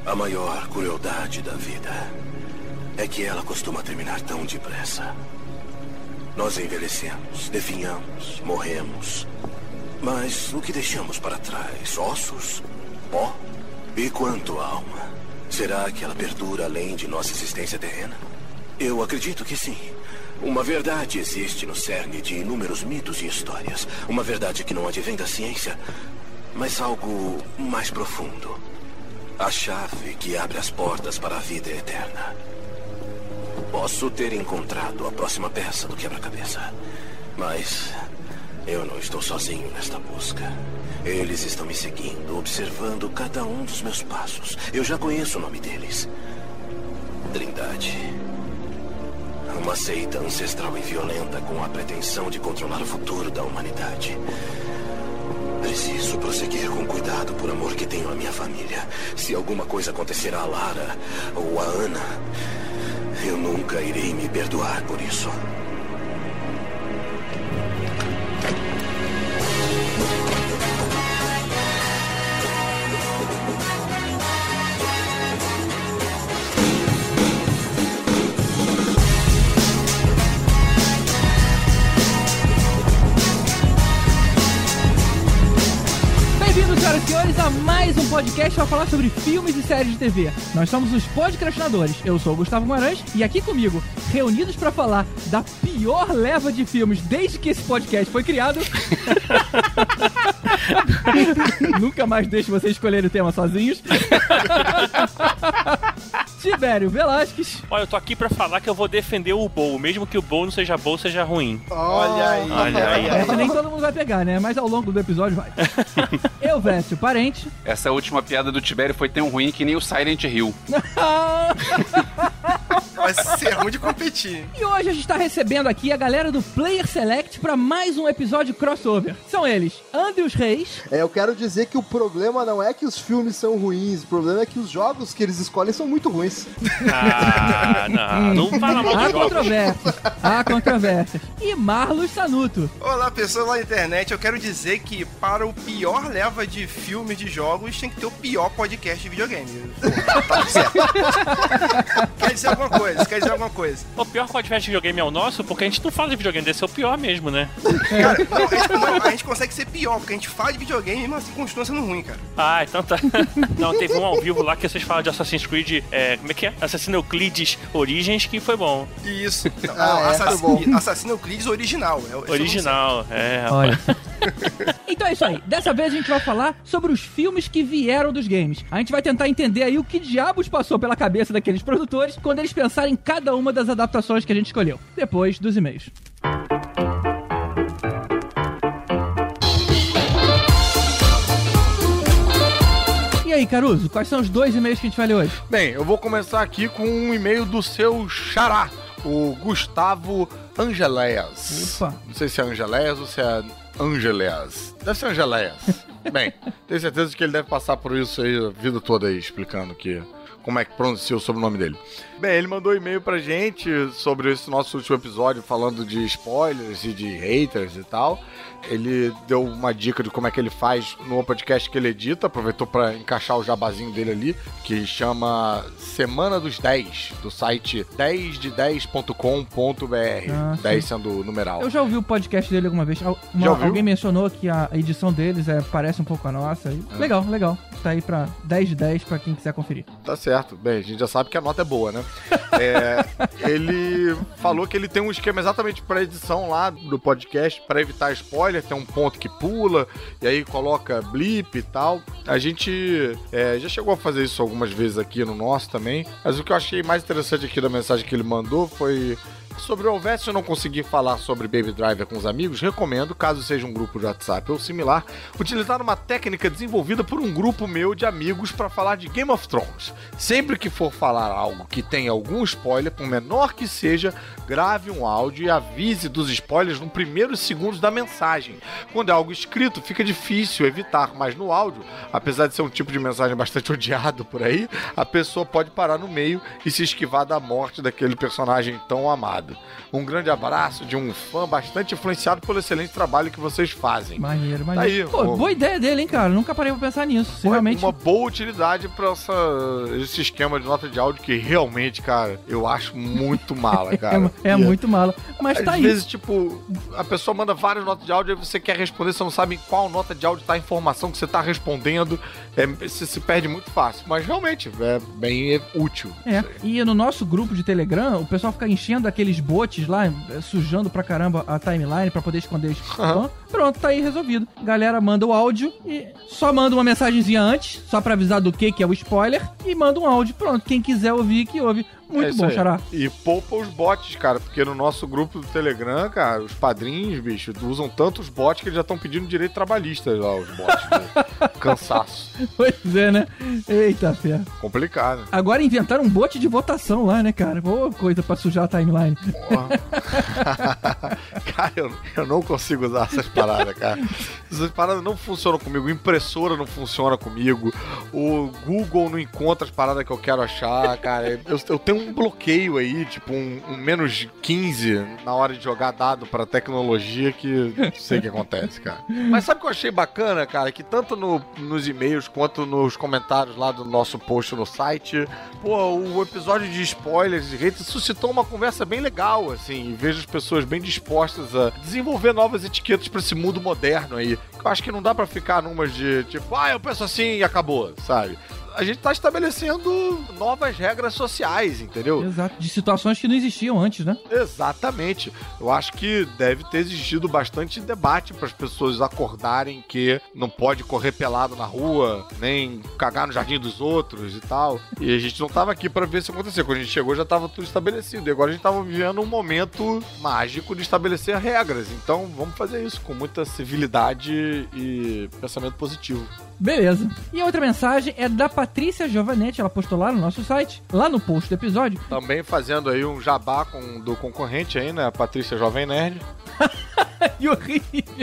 A maior crueldade da vida é que ela costuma terminar tão depressa. Nós envelhecemos, definhamos, morremos. Mas o que deixamos para trás? Ossos? Pó? E quanto à alma? Será que ela perdura além de nossa existência terrena? Eu acredito que sim. Uma verdade existe no cerne de inúmeros mitos e histórias. Uma verdade que não advém da ciência, mas algo mais profundo. A chave que abre as portas para a vida eterna. Posso ter encontrado a próxima peça do quebra-cabeça, mas eu não estou sozinho nesta busca. Eles estão me seguindo, observando cada um dos meus passos. Eu já conheço o nome deles. Trindade. Uma seita ancestral e violenta com a pretensão de controlar o futuro da humanidade. Preciso prosseguir com cuidado por amor que tenho à minha família. Se alguma coisa acontecer a Lara ou a Ana, eu nunca irei me perdoar por isso. Bem-vindos, senhoras e senhores, a mais um podcast para falar sobre filmes e séries de TV. Nós somos os Podcastinadores. Eu sou o Gustavo Guimarães e aqui comigo, reunidos para falar da pior leva de filmes desde que esse podcast foi criado. Nunca mais deixo vocês escolherem o tema sozinhos. Tibério Velasquez. Olha, eu tô aqui pra falar que eu vou defender o Bowl, mesmo que o Bowl não seja bom, seja ruim. Olha aí. Olha aí. Essa nem todo mundo vai pegar, né? Mas ao longo do episódio vai. Eu, Vécio, parente. Essa última piada do Tibério foi tão ruim que nem o Silent Hill. Vai ser ruim de competir. E hoje a gente tá recebendo aqui a galera do Player Select pra mais um episódio crossover. São eles, Andy os Reis. Eu quero dizer que o problema não é que os filmes são ruins, o problema é que os jogos que eles escolhem são muito ruins. Não fala mal de Há jogos. controvérsias. Há controvérsias. E Marlos Sanuto. Olá, pessoas lá na internet. Eu quero dizer que para o pior leva de filmes de jogos tem que ter o pior podcast de videogame. Tá certo. Quer dizer alguma coisa. O pior podcast de videogame é o nosso, porque a gente não fala de videogame, desse é o pior mesmo, né? Cara, a gente consegue ser pior, porque a gente fala de videogame e mesmo assim continua sendo ruim, cara. Ah, então tá. Não, teve um ao vivo lá que vocês falam de Assassin's Creed, como é que é? Assassin's Creed Origins, que foi bom. Isso. bom. Assassin's Creed original. Original, rapaz. Olha. Então é isso aí. Dessa vez a gente vai falar sobre os filmes que vieram dos games. A gente vai tentar entender aí o que diabos passou pela cabeça daqueles produtores quando eles pensaram em cada uma das adaptações que a gente escolheu. Depois dos e-mails. E aí, Caruso, quais são os 2 e-mails que a gente vai ler hoje? Bem, eu vou começar aqui com um e-mail do seu xará, o Gustavo Angeléas. Opa. Não sei se é Angeléas ou se é Angeléas. Deve ser Angeléas. Bem, tenho certeza que ele deve passar por isso aí a vida toda aí, explicando como é que pronuncia o sobrenome dele. Bem, ele mandou um e-mail pra gente sobre esse nosso último episódio, falando de spoilers e de haters e tal. Ele deu uma dica de como é que ele faz no podcast que ele edita, aproveitou pra encaixar o jabazinho dele ali, que chama Semana dos 10, do site 10de10.com.br, 10 sendo numeral. Eu já ouvi o podcast dele alguma vez. Já ouviu? Alguém mencionou que a edição deles parece um pouco a nossa. Legal. Tá aí pra 10 de 10 pra quem quiser conferir. Tá certo. Bem, a gente já sabe que a nota é boa, né? Ele falou que ele tem um esquema exatamente pra edição lá do podcast, pra evitar spoiler, tem um ponto que pula, e aí coloca blip e tal. A gente já chegou a fazer isso algumas vezes aqui no nosso também, mas o que eu achei mais interessante aqui da mensagem que ele mandou foi sobre o Alves. Se eu não conseguir falar sobre Baby Driver com os amigos, recomendo, caso seja um grupo de WhatsApp ou similar, utilizar uma técnica desenvolvida por um grupo meu de amigos para falar de Game of Thrones. Sempre que for falar algo que tenha algum spoiler, por menor que seja, grave um áudio e avise dos spoilers nos primeiros segundos da mensagem. Quando é algo escrito, fica difícil evitar, mas no áudio, apesar de ser um tipo de mensagem bastante odiado por aí, a pessoa pode parar no meio e se esquivar da morte daquele personagem tão amado. obrigado. Um grande abraço de um fã bastante influenciado pelo excelente trabalho que vocês fazem. Maneiro. Tá aí, Pô, boa ideia dele, hein, cara? Nunca parei pra pensar nisso. Foi Realmente... uma boa utilidade pra esse esquema de nota de áudio que realmente, cara, eu acho muito mala, cara. É muito mala. Mas tá aí. Às vezes, tipo, a pessoa manda várias notas de áudio e você quer responder, você não sabe em qual nota de áudio tá a informação que você tá respondendo. Você se perde muito fácil. Mas realmente, é bem útil. E no nosso grupo de Telegram, o pessoal fica enchendo aqueles bots lá, sujando pra caramba a timeline pra poder esconder spam. Pronto, tá aí resolvido. Galera manda o áudio e só manda uma mensagenzinha antes, só pra avisar do que é o spoiler, e manda um áudio. Pronto, quem quiser ouvir, que ouve. Muito bom, Xará. E poupa os bots, cara, porque no nosso grupo do Telegram, cara, os padrinhos, bicho, usam tantos bots que eles já estão pedindo direito trabalhista lá, os bots. Cansaço. Pois é, né? Eita, fé. Complicado. Agora inventaram um bot de votação lá, né, cara? Boa coisa pra sujar a timeline. Cara, eu não consigo usar essas paradas, cara. Essas paradas não funcionam comigo. Impressora não funciona comigo. O Google não encontra as paradas que eu quero achar, cara. Eu tenho um bloqueio aí, tipo um menos 15 na hora de jogar dado pra tecnologia que não sei o que acontece, cara. Mas sabe o que eu achei bacana, cara? Que tanto nos e-mails quanto nos comentários lá do nosso post no site, pô, o episódio de spoilers de hate suscitou uma conversa bem legal, assim, e vejo as pessoas bem dispostas a desenvolver novas etiquetas pra esse mundo moderno aí. Eu acho que não dá pra ficar numas de tipo, eu penso assim e acabou, sabe? A gente tá estabelecendo novas regras sociais, entendeu? Exato, de situações que não existiam antes, né? Exatamente. Eu acho que deve ter existido bastante debate para as pessoas acordarem que não pode correr pelado na rua, nem cagar no jardim dos outros e tal. E a gente não tava aqui para ver isso acontecer. Quando a gente chegou já tava tudo estabelecido. E agora a gente tava vivendo um momento mágico de estabelecer regras. Então vamos fazer isso com muita civilidade e pensamento positivo. Beleza. E a outra mensagem é da Patrícia Giovanetti, ela postou lá no nosso site, lá no post do episódio. Também fazendo aí um jabá do concorrente aí, né? A Patrícia Jovem Nerd. E horrível.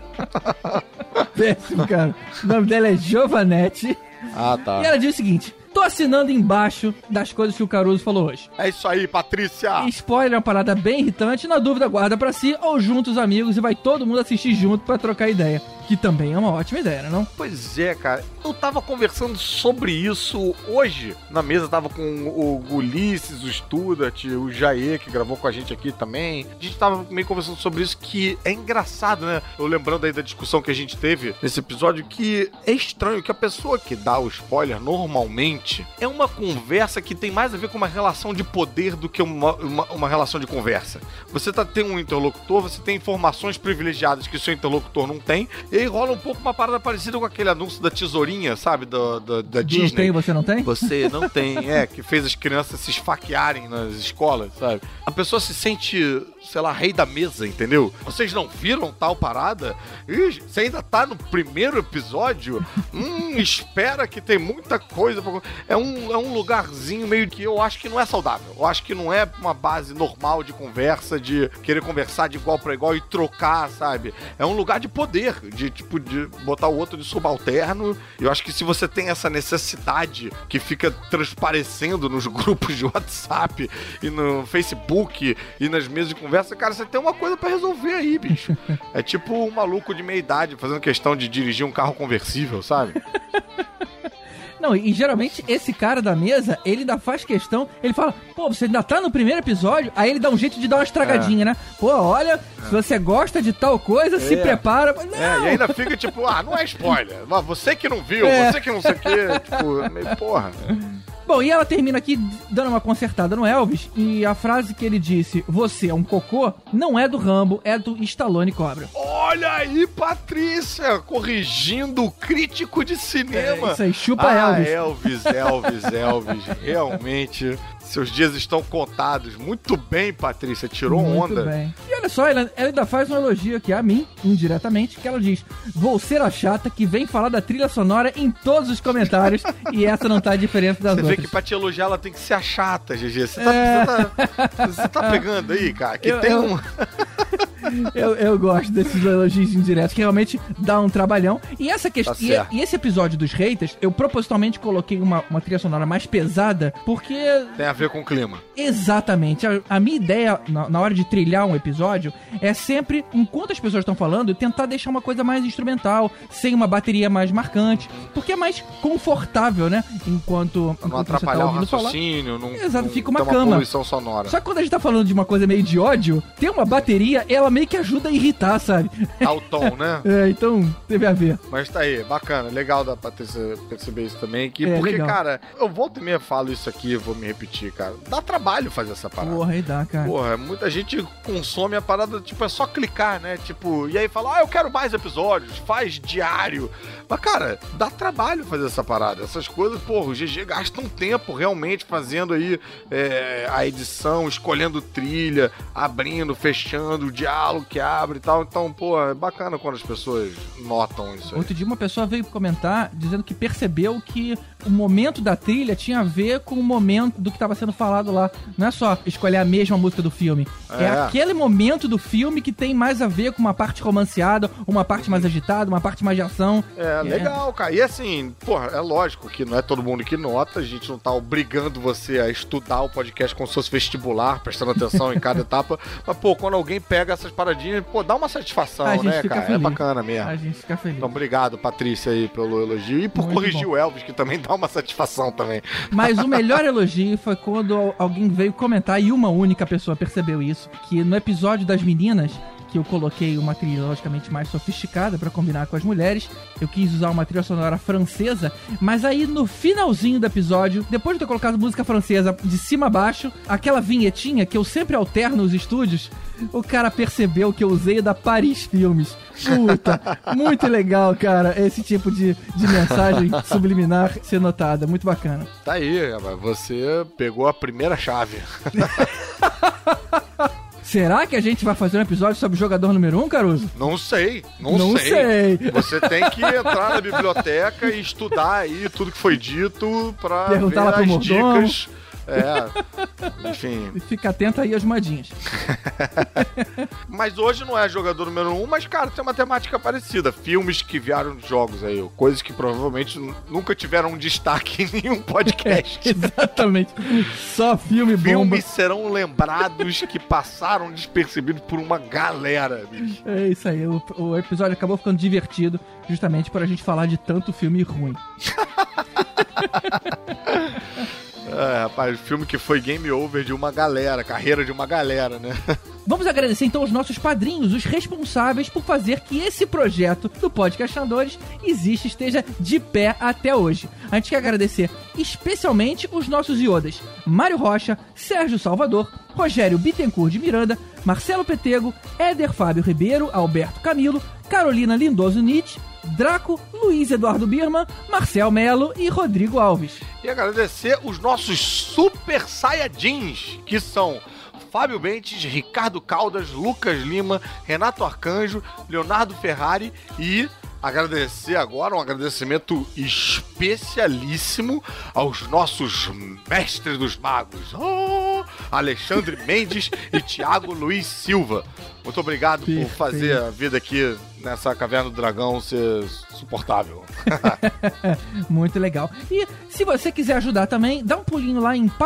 Péssimo, cara. O nome dela é Giovanetti. Ah, tá. E ela diz o seguinte: tô assinando embaixo das coisas que o Caruso falou hoje. É isso aí, Patrícia! Spoiler é uma parada bem irritante, na dúvida guarda pra si ou junta os amigos e vai todo mundo assistir junto pra trocar ideia. Que também é uma ótima ideia, né, não? Pois é, cara. Eu tava conversando sobre isso hoje. Na mesa tava com o Ulisses, o Studart, o Jair, que gravou com a gente aqui também. A gente tava meio conversando sobre isso, que é engraçado, né? Eu lembrando aí da discussão que a gente teve nesse episódio, que é estranho que a pessoa que dá o spoiler normalmente é uma conversa que tem mais a ver com uma relação de poder do que uma relação de conversa. Você tem um interlocutor, você tem informações privilegiadas que o seu interlocutor não tem, e aí rola um pouco uma parada parecida com aquele anúncio da tesourinha, sabe? Da Disney. Não tem, você não tem? Você não tem, que fez as crianças se esfaquearem nas escolas, sabe? A pessoa se sente, sei lá, rei da mesa, entendeu? Vocês não viram tal parada? Ih, você ainda tá no primeiro episódio? Espera que tem muita coisa pra... É um lugarzinho meio que eu acho que não é saudável. Eu acho que não é uma base normal de conversa, de querer conversar de igual pra igual e trocar, sabe? É um lugar de poder, de botar o outro de subalterno. Eu acho que se você tem essa necessidade que fica transparecendo nos grupos de WhatsApp e no Facebook e nas mesas de conversa, cara, você tem uma coisa pra resolver aí, bicho. É tipo um maluco de meia idade fazendo questão de dirigir um carro conversível, sabe? Não, e geralmente esse cara da mesa, ele ainda faz questão, ele fala, pô, você ainda tá no primeiro episódio, aí ele dá um jeito de dar uma estragadinha, né? Pô, olha, se você gosta de tal coisa, se prepara. Não. E ainda fica tipo, não é spoiler, você que não viu, você que não sei o quê, tipo, meio porra. Bom, e ela termina aqui dando uma consertada no Elvis, e a frase que ele disse, você é um cocô, não é do Rambo, é do Stallone Cobra. Olha aí, Patrícia, corrigindo o crítico de cinema. Isso aí, chupa Elvis. Elvis, realmente... Seus dias estão contados. Muito bem, Patrícia. Tirou onda. Muito bem. E olha só, ela ainda faz um elogio aqui a mim, indiretamente, que ela diz, vou ser a chata que vem falar da trilha sonora em todos os comentários e essa não tá diferente das outras. Você vê que pra te elogiar ela tem que ser a chata, GG. Você tá pegando aí, cara? Que Eu gosto desses elogios indiretos, que realmente dá um trabalhão. E essa questão. Tá e esse episódio dos haters, eu propositalmente coloquei uma trilha sonora mais pesada, porque. Tem a ver com o clima. Exatamente. A minha ideia, na hora de trilhar um episódio, é sempre, enquanto as pessoas estão falando, tentar deixar uma coisa mais instrumental, sem uma bateria mais marcante, porque é mais confortável, né? Enquanto Não você tá atrapalhar o ouvindo falar. raciocínio, não, Exato, não fica uma ter cama. poluição sonora. Só que quando a gente tá falando de uma coisa meio de ódio, ter uma bateria, ela meio que ajuda a irritar, sabe? Dá o tom, né? Então teve a ver. Mas tá aí, bacana, legal da Patrícia perceber isso também. Porque, legal. cara, eu volto e meia falo isso aqui, vou me repetir, cara. Dá trabalho fazer essa parada. Porra, aí dá, cara. Porra, muita gente consome a parada, tipo, é só clicar, né? Tipo, e aí fala, eu quero mais episódios, faz diário. Mas, cara, dá trabalho fazer essa parada. Essas coisas, porra, o GG gasta um tempo realmente fazendo aí a edição, escolhendo trilha, abrindo, fechando, o diálogo que abre e tal. Então, pô, é bacana quando as pessoas notam isso aí. Outro dia uma pessoa veio comentar dizendo que percebeu que o momento da trilha tinha a ver com o momento do que estava sendo falado lá. Não é só escolher a mesma música do filme. É aquele momento do filme que tem mais a ver com uma parte romanceada, uma parte mais agitada, uma parte mais de ação. Legal, cara. E assim, porra, é lógico que não é todo mundo que nota, a gente não tá obrigando você a estudar o podcast como se fosse vestibular, prestando atenção em cada etapa. Mas, pô, quando alguém pega essas paradinhas, pô, dá uma satisfação, né, cara? Feliz. É bacana mesmo. A gente fica feliz. Então, obrigado, Patrícia, aí, pelo elogio. E por Muito corrigir bom. o Elvis, que também dá uma satisfação também. Mas o melhor elogio foi quando alguém veio comentar, e uma única pessoa percebeu isso, que no episódio das meninas, que eu coloquei uma trilha logicamente mais sofisticada pra combinar com as mulheres, eu quis usar uma trilha sonora francesa, mas aí no finalzinho do episódio, depois de ter colocado música francesa de cima a baixo, aquela vinhetinha que eu sempre alterno nos estúdios, o cara percebeu que eu usei da Paris Filmes. Puta, muito legal, cara, esse tipo de mensagem subliminar ser notada, muito bacana. Tá aí, rapaz, você pegou a primeira chave. Será que a gente vai fazer um episódio sobre o jogador número 1, Caruso? Não sei. Você tem que entrar na biblioteca e estudar aí tudo que foi dito pra perguntar ver lá pro as mordomo. dicas. Enfim. E fica atento aí às moedinhas. Mas hoje não é jogador número 1, mas, cara, tem uma temática parecida. Filmes que vieram de jogos aí, coisas que provavelmente nunca tiveram um destaque em nenhum podcast. Exatamente. Só filme bomba. Filmes serão lembrados que passaram despercebidos por uma galera, bicho. É isso aí. O episódio acabou ficando divertido justamente por a gente falar de tanto filme ruim. Rapaz, filme que foi game over de uma galera, carreira de uma galera, né? Vamos agradecer então aos nossos padrinhos, os responsáveis por fazer que esse projeto do Podcastinadores existe, esteja de pé até hoje. A gente quer agradecer especialmente os nossos iodas: Mário Rocha, Sérgio Salvador, Rogério Bittencourt de Miranda, Marcelo Petego, Éder Fábio Ribeiro, Alberto Camilo, Carolina Lindoso Nietzsche, Draco, Luiz Eduardo Birman, Marcel Melo e Rodrigo Alves. E agradecer os nossos Super Saiyajins, que são Fábio Bentes, Ricardo Caldas, Lucas Lima, Renato Arcanjo, Leonardo Ferrari e agradecer agora um agradecimento especialíssimo aos nossos mestres dos magos, Alexandre Mendes e Thiago Luiz Silva. Muito obrigado por fazer a vida aqui nessa Caverna do Dragão ser suportável. Muito legal. E se você quiser ajudar também, dá um pulinho lá em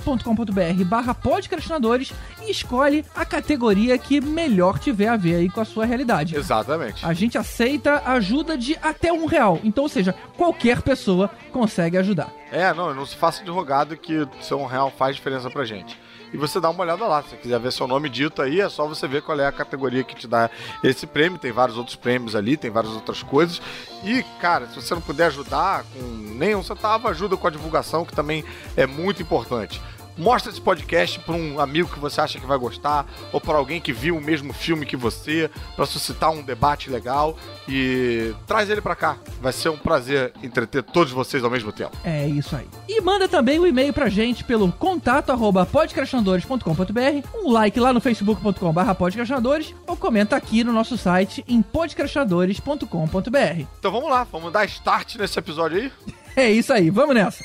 padrim.com.br/podcastinadores e escolhe a categoria que melhor tiver a ver aí com a sua realidade. Exatamente. A gente aceita ajuda de até R$1. Então, ou seja, qualquer pessoa consegue ajudar. Não se faça de rogado que seu R$1 faz diferença pra gente. E você dá uma olhada lá, se você quiser ver seu nome dito aí, é só você ver qual é a categoria que te dá esse prêmio. Tem vários outros prêmios ali, tem várias outras coisas. E, cara, se você não puder ajudar com nenhum centavo, ajuda com a divulgação, que também é muito importante. Mostra esse podcast para um amigo que você acha que vai gostar, ou para alguém que viu o mesmo filme que você, para suscitar um debate legal, e traz ele para cá. Vai ser um prazer entreter todos vocês ao mesmo tempo. É isso aí. E manda também um e-mail pra gente pelo contato@podcastinadores.com.br, um like lá no facebook.com/podcastinadores, ou comenta aqui no nosso site em podcastinadores.com.br. Então vamos lá, vamos dar start nesse episódio aí? É isso aí, vamos nessa.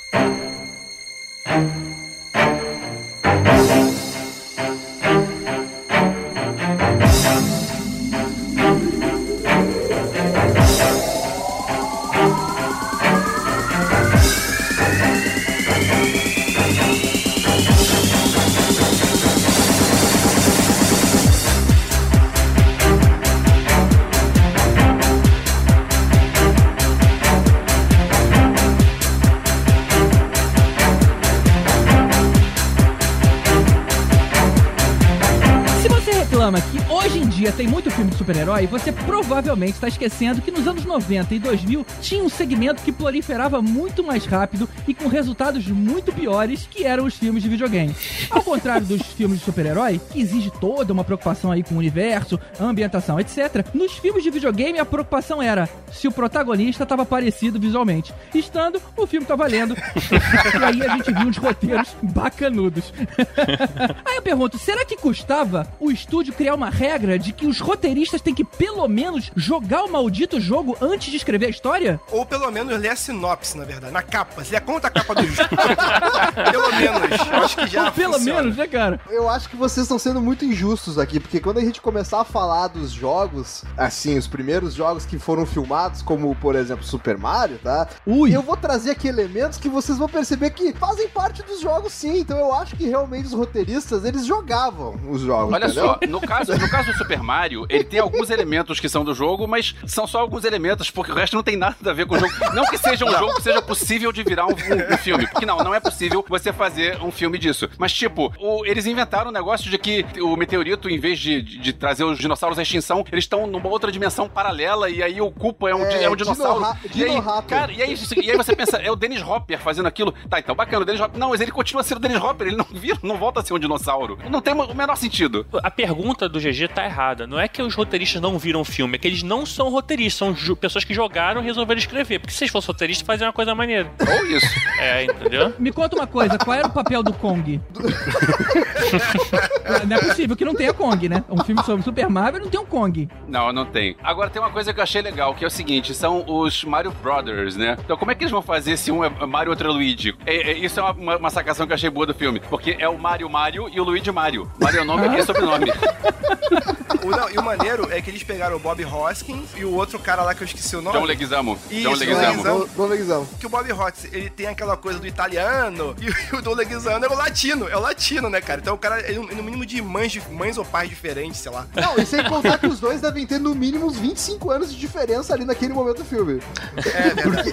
reclama que hoje em dia tem muito filme de super-herói, você provavelmente está esquecendo que nos anos 90 e 2000 tinha um segmento que proliferava muito mais rápido e com resultados muito piores, que eram os filmes de videogame. Ao contrário dos filmes de super-herói, que exige toda uma preocupação aí com o universo, ambientação, etc., nos filmes de videogame a preocupação era se o protagonista estava parecido visualmente. Estando, o filme tá valendo. E aí a gente viu uns roteiros bacanudos. Aí eu pergunto, será que custava o estúdio criar uma regra de que os roteiristas têm que pelo menos jogar o maldito jogo antes de escrever a história? Ou pelo menos ler a sinopse, na verdade, na capa. Se conta a capa do jogo. Pelo menos. Eu acho que já Ou pelo funciona. menos, né, cara? Eu acho que vocês estão sendo muito injustos aqui, porque quando a gente começar a falar dos jogos, assim, os primeiros jogos que foram filmados, como, por exemplo, Super Mario, tá? Ui. Eu vou trazer aqui elementos que vocês vão perceber que fazem parte dos jogos, sim. Então eu acho que realmente os roteiristas, eles jogavam os jogos, Olha entendeu? só, no caso do Super Mario, ele tem alguns elementos que são do jogo, mas são só alguns elementos, porque o resto não tem nada a ver com o jogo. Não que seja um jogo que seja possível de virar um filme, porque não é possível você fazer um filme disso. Mas, tipo, eles inventaram um negócio de que o meteorito, em vez de trazer os dinossauros à extinção, eles estão numa outra dimensão paralela, e aí o Koopa é um dinossauro. Dino-Raptor. E aí você pensa, é o Dennis Hopper fazendo aquilo. Tá, então bacana, o Dennis Hopper. Não, mas ele continua sendo o Dennis Hopper, ele não volta a ser um dinossauro. Não tem o menor sentido. A pergunta do GG tá errada. Não é que os roteiristas não viram o filme, é que eles não são roteiristas, são pessoas que jogaram e resolveram escrever. Porque se eles fossem roteiristas, faziam uma coisa maneira. Ou isso. É, entendeu? Me conta uma coisa, qual era o papel do Kong? Não é possível que não tenha Kong, né? Um filme sobre Super Mario não tem um Kong. Não tem. Agora tem uma coisa que eu achei legal, que é o seguinte, são os Mario Brothers, né? Então como é que eles vão fazer se um é Mario e outro é Luigi? Isso é uma sacação que eu achei boa do filme, porque é o Mario e o Luigi Mario. Mario é o nome e sobrenome. E o maneiro é que eles pegaram o Bob Hoskins e o outro cara lá que eu esqueci o nome. John Leguizamo. Isso, John Leguizamo. Dom Leguizamo. Que o Bob Hoskins, ele tem aquela coisa do italiano e o Dom Leguizamo é o latino, né, cara? Então o cara é no mínimo de mães ou pais diferentes, sei lá. Não, e sem contar que os dois devem ter no mínimo uns 25 anos de diferença ali naquele momento do filme. É verdade.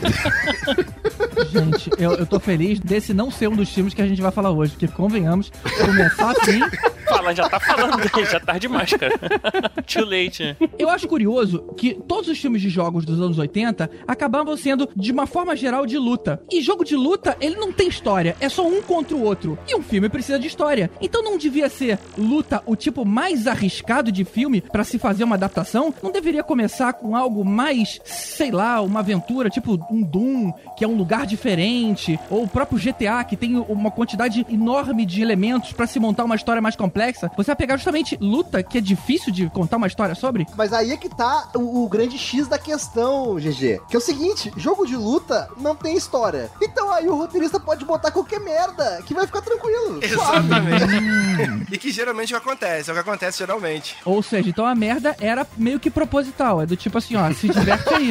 Gente, eu tô feliz desse não ser um dos filmes que a gente vai falar hoje, porque convenhamos, começar assim... Já tá falando dele, já tá demais, cara. Too late, né? Eu acho curioso que todos os filmes de jogos dos anos 80 acabavam sendo, de uma forma geral, de luta. E jogo de luta, ele não tem história, é só um contra o outro. E um filme precisa de história. Então não devia ser luta o tipo mais arriscado de filme pra se fazer uma adaptação? Não deveria começar com algo mais, sei lá, uma aventura, tipo um Doom, que é um lugar diferente, ou o próprio GTA, que tem uma quantidade enorme de elementos pra se montar uma história mais complexa? Você vai pegar justamente luta, que é difícil de contar uma história sobre? Mas aí é que tá o grande X da questão, GG. Que é o seguinte, jogo de luta não tem história. Então aí o roteirista pode botar qualquer merda, que vai ficar tranquilo. Exatamente. E que geralmente é o que acontece geralmente. Ou seja, então a merda era meio que proposital. É do tipo assim, ó, se diverte aí.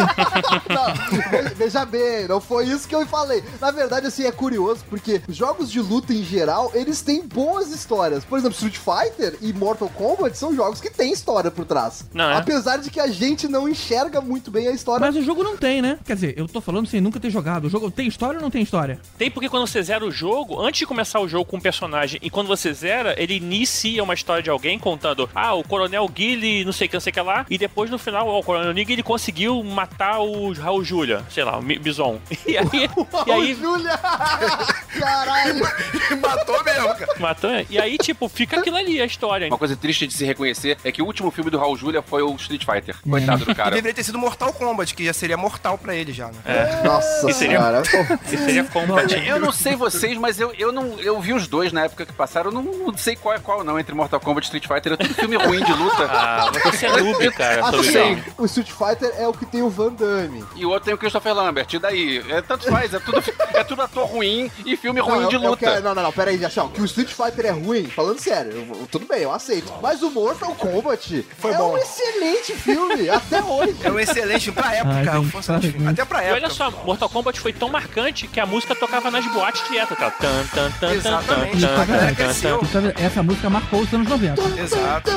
Não, veja bem, não foi isso que eu falei. Na verdade, assim, é curioso, porque jogos de luta em geral, eles têm boas histórias. Por exemplo, Street Fighter e Mortal Kombat são jogos que têm história por trás. Não é? Apesar de que a gente não enxerga muito bem a história. Mas o jogo não tem, né? Quer dizer, eu tô falando sem nunca ter jogado. O jogo tem história ou não tem história? Tem porque quando você zera o jogo, antes de começar o jogo com um personagem, e quando você zera, ele inicia uma história de alguém contando, o Coronel Guile, não sei o que lá, e depois no final, o Coronel Guile conseguiu matar o Raul Julia, sei lá, o Bison. E aí Julia! Caralho! Matou mesmo, cara. Matou, e aí, tipo, fica aquilo ali, a história. Uma coisa triste de se reconhecer é que o último filme do Raul Julia foi o Street Fighter. Coitado do E cara. deveria ter sido Mortal Kombat, que já seria mortal pra ele já, né? Nossa Isso seria- senhora. Isso seria combat. Eu não sei vocês, mas eu vi os dois na época que passaram. Eu não sei qual é qual, não, entre Mortal Kombat e Street Fighter. É tudo filme ruim de luta. Você é noob, cara. Tô Assim, ligado. o Street Fighter é o que tem o Van Damme. E o outro tem o Christopher Lambert. E daí? Tanto faz, é tudo ator ruim e filme ruim de luta. Não, pera aí, assim, ó, que o Street Fighter é ruim, falando sério, tudo bem, eu aceito. Mas o Mortal Kombat Foi é bom. um excelente filme, até hoje. É um excelente pra época, Ai, gente, foi um excelente filme. para, Até pra E época. olha só, Mortal Kombat foi tão marcante que a música tocava nas boates direto, cara. Exatamente. Isso é verdade. cresceu. Essa música marcou os anos 90. Exato.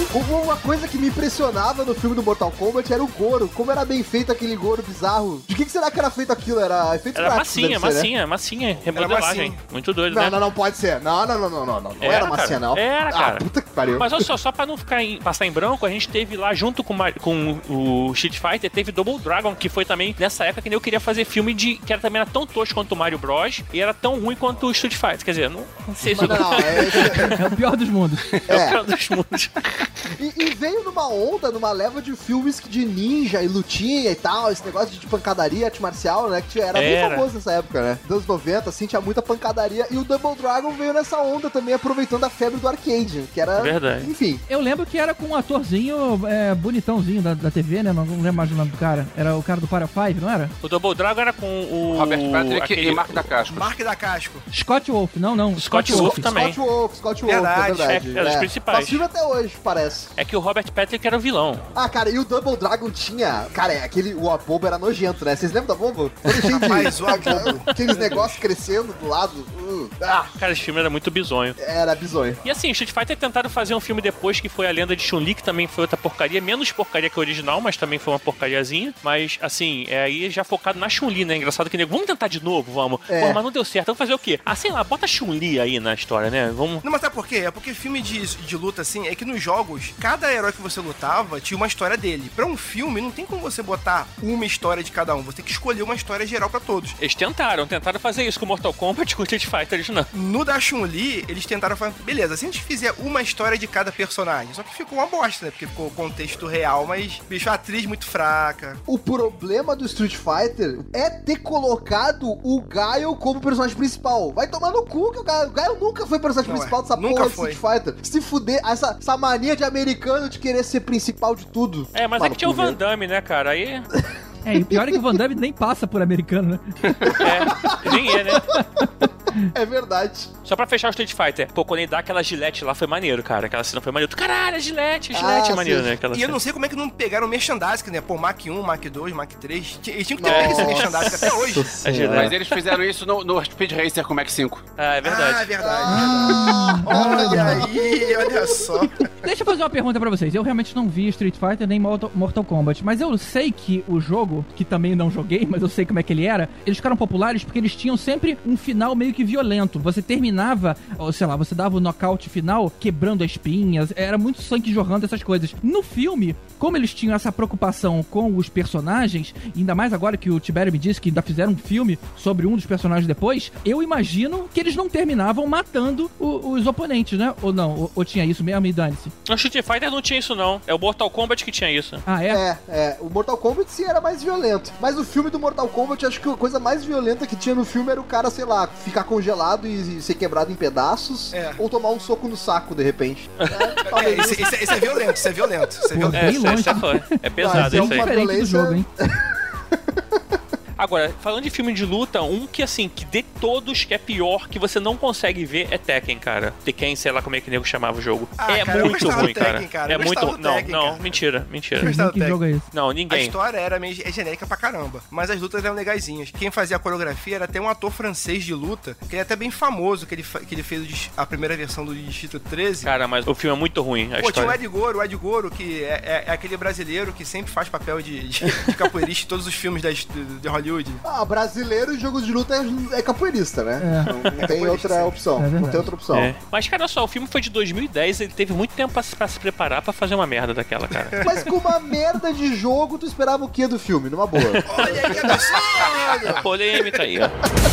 Uma coisa que me impressionava no filme do Mortal Kombat era o Goro. Como era bem feito aquele Goro bizarro. De que será que era feito aquilo? Era efeito Era prático, massinha. Remodelagem. Muito doido, né? Não, pode ser. Não. Não era massinha, não. Era, cara. Puta que pariu. Mas olha só pra não passar em branco, a gente teve lá, junto com o Street Fighter, teve Double Dragon, que foi também nessa época que eu queria fazer filme que também era tão tosco quanto o Mario Bros. E era tão ruim quanto o Street Fighter. Quer dizer, não sei se... É o pior dos mundos. É o pior dos mundos. E veio numa onda, numa leva de filmes de ninja e lutinha e tal, esse negócio de pancadaria, arte marcial, né? Que era bem famoso nessa época, né? Dos anos 90, assim, tinha muita pancadaria. E o Double Dragon veio nessa onda também, aproveitando a febre do arcade, que era... Verdade. Enfim. Eu lembro que era com um atorzinho bonitãozinho da TV, né? Não lembro mais o nome do cara. Era o cara do Para 5, não era? O Double Dragon era com o... Robert Patrick e Mark Dacascos. Mark Dacascos. Scott Wolf, não. Scott Wolf também. Scott Wolf, Verdade. é verdade. É dos principais. Faz filme até hoje, parece. É que o Robert Patrick era o vilão. Cara, e o Double Dragon tinha... Cara, o Abobo era nojento, né? Vocês lembram do Abobo? Mas o Abobo. Aqueles negócios crescendo do lado. Cara, esse filme era muito bizonho. Era bizonho. E assim, Street Fighter tentaram fazer um filme depois que foi A Lenda de Chun-Li, que também foi outra porcaria, menos porcaria que o original, mas também foi uma porcariazinha. Mas, assim, aí já focado na Chun-Li, né? Engraçado que nego, vamos tentar de novo, vamos. Pô, mas não deu certo, vamos fazer o quê? Sei lá, bota Chun-Li aí na história, né? Vamos... Não, mas sabe por quê? É porque filme de luta, assim, é que nos jogos, cada herói que você lutava tinha uma história dele. Pra um filme, não tem como você botar uma história de cada um. Você tem que escolher uma história geral pra todos. Eles tentaram fazer isso com Mortal Kombat e com Street Fighter, não. No da Chun-Li, eles tentaram fazer... Beleza, se a gente fizer uma história de cada personagem, só que ficou uma bosta, né? Porque ficou o contexto real, mas, bicho, a atriz muito fraca. O problema do Street Fighter é ter colocado o Gaio como personagem principal. Vai tomar no cu que o Gaio nunca foi personagem principal dessa porra do Street Fighter. Se fuder, essa mania de americano de querer ser principal de tudo. Mas é que tinha o Van Damme, né, cara? Aí... E o pior é que o Van Damme nem passa por americano, né? Nem é, né? É verdade. Só pra fechar o Street Fighter, pô, quando ele dá aquela gilete lá, foi maneiro, cara. Aquela cena foi maneiro. Caralho, a gilete é maneiro, né? E eu não sei como é que não pegaram o merchandising, né? Pô, Mach 1, Mach 2, Mach 3. Eles tinham que ter pego esse merchandising até hoje. Mas eles fizeram isso no Speed Racer com o Mach 5. É verdade. É verdade. Olha aí, olha só. Deixa eu fazer uma pergunta pra vocês. Eu realmente não vi Street Fighter nem Mortal Kombat, mas eu sei que o jogo, que também não joguei, mas eu sei como é que ele era, eles ficaram populares porque eles tinham sempre um final meio que violento. Você terminava, ou sei lá, você dava o nocaute final quebrando as espinhas, era muito sangue jorrando, essas coisas. No filme, como eles tinham essa preocupação com os personagens, ainda mais agora que o Tibério me disse que ainda fizeram um filme sobre um dos personagens depois, eu imagino que eles não terminavam matando os oponentes, né? Ou não? Ou tinha isso mesmo e dane-se? No Street Fighter não tinha isso, não. É o Mortal Kombat que tinha isso. Ah, é? O Mortal Kombat sim era mais violento. Mas o filme do Mortal Kombat, acho que a coisa mais violenta que tinha no filme era o cara, sei lá, ficar congelado e ser quebrado em pedaços. Ou tomar um soco no saco, de repente. Esse é violento, isso é violento. É pesado isso aí. Diferente do jogo, hein? Agora, falando de filme de luta, um que assim, que de todos é pior, que você não consegue ver, é Tekken, cara. Tekken, sei lá como é que o nego chamava o jogo. Cara, muito ruim, Tekken, cara. É muito ruim. Não, mentira. Que jogo é esse? Não, ninguém. A história era meio genérica pra caramba, mas as lutas eram legaisinhas. Quem fazia a coreografia era até um ator francês de luta, que ele é até bem famoso, que ele fez a primeira versão do Distrito 13. Cara, mas o filme é muito ruim. Tinha o Ed Goro, que é aquele brasileiro que sempre faz papel de capoeirista em todos os filmes de Hollywood. Brasileiro em jogos de luta é capoeirista, né? Não tem outra opção. Não tem outra opção. Mas, cara, só, o filme foi de 2010, ele teve muito tempo pra se preparar pra fazer uma merda daquela, cara. Mas com uma merda de jogo, tu esperava o quê do filme? Numa boa. Olha aí, absurdo! Polêmica aí, ó.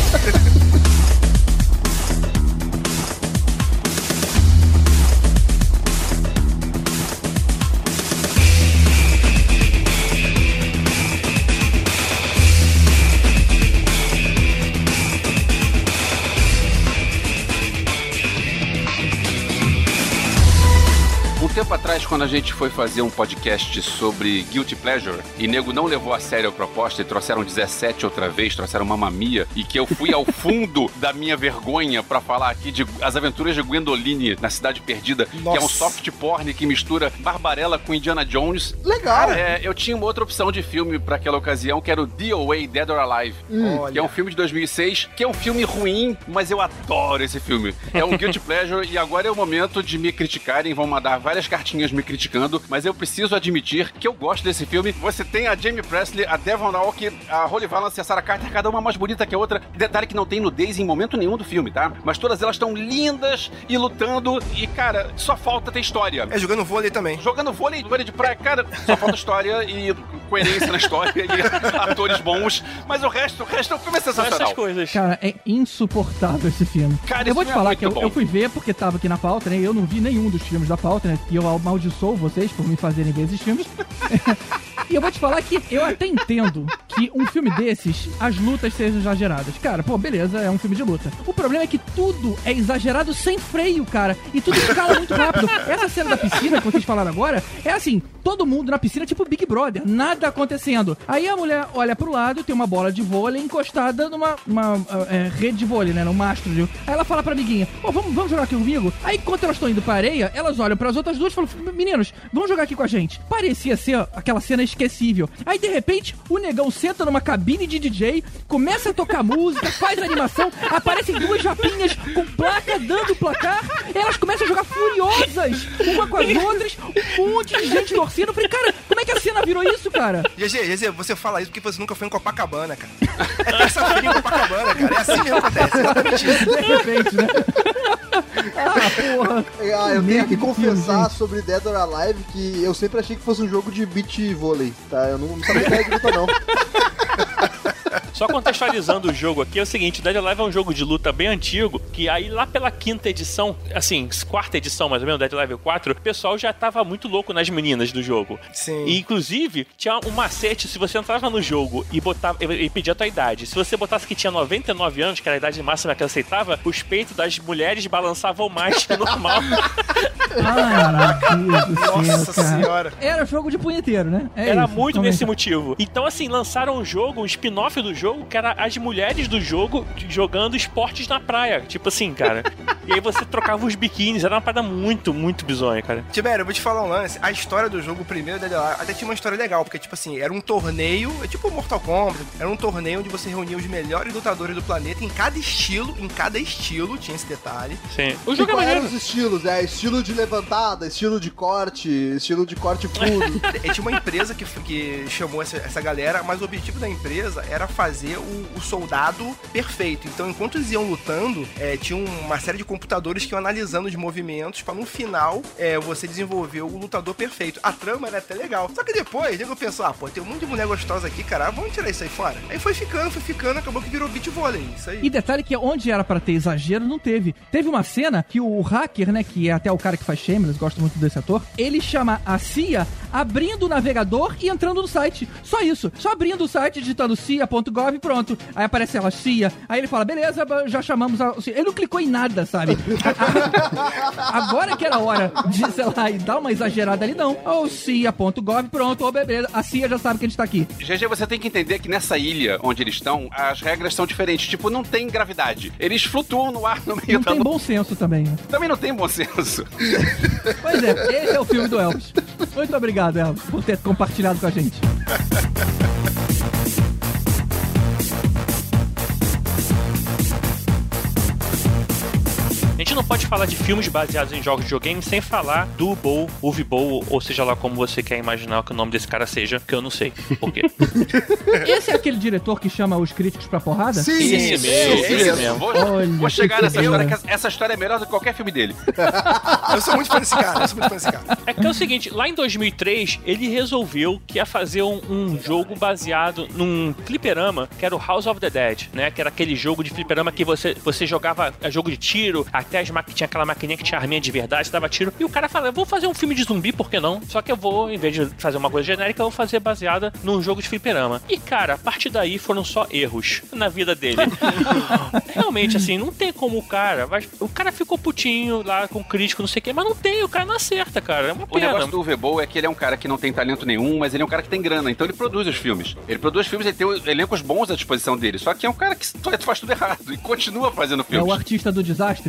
Um tempo atrás, quando a gente foi fazer um podcast sobre Guilty Pleasure, e nego não levou a sério a proposta e trouxeram 17 outra vez, trouxeram Mamma Mia, e que eu fui ao fundo da minha vergonha pra falar aqui de As Aventuras de Gwendoline na Cidade Perdida, Nossa. que é um soft porn que mistura Barbarella com Indiana Jones. Legal! Eu tinha uma outra opção de filme pra aquela ocasião, que era o DOA, Dead or Alive, que é um filme de 2006, que é um filme ruim, mas eu adoro esse filme. É um Guilty Pleasure, e agora é o momento de me criticarem, vão mandar várias cartinhas cartinhas me criticando, mas eu preciso admitir que eu gosto desse filme. Você tem a Jamie Presley, a Devon Aoki, a Holly Valance e a Sarah Carter, cada uma mais bonita que a outra. Detalhe que não tem nudez em momento nenhum do filme, tá? Mas todas elas estão lindas e lutando e, cara, só falta ter história. É, jogando vôlei também. Jogando vôlei de praia, cara, só falta história e coerência na história e atores bons, mas o resto do filme é sensacional. Essas coisas. Cara, é insuportável esse filme. Cara, eu vou te falar que muito bom. eu fui ver porque tava aqui na pauta, né? Eu não vi nenhum dos filmes da pauta, né? E eu amaldiçoo vocês por me fazerem ver esses filmes. E eu vou te falar que eu até entendo que um filme desses, as lutas sejam exageradas. Cara, pô, beleza, é um filme de luta. O problema é que tudo é exagerado sem freio, cara. E tudo escala muito rápido. Essa cena da piscina que vocês falaram agora, é assim, todo mundo na piscina, tipo Big Brother, nada acontecendo. Aí a mulher olha pro lado, tem uma bola de vôlei encostada numa rede de vôlei, né, num mastro. Aí ela fala pra amiguinha, pô, vamos jogar aqui comigo? Aí enquanto elas estão indo pra areia, elas olham pras outras duas e falam, meninos, vamos jogar aqui com a gente. Parecia ser aquela cena esquecível. Aí de repente, o negão senta numa cabine de DJ, começa a tocar música, faz animação, aparecem duas japinhas com placa dando placar, elas começam a jogar furiosas, uma com as outras, um monte de gente torcendo. Eu falei, cara, como é que a cena virou isso, cara? GG, você fala isso porque você nunca foi em Copacabana, cara. É terça-feira em Copacabana, cara. É assim mesmo que acontece, exatamente isso. De repente, né? Porra. Eu tenho que confessar sobre Dead or Alive que eu sempre achei que fosse um jogo de beach vôlei, tá? Eu não sabia que era de luta, não. Só contextualizando o jogo aqui, é o seguinte, Dead or Alive é um jogo de luta bem antigo, que aí lá pela quinta edição, assim, quarta edição mais ou menos, Dead or Alive 4, o pessoal já tava muito louco nas meninas do jogo. Sim. E, inclusive, tinha um macete, se você entrava no jogo e pedia a tua idade, se você botasse que tinha 99 anos, que era a idade máxima que aceitava, os peitos das mulheres balançavam mais que o normal. Caraca, Nossa senhora. Era jogo de punheteiro, né? Era isso, muito também. nesse motivo. Então, assim, lançaram um jogo, um spin-off do jogo, que era as mulheres do jogo jogando esportes na praia. Tipo assim, cara. E aí você trocava os biquínis. Era uma parada muito, muito bizonha, cara. Tibério, eu vou te falar um lance. A história do jogo, o primeiro Dead or Alive, até tinha uma história legal, porque, tipo assim, era um torneio, é tipo Mortal Kombat, era um torneio onde você reunia os melhores lutadores do planeta em cada estilo tinha esse detalhe. Sim. O jogo é Qual eram maneiro. os estilos? Estilo de levantada, estilo de corte puro. Tinha uma empresa que chamou essa galera, mas o objetivo da empresa era fazer o soldado perfeito. Então, enquanto eles iam lutando, tinha uma série de computadores que iam analisando os movimentos pra no final você desenvolver o lutador perfeito. A trama era até legal. Só que depois, o nego pensou, tem um monte de mulher gostosa aqui, cara, vamos tirar isso aí fora. Aí foi ficando, acabou que virou beach vôlei. Isso aí. E detalhe que onde era pra ter exagero, não teve. Teve uma cena que o hacker, né, que é até o cara que faz Shameless, gosto muito desse ator, ele chama a CIA abrindo o navegador e entrando no site. Só isso. Só abrindo o site, digitando cia.gov e pronto. Aí aparece ela, CIA. Aí ele fala, beleza, já chamamos a CIA. Ele não clicou em nada, sabe? Agora que era a hora de, sei lá, e dar uma exagerada ali, não. cia.gov, pronto, beleza. A CIA já sabe que a gente tá aqui. GG, você tem que entender que nessa ilha onde eles estão, as regras são diferentes. Tipo, não tem gravidade. Eles flutuam no ar no meio Não da tem bom senso também, né? Também não tem bom senso. Pois é, esse é o filme do Elvis. Muito obrigado, Elvis, por ter compartilhado com a gente. A gente não pode falar de filmes baseados em jogos de videogame sem falar do Bowl, Uwe Boll, ou seja lá como você quer imaginar que o nome desse cara seja, que eu não sei por quê. Esse é aquele diretor que chama os críticos pra porrada? Sim, Esse mesmo. Vou chegar nessa figura. história, que essa história é melhor do que qualquer filme dele. Eu sou muito fã desse cara, É que é o seguinte, lá em 2003, ele resolveu que ia fazer um jogo baseado num fliperama, que era o House of the Dead, né? Que era aquele jogo de fliperama que você jogava jogo de tiro, até tinha aquela maquininha que tinha arminha de verdade, dava tiro. E o cara falou, eu vou fazer um filme de zumbi, por que não? Só que eu vou, em vez de fazer uma coisa genérica, eu vou fazer baseada num jogo de fliperama. E, cara, a partir daí foram só erros na vida dele. Realmente, assim, não tem como o cara ficou putinho lá com o crítico, não sei o que, mas não tem, o cara não acerta, cara. É uma O pena. negócio do Uwe Boll é que ele é um cara que não tem talento nenhum, mas ele é um cara que tem grana, então ele produz os filmes. Ele tem elencos bons à disposição dele, só que é um cara que faz tudo errado e continua fazendo É filmes. o artista do desastre?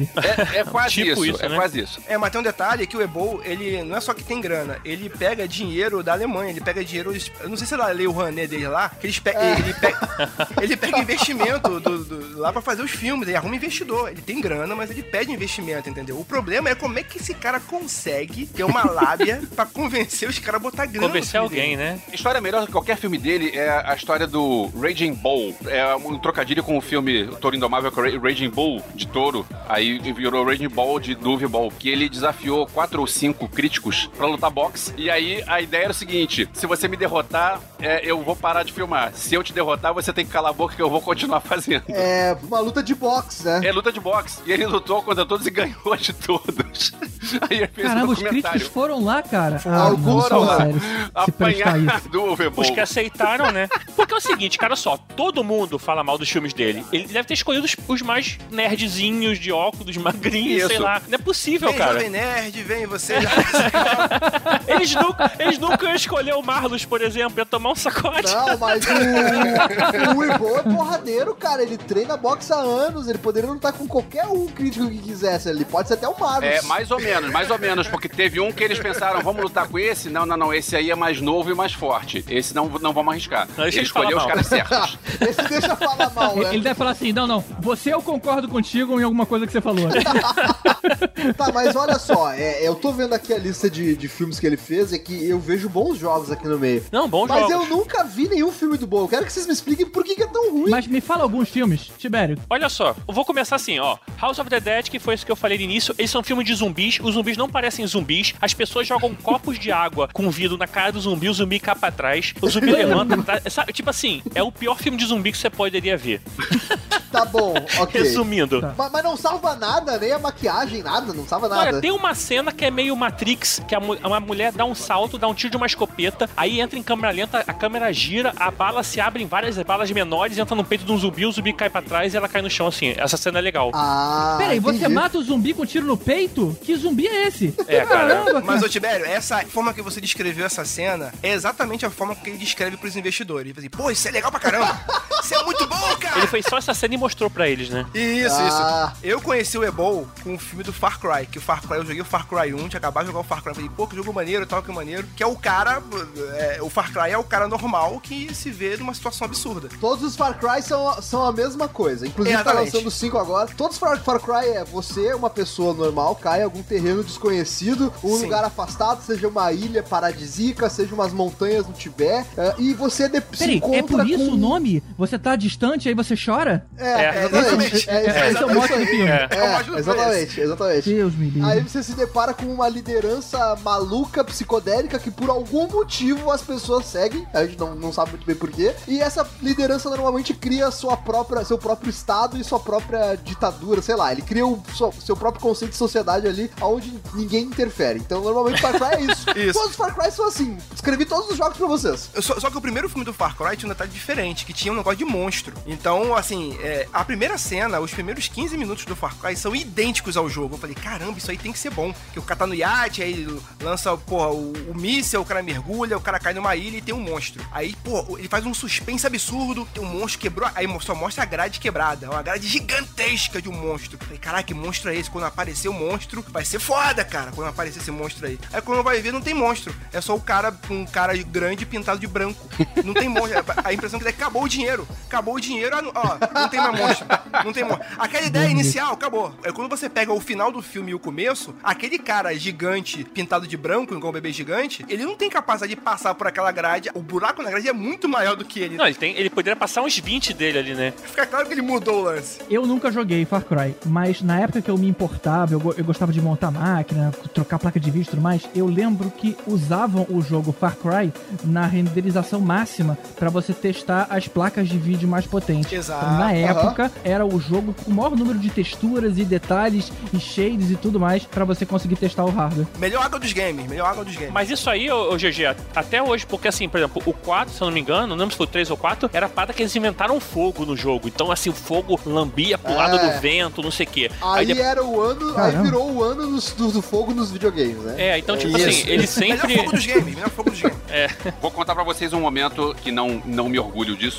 É quase Tipo isso, né? quase isso. Mas tem um detalhe que o Ebol, ele não é só que tem grana, ele pega dinheiro da Alemanha, ele pega dinheiro, eu não sei se ela leu o Rouanet dele lá, que ele pega investimento lá pra fazer os filmes, ele arruma investidor, ele tem grana, mas ele pede investimento, entendeu? O problema é como é que esse cara consegue ter uma lábia pra convencer os caras a botar grana. Convencer alguém, né? A história melhor do que qualquer filme dele é a história do Raging Bull. É um trocadilho com o filme Touro Indomável, que é o Raging Bull de touro. Aí virou Raging Bull de Dove Ball, que ele desafiou 4 ou 5 críticos pra lutar boxe. E aí a ideia era o seguinte: se você me derrotar, eu vou parar de filmar. Se eu te derrotar, você tem que calar a boca que eu vou continuar fazendo. É uma luta de boxe, né? É luta de boxe. E ele lutou contra todos e ganhou de todos. Aí ele fez Caramba, um os críticos documentário. foram lá, cara. Alguns não, foram lá. sério. Se prestar Apanhar isso. do Overbowl. Os que aceitaram, né? Porque é o seguinte, cara, só, todo mundo fala mal dos filmes dele. Ele deve ter escolhido os mais nerdzinhos, de óculos, magrinhos, Isso. sei lá. Não é possível, Vem, cara. Jovem Nerd, vem você. Eles nunca iam escolher o Marlos, por exemplo, ia tomar um sacode. Não, mas o Ebol é porradeiro, cara. Ele treina boxe há anos. Ele poderia lutar com qualquer um crítico que quisesse. Ele pode ser até o Marlos. É, mais ou menos, porque teve um que eles pensaram, vamos lutar com esse? Não, esse aí é mais novo e mais forte. Esse não vamos arriscar. Não, esse Ele ele fala escolheu os mal. caras certos. Esse deixa falar mal, né? Ele deve falar assim, não, você eu concordo contigo em alguma coisa que você falou. Tá, mas olha só, eu tô vendo aqui a lista de filmes que ele fez, é que eu vejo bons jogos aqui no meio. Não, bom Mas jogo. eu nunca vi nenhum filme do Bol. Eu quero que vocês me expliquem por que é tão ruim. Mas me fala alguns filmes, Tibério. Olha só, eu vou começar assim, ó. House of the Dead, que foi isso que eu falei no início, eles são filmes de zumbis, os zumbis não parecem zumbis, as pessoas jogam copos de água com vidro na cara do zumbi, o zumbi cai pra trás, o zumbi levanta, sabe? Tipo assim, é o pior filme de zumbi que você poderia ver. Tá bom, ok. Resumindo. Tá. Mas não salva nada, nem a maquiagem, nada, não salva nada. Olha, tem uma cena que é meio Matrix, que uma mulher dá um salto, dá um tiro de uma escopeta, aí entra em câmera lenta, a câmera gira, a bala se abre em várias balas menores, entra no peito de um zumbi, o zumbi cai pra trás e ela cai no chão, assim. Essa cena é legal. Peraí, você entendi. mata o zumbi com tiro no peito? Que zumbi é esse? É, cara. Caramba, Mas, ô Tibério, essa forma que você descreveu essa cena é exatamente a forma que ele descreve pros investidores. Ele fala assim, pô, isso é legal pra caramba. Isso é muito bom, cara. Ele fez só essa cena e mostrou pra eles, né? Isso. Ah. Eu conheci o Ebol com o filme do Far Cry, que o Far Cry, eu joguei o Far Cry 1, tinha acabado de jogar o Far Cry, falei, pô, que jogo maneiro e tal, que maneiro. Que é o cara, o Far Cry é o cara normal que se vê numa situação absurda. Todos os Far Cry são a mesma coisa. Inclusive tá Exatamente. lançando 5 agora. Todos os Far Cry é você, uma pessoa normal, cai em algum terreno desconhecido, um Sim. lugar afastado, seja uma ilha paradisíaca, seja umas montanhas no Tibete, e você se Peraí, encontra é por isso com... o nome? Você tá distante, aí você chora? Exatamente. Esse é o mote do filme. Exatamente. Deus me livre. Aí você se depara com uma liderança maluca, psicodélica, que por algum motivo as pessoas seguem, a gente não sabe muito bem porquê, e essa liderança normalmente cria seu próprio estado e sua própria ditadura, sei lá, ele cria seu próprio conceito de sociedade ali, onde ninguém interfere. Então normalmente Far Cry é isso. Isso. Todos os Far Cry são assim, escrevi todos os jogos pra vocês. Só que o primeiro filme do Far Cry tinha um detalhe diferente, que tinha um negócio de monstro. Então, assim, a primeira cena, os primeiros 15 minutos do Far Cry são idênticos ao jogo. Eu falei, caramba, isso aí tem que ser bom. Que o cara tá no iate, aí lança, porra, o míssel, o cara mergulha, o cara cai numa ilha e tem um monstro. Aí, pô, ele faz um suspense absurdo, tem um monstro quebrou, aí só mostra a grade quebrada, uma grade gigantesca de um monstro. Eu falei, caraca, que monstro é esse? Quando aparecer o monstro, vai ser foda, cara, quando aparecer esse monstro aí. Aí quando vai ver, não tem monstro. É só um cara grande pintado de branco. Não tem monstro. A impressão que acabou o dinheiro. Acabou o dinheiro, ó, não tem mais monstro. Não tem monstro. Aquela ideia inicial, acabou. É quando você pega o final do filme e o começo, aquele cara gigante, pintado de branco, igual um bebê gigante, ele não tem capacidade de passar por aquela grade. O buraco na grade é muito maior do que ele. Não, ele poderia passar uns 20 dele ali, né? Fica claro que ele mudou o lance. Eu nunca joguei Far Cry, mas na época que eu me importava, eu gostava de montar máquina, trocar placa de vídeo e tudo mais, eu lembro que usavam o jogo Far Cry na renderização máxima pra você testar as placas de vídeo mais potentes. Exato. Então, na época, era o jogo com o maior número de texturas e detalhes e shades e tudo mais pra você conseguir testar o hardware. Melhor água dos games. Mas isso aí, ô GG, até hoje, porque assim, por exemplo, o 4, se eu não me engano, não lembro se foi o 3 ou 4, era a parada que eles inventaram fogo no jogo. Então, assim, o fogo lambia pro lado do vento, não sei o quê. Aí era o ano, Caramba. aí virou o ano do fogo nos videogames, né? Então, tipo assim, eles sempre... Melhor fogo dos games. Vou contar pra vocês um momento que não me orgulho disso. Era uma época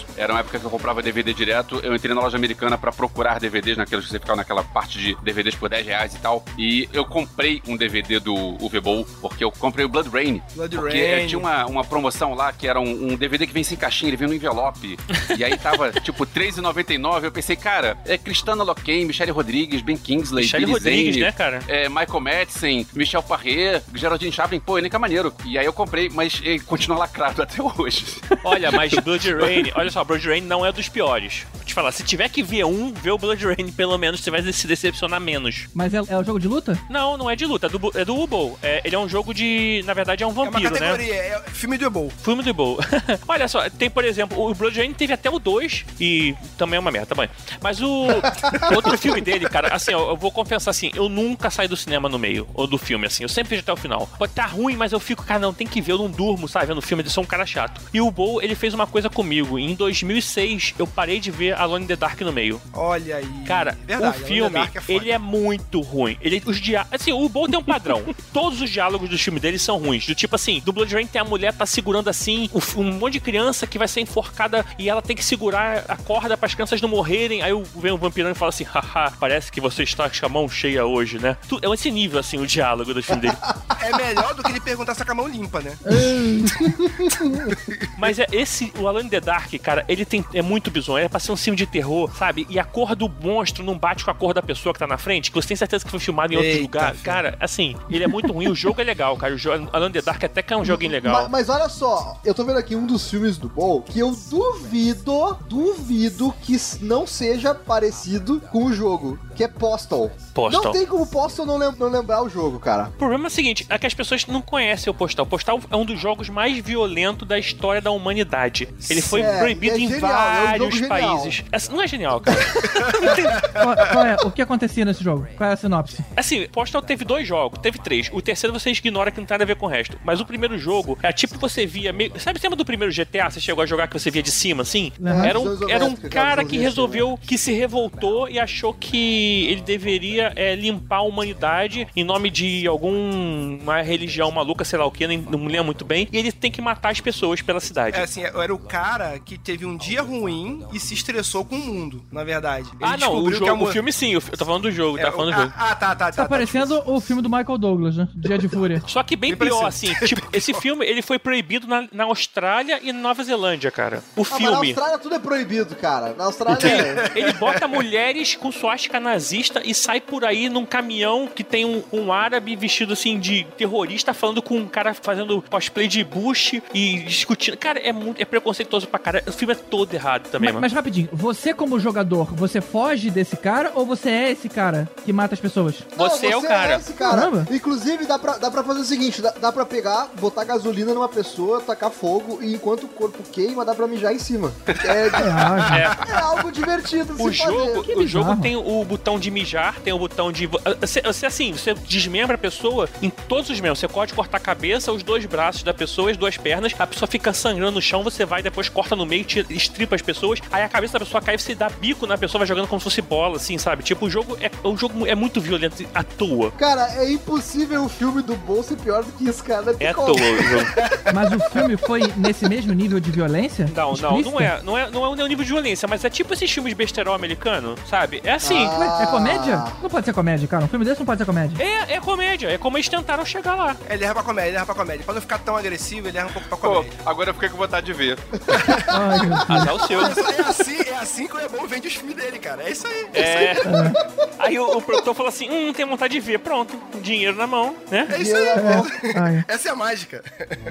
época que eu comprava DVD direto, eu entrei na loja americana pra procurar DVDs, naqueles que você ficava naquela parte de DVDs por R$10 e tal. E eu comprei um DVD do UV Bowl, porque eu comprei o Blood Rain. Porque tinha uma promoção lá que era um DVD que vem sem caixinha, ele vem no envelope. E aí tava, tipo, R$3,99. Eu pensei, cara, Cristana Loken, Michelle Rodrigues, Ben Kingsley, Michelle Billy Rodrigues, Zane, né, cara? Michael Madsen, Michel Parré, Geraldine Chaplin, pô, nem que é maneiro. E aí eu comprei, mas ele continua lacrado até hoje. Olha, mas Blood Rain, olha só, Blood Rain não é dos piores. Vou te falar, se tiver que ver vê o Blood Rain, pelo menos você vai se decepcionar menos. Mas é o jogo de luta? Não é de luta, é do Ubo. Ele é um jogo de, na verdade, é um vampiro, é uma categoria, né? É filme do Ubo. Filme do Ubo. Olha só, tem, por exemplo, o Blood Rain teve até o 2 e também é uma merda, também. Mas o outro filme dele, cara, assim, eu vou confessar assim, eu nunca saio do cinema no meio, ou do filme, assim, eu sempre vejo até o final. Pode tá ruim, mas eu fico, cara, não, tem que ver, eu não durmo, sabe, vendo filme, eu sou um cara chato. E o Ubo, ele fez uma coisa comigo, em 2006, eu parei de ver Alone in the Dark no meio. Olha aí. Cara, verdade, o filme, ele é muito ruim. Assim, o Ubo tem um padrão. Todos os diálogos do filme dele são ruins. Do tipo assim, do Blood Rain tem a mulher tá segurando assim, um monte de criança que vai ser enforcada e ela tem que segurar a corda para as crianças não morrerem. Aí vem um vampirão e fala assim, haha, parece que você está com a mão cheia hoje, né? É esse nível, assim, o diálogo do filme dele. É melhor do que ele perguntar se tá com a mão limpa, né? Mas o Alone in the Dark, cara, ele é muito bizonho. É pra ser um filme de terror, sabe? E a cor do monstro não bate com a cor da pessoa que tá na frente, que você tem certeza que foi filmado em outro lugar. Filho. Cara, assim, ele é muito ruim. O jogo é legal, cara. O Alone in the Dark até que é um joguinho legal. Mas olha só, eu tô vendo aqui um dos filmes do Bowl que eu duvido que não seja parecido com o jogo, que é Postal. Não tem como Postal não lembrar o jogo, cara. O problema é o seguinte, é que as pessoas não conhecem o Postal. O Postal é um dos jogos mais violentos da história da humanidade. Ele foi proibido em vários países. Não é genial, cara. Qual é? O que acontecia nesse jogo? Qual é a sinopse? Assim, Postal teve 2 jogos, teve 3. O terceiro você ignora que não tem nada a ver com o resto. Mas o primeiro jogo, tipo você via meio... Sabe, lembra do primeiro GTA? Você chegou a jogar que você via de cima, assim? Era um cara que resolveu, que se revoltou e achou que ele deveria limpar a humanidade em nome de alguma religião maluca, sei lá o que, não me lembro muito bem. E ele tem que matar as pessoas pela cidade. Assim, era o cara que teve um dia ruim e se estressou com o mundo, na verdade. Ele não, o filme sim, eu tô falando do jogo, Tá parecendo o filme do Michael Douglas, né? Dia de Fúria. Só que bem pior, assim, tipo, esse filme, ele foi proibido na Austrália e na Nova Zelândia, cara. Mas na Austrália tudo é proibido, cara. Na Austrália ele bota mulheres com suástica nazista e sai por aí num caminhão que tem um árabe vestido assim de terrorista falando com um cara fazendo cosplay de Bush e discutindo. Cara, é preconceituoso pra caralho. O filme é todo errado também, mano. Mas rapidinho, você como jogador, você foge desse cara ou você é esse cara que mata as pessoas? Você é o cara. É esse cara. Caramba. Inclusive, dá pra fazer o seguinte, dá pra pegar, botar gasolina numa pessoa, tacar fogo e enquanto o corpo queima, dá pra mijar em cima. É algo divertido de se fazer. O jogo tem o botão de mijar, tem o botão de... Você desmembra a pessoa em todos os membros. Você pode cortar a cabeça, os 2 braços da pessoa, as 2 pernas, a pessoa fica sangrando no chão, você vai depois corta no meio, estripa as pessoas, aí a cabeça da pessoa cai e você dá bico na pessoa, vai jogando como se fosse bola, assim, sabe? Tipo, o jogo é muito violento à toa. Cara, é impossível o filme do Bowl ser pior do que isso, cara. É à toa o jogo. Mas o filme foi nesse mesmo nível de violência? Não é o nível de violência, mas é tipo esses filmes besterol americano, sabe? É assim. É comédia? Não pode ser comédia, cara. Um filme desse não pode ser comédia. É comédia. É como eles tentaram chegar lá. Ele erra pra comédia. Pra não ficar tão agressivo, ele erra um pouco pra comédia. Agora eu fiquei com vontade de ver. Ai, meu Deus. Azar o seu. É assim que o Ebon vende os filmes dele, cara. É isso aí. Aí o produtor falou assim, não tem vontade de ver. Pronto, dinheiro na mão, né? É isso aí. Essa é a mágica.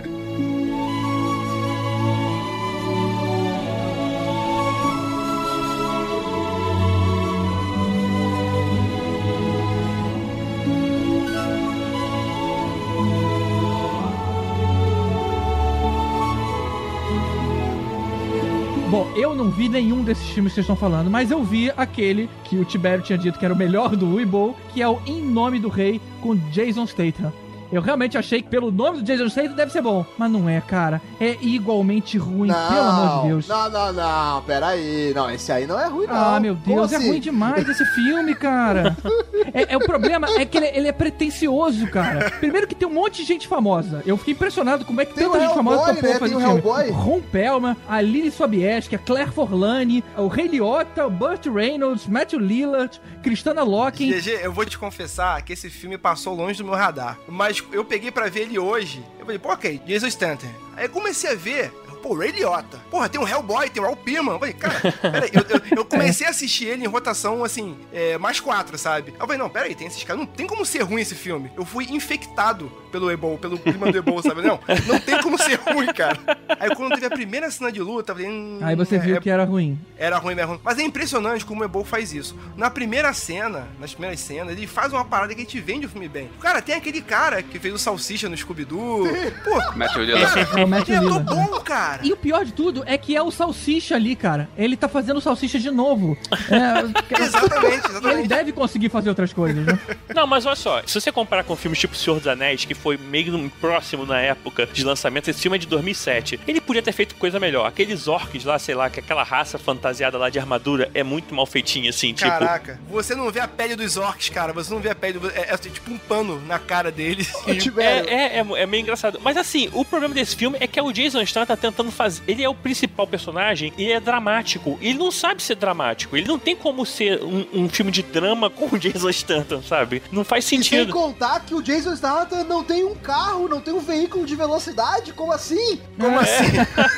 Bom, eu não vi nenhum desses filmes que vocês estão falando, mas eu vi aquele que o Tibério tinha dito que era o melhor do Uwe Boll, que é o Em Nome do Rei, com Jason Statham. Eu realmente achei que pelo nome do Jason Statham deve ser bom. Mas não é, cara. É igualmente ruim, pelo amor de Deus. Não, peraí. Não, esse aí não é ruim, não. Ah, meu Deus, assim? É ruim demais esse filme, cara. O problema é que ele é pretencioso, cara. Primeiro que tem um monte de gente famosa. Eu fiquei impressionado como é que tanta gente famosa topou fazer o filme. Ron Perlman, a Lily Sobieski, a Claire Forlani, o Ray Liotta, o Burt Reynolds, Matthew Lillard, Kristanna Loken. GG, eu vou te confessar que esse filme passou longe do meu radar. Mas eu peguei pra ver ele hoje. Eu falei, pô, ok, Jason Statham. Aí eu comecei a ver... Pô, Ray Liotta. Porra, tem um Hellboy, tem o Raul Perlman. Eu falei, cara, peraí, eu comecei a assistir ele em rotação, assim, mais 4, sabe? Eu falei, não, peraí, tem esses caras, não tem como ser ruim esse filme. Eu fui infectado pelo Ebol, pelo clima do Ebol, sabe? Não tem como ser ruim, cara. Aí quando teve a primeira cena de luta, eu falei... Aí você viu que era ruim. Era ruim. Mas é impressionante como o Ebol faz isso. Nas primeiras cenas, ele faz uma parada que a gente vende o filme bem. Cara, tem aquele cara que fez o Salsicha no Scooby-Doo. Pô, Matthew Lillard. Eu tô bom, cara. E o pior de tudo é que é o Salsicha ali, cara. Ele tá fazendo o Salsicha de novo. Exatamente. Ele deve conseguir fazer outras coisas, né? Não, mas olha só, se você comparar com filmes tipo Senhor dos Anéis, que foi meio próximo na época de lançamento, esse filme é de 2007. Ele podia ter feito coisa melhor. Aqueles orcs lá, sei lá, que aquela raça fantasiada lá de armadura é muito mal feitinha, assim, tipo... Caraca, você não vê a pele dos orcs, cara. Você não vê a pele... É tipo um pano na cara deles. É meio engraçado. Mas assim, o problema desse filme é que o Jason Statham tá tentando fazer... Ele é o principal personagem e é dramático. Ele não sabe ser dramático. Ele não tem como ser um filme de drama com o Jason Statham, sabe? Não faz sentido. E sem contar que o Jason Statham não tem um carro, não tem um veículo de velocidade. Como assim? Como assim?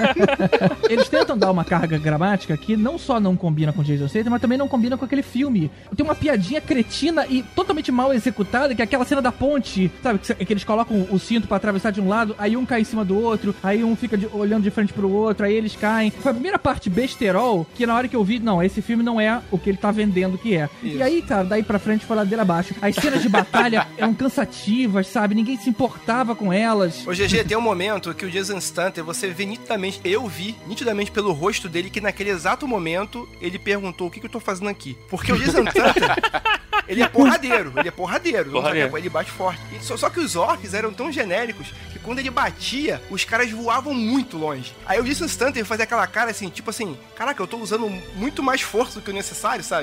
Eles tentam dar uma carga dramática que não só não combina com o Jason Statham, mas também não combina com aquele filme. Tem uma piadinha cretina e totalmente mal executada, que é aquela cena da ponte, sabe? Que eles colocam o cinto pra atravessar de um lado, aí um cai em cima do outro, aí um fica olhando de frente pro outro, aí eles caem. Foi a primeira parte besterol que na hora que eu vi, não, esse filme não é o que ele tá vendendo que é. Isso. E aí, cara, daí pra frente foi ladeira abaixo. As cenas de batalha eram cansativas, sabe? Ninguém se importava com elas. Ô GG, tem um momento que o Jason Statham, você vê nitidamente, eu vi nitidamente pelo rosto dele que naquele exato momento ele perguntou o que eu tô fazendo aqui. Porque o Jason Statham, ele é porradeiro. Ele bate forte. Só que os orcs eram tão genéricos que quando ele batia, os caras voavam muito longe. Aí o Jason Statham fazia aquela cara assim, tipo assim, caraca, eu tô usando muito mais força do que o necessário, sabe?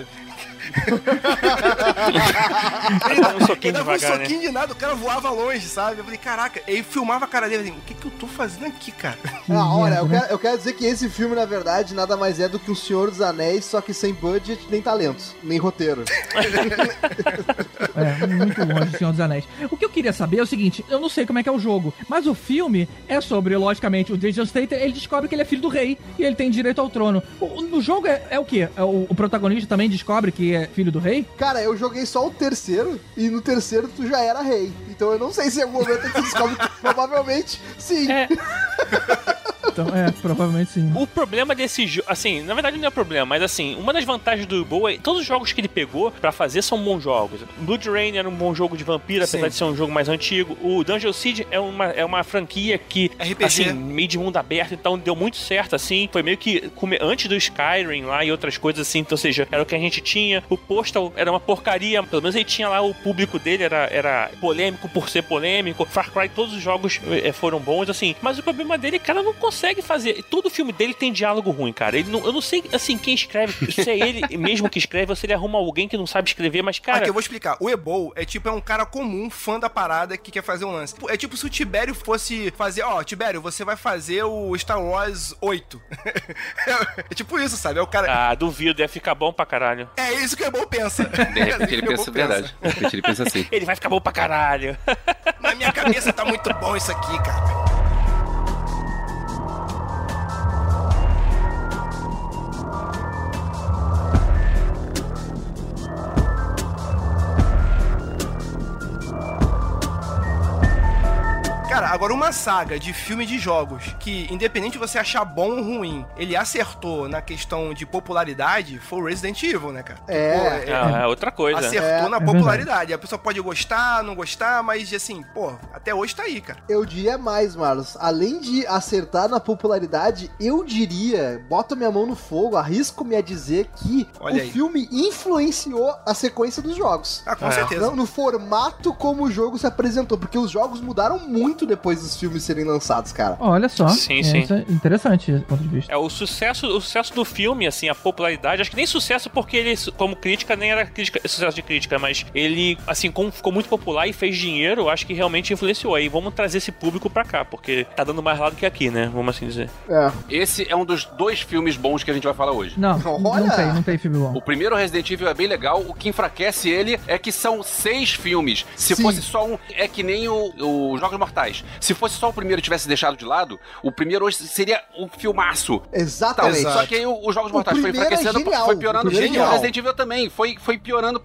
Ele dava um soquinho de nada, o cara voava longe, sabe? Eu falei, caraca, ele filmava a cara dele assim, o que eu tô fazendo aqui, cara? Olha, eu quero dizer que esse filme, na verdade, nada mais é do que o Senhor dos Anéis, só que sem budget, nem talentos, nem roteiro. Muito longe do Senhor dos Anéis. O que eu queria saber é o seguinte, eu não sei como é que é o jogo, mas o filme é sobre, logicamente, o Jason Statham, ele descobre que ele é filho do rei e ele tem direito ao trono. No jogo é o quê? O protagonista também descobre que é filho do rei? Cara, eu joguei só o terceiro e no terceiro tu já era rei. Então eu não sei se em algum momento tu descobre que provavelmente sim. Então, provavelmente sim. O problema desse jogo, assim, na verdade não é problema, mas assim, uma das vantagens do Boa é todos os jogos que ele pegou pra fazer são bons jogos. Blood Rain era um bom jogo de vampiro, apesar de ser um jogo mais antigo. O Dungeon Siege é uma franquia que, RPG, assim, meio de mundo aberto, então deu muito certo, assim. Foi meio que antes do Skyrim lá e outras coisas assim, então, ou seja, era o que a gente tinha. O Postal era uma porcaria, pelo menos ele tinha lá, o público dele era polêmico por ser polêmico. Far Cry, todos os jogos foram bons, assim. Mas o problema dele, cara, não consegue fazer. Todo filme dele tem diálogo ruim, cara. Eu não sei, assim, quem escreve, se é ele mesmo que escreve ou se ele arruma alguém que não sabe escrever, mas, cara... Aqui, eu vou explicar. O Ebol é um cara comum, fã da parada, que quer fazer um lance. É tipo se o Tibério fosse fazer... Tibério, você vai fazer o Star Wars 8. É tipo isso, sabe? É o cara... Ah, duvido. Deve ficar bom pra caralho. É isso que o Ebol pensa. De repente ele pensa verdade. De repente ele pensa assim. Ele vai ficar bom pra caralho. Na minha cabeça tá muito bom isso aqui, cara. Cara, Agora, uma saga de filme de jogos que, independente de você achar bom ou ruim, ele acertou na questão de popularidade, foi o Resident Evil, né, cara? É outra coisa. Acertou na popularidade. A pessoa pode gostar, não gostar, mas, assim, pô, até hoje tá aí, cara. Eu diria mais, Marlos. Além de acertar na popularidade, eu diria, boto minha mão no fogo, arrisco-me a dizer que Olha o aí. filme influenciou a sequência dos jogos. Ah, com certeza. No formato como o jogo se apresentou, porque os jogos mudaram muito depois dos filmes serem lançados, cara. Olha só. Sim, sim. Isso é interessante esse ponto de vista. O sucesso do filme, assim, a popularidade, acho que nem sucesso porque ele, como crítica, nem era sucesso de crítica, mas ele, assim, como ficou muito popular e fez dinheiro, acho que realmente influenciou. Aí vamos trazer esse público pra cá, porque tá dando mais lá do que aqui, né? Vamos assim dizer. Esse é um dos 2 filmes bons que a gente vai falar hoje. Não, Olha! não tem filme bom. O primeiro Resident Evil é bem legal, o que enfraquece ele é que são 6 filmes. Se Sim. fosse só um, é que nem o Jogos Mortais. Se fosse só o primeiro e tivesse deixado de lado, o primeiro hoje seria um filmaço. Exatamente. Só que aí os Jogos Mortais foi primeiro é enfraquecendo, genial. foi piorando. O primeiro é Genial. genial. Resident Evil também. Foi piorando,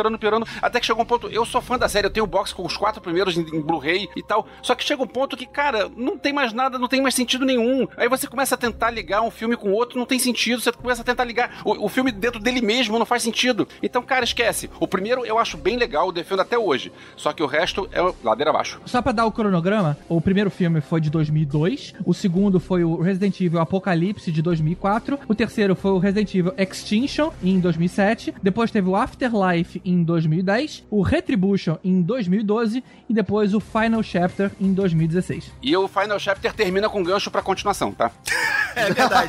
até que chegou um ponto. Eu sou fã da série, eu tenho o box com os 4 primeiros em Blu-ray e tal. Só que chega um ponto que, cara, não tem mais nada, não tem mais sentido nenhum. Aí você começa a tentar ligar um filme com outro, não tem sentido. Você começa a tentar ligar o filme dentro dele mesmo, não faz sentido. Então, cara, esquece. O primeiro eu acho bem legal, eu defendo até hoje. Só que o resto é ladeira abaixo. Só pra dar o cronograma, o primeiro filme foi de 2002, o segundo foi o Resident Evil Apocalipse de 2004, o terceiro foi o Resident Evil Extinction em 2007, depois teve o Afterlife em 2010, o Retribution em 2012 e depois o Final Chapter em 2016. E o Final Chapter termina com gancho pra continuação, tá? É verdade.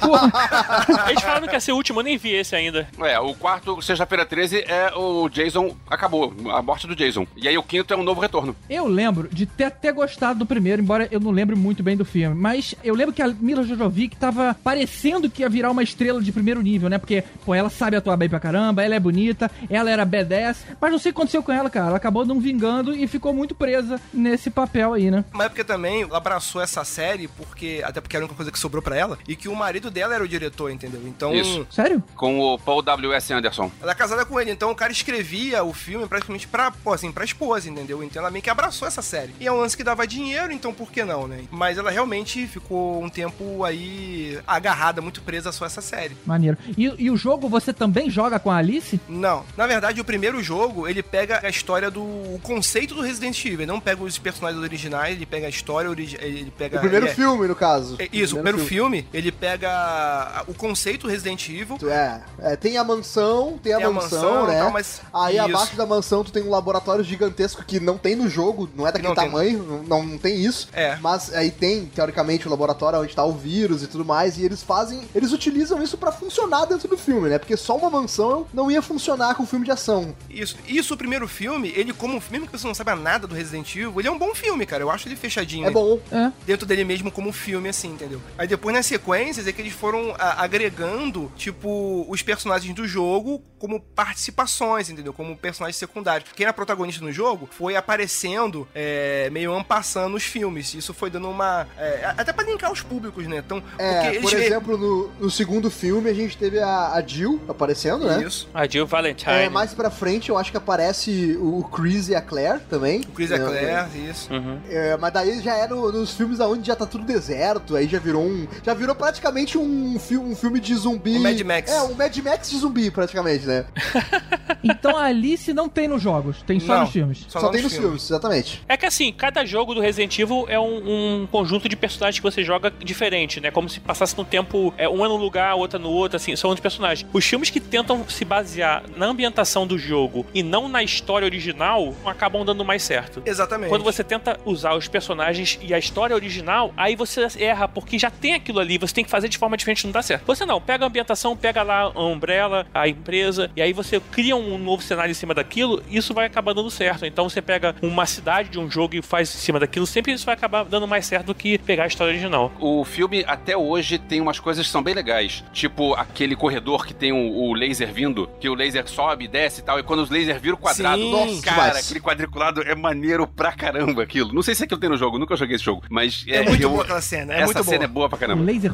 Eles falaram que ia ser o último, eu nem vi esse ainda. O quarto, sexta-feira 13, é o Jason, acabou, a morte do Jason. E aí o quinto é um novo retorno. Eu lembro de ter até gostado do primeiro, embora eu não lembre muito bem do filme, mas eu lembro que a Mila Jovovich tava parecendo que ia virar uma estrela de primeiro nível, né? Porque, pô, ela sabe atuar bem pra caramba, ela é bonita, ela era B10, mas não sei o que aconteceu com ela, cara. Ela acabou não vingando e ficou muito presa nesse papel aí, né? Mas é porque também ela abraçou essa série até porque era a única coisa que sobrou pra ela, e que o marido dela era o diretor, entendeu? Então... Isso. Sério? Com o Paul W.S. Anderson. Ela é casada com ele, então o cara escrevia o filme praticamente pra esposa, entendeu? Então ela meio que abraçou essa série. E é um lance que dava dinheiro, então por que não, né? Mas ela realmente ficou um tempo aí agarrada, muito presa só a essa série. Maneiro. E o jogo você também joga com a Alice? Não. Na verdade, o primeiro jogo, ele pega a história o conceito do Resident Evil. Ele não pega os personagens originais, ele pega a história, ele pega... O primeiro filme, no caso. Isso, o primeiro filme, ele pega o conceito Resident Evil. Tem a mansão, né? Tal, mas aí isso. abaixo da mansão tu tem um laboratório gigantesco que não tem no jogo, não é daquele tamanho, não tem isso. Mas aí tem, teoricamente, o laboratório onde tá o vírus e tudo mais, e eles utilizam isso pra funcionar dentro do filme, né? Porque só uma mansão não ia funcionar com um filme de ação. Isso, o primeiro filme, ele como mesmo que você não saiba nada do Resident Evil, ele é um bom filme, cara. Eu acho ele fechadinho. É bom. Dentro dele mesmo como filme, assim, entendeu? Aí depois, nas sequências, é que eles foram agregando, tipo, os personagens do jogo como participações, entendeu? Como personagens secundários. Quem era protagonista no jogo foi aparecendo meio ampassando nos filmes. Isso foi dando uma... até pra linkar os públicos, né? Então, por exemplo, no segundo filme a gente teve a Jill aparecendo, né? Isso. A Jill Valentine. Mais pra frente eu acho que aparece o Chris e a Claire também. O Chris e a Claire, isso. Uhum. Mas daí já é nos filmes onde já tá tudo deserto, aí já virou praticamente um filme de zumbi. Um Mad Max. Um Mad Max de zumbi, praticamente, né? Então a Alice não tem nos jogos, tem só nos filmes. Só tem nos filmes, exatamente. É que assim, cada jogo do Resident Evil é um conjunto de personagens que você joga diferente, né? Como se passasse no tempo, um é num lugar, outra no outro, assim, são outros personagens. Os filmes que tentam se basear na ambientação do jogo e não na história original, acabam dando mais certo. Exatamente. Quando você tenta usar os personagens e a história original, aí você erra, porque já tem aquilo ali, você tem que fazer de forma diferente, não dá certo. Você não, pega a ambientação, pega lá a Umbrella, a empresa, e aí você cria um novo cenário em cima daquilo, e isso vai acabar dando certo. Então você pega uma cidade de um jogo e faz em cima daquilo, sempre isso vai acabar dando mais certo do que pegar a história original. O filme, até hoje, tem umas coisas que são bem legais. Tipo, aquele corredor que tem o laser vindo, que o laser sobe, desce e tal, e quando os lasers viram o quadrado, Sim, nossa, cara, demais. aquele quadriculado é maneiro pra caramba aquilo. Não sei se aquilo tem no jogo, nunca joguei esse jogo, mas... É muito boa aquela cena, é muito boa. Essa cena é boa pra caramba. O laser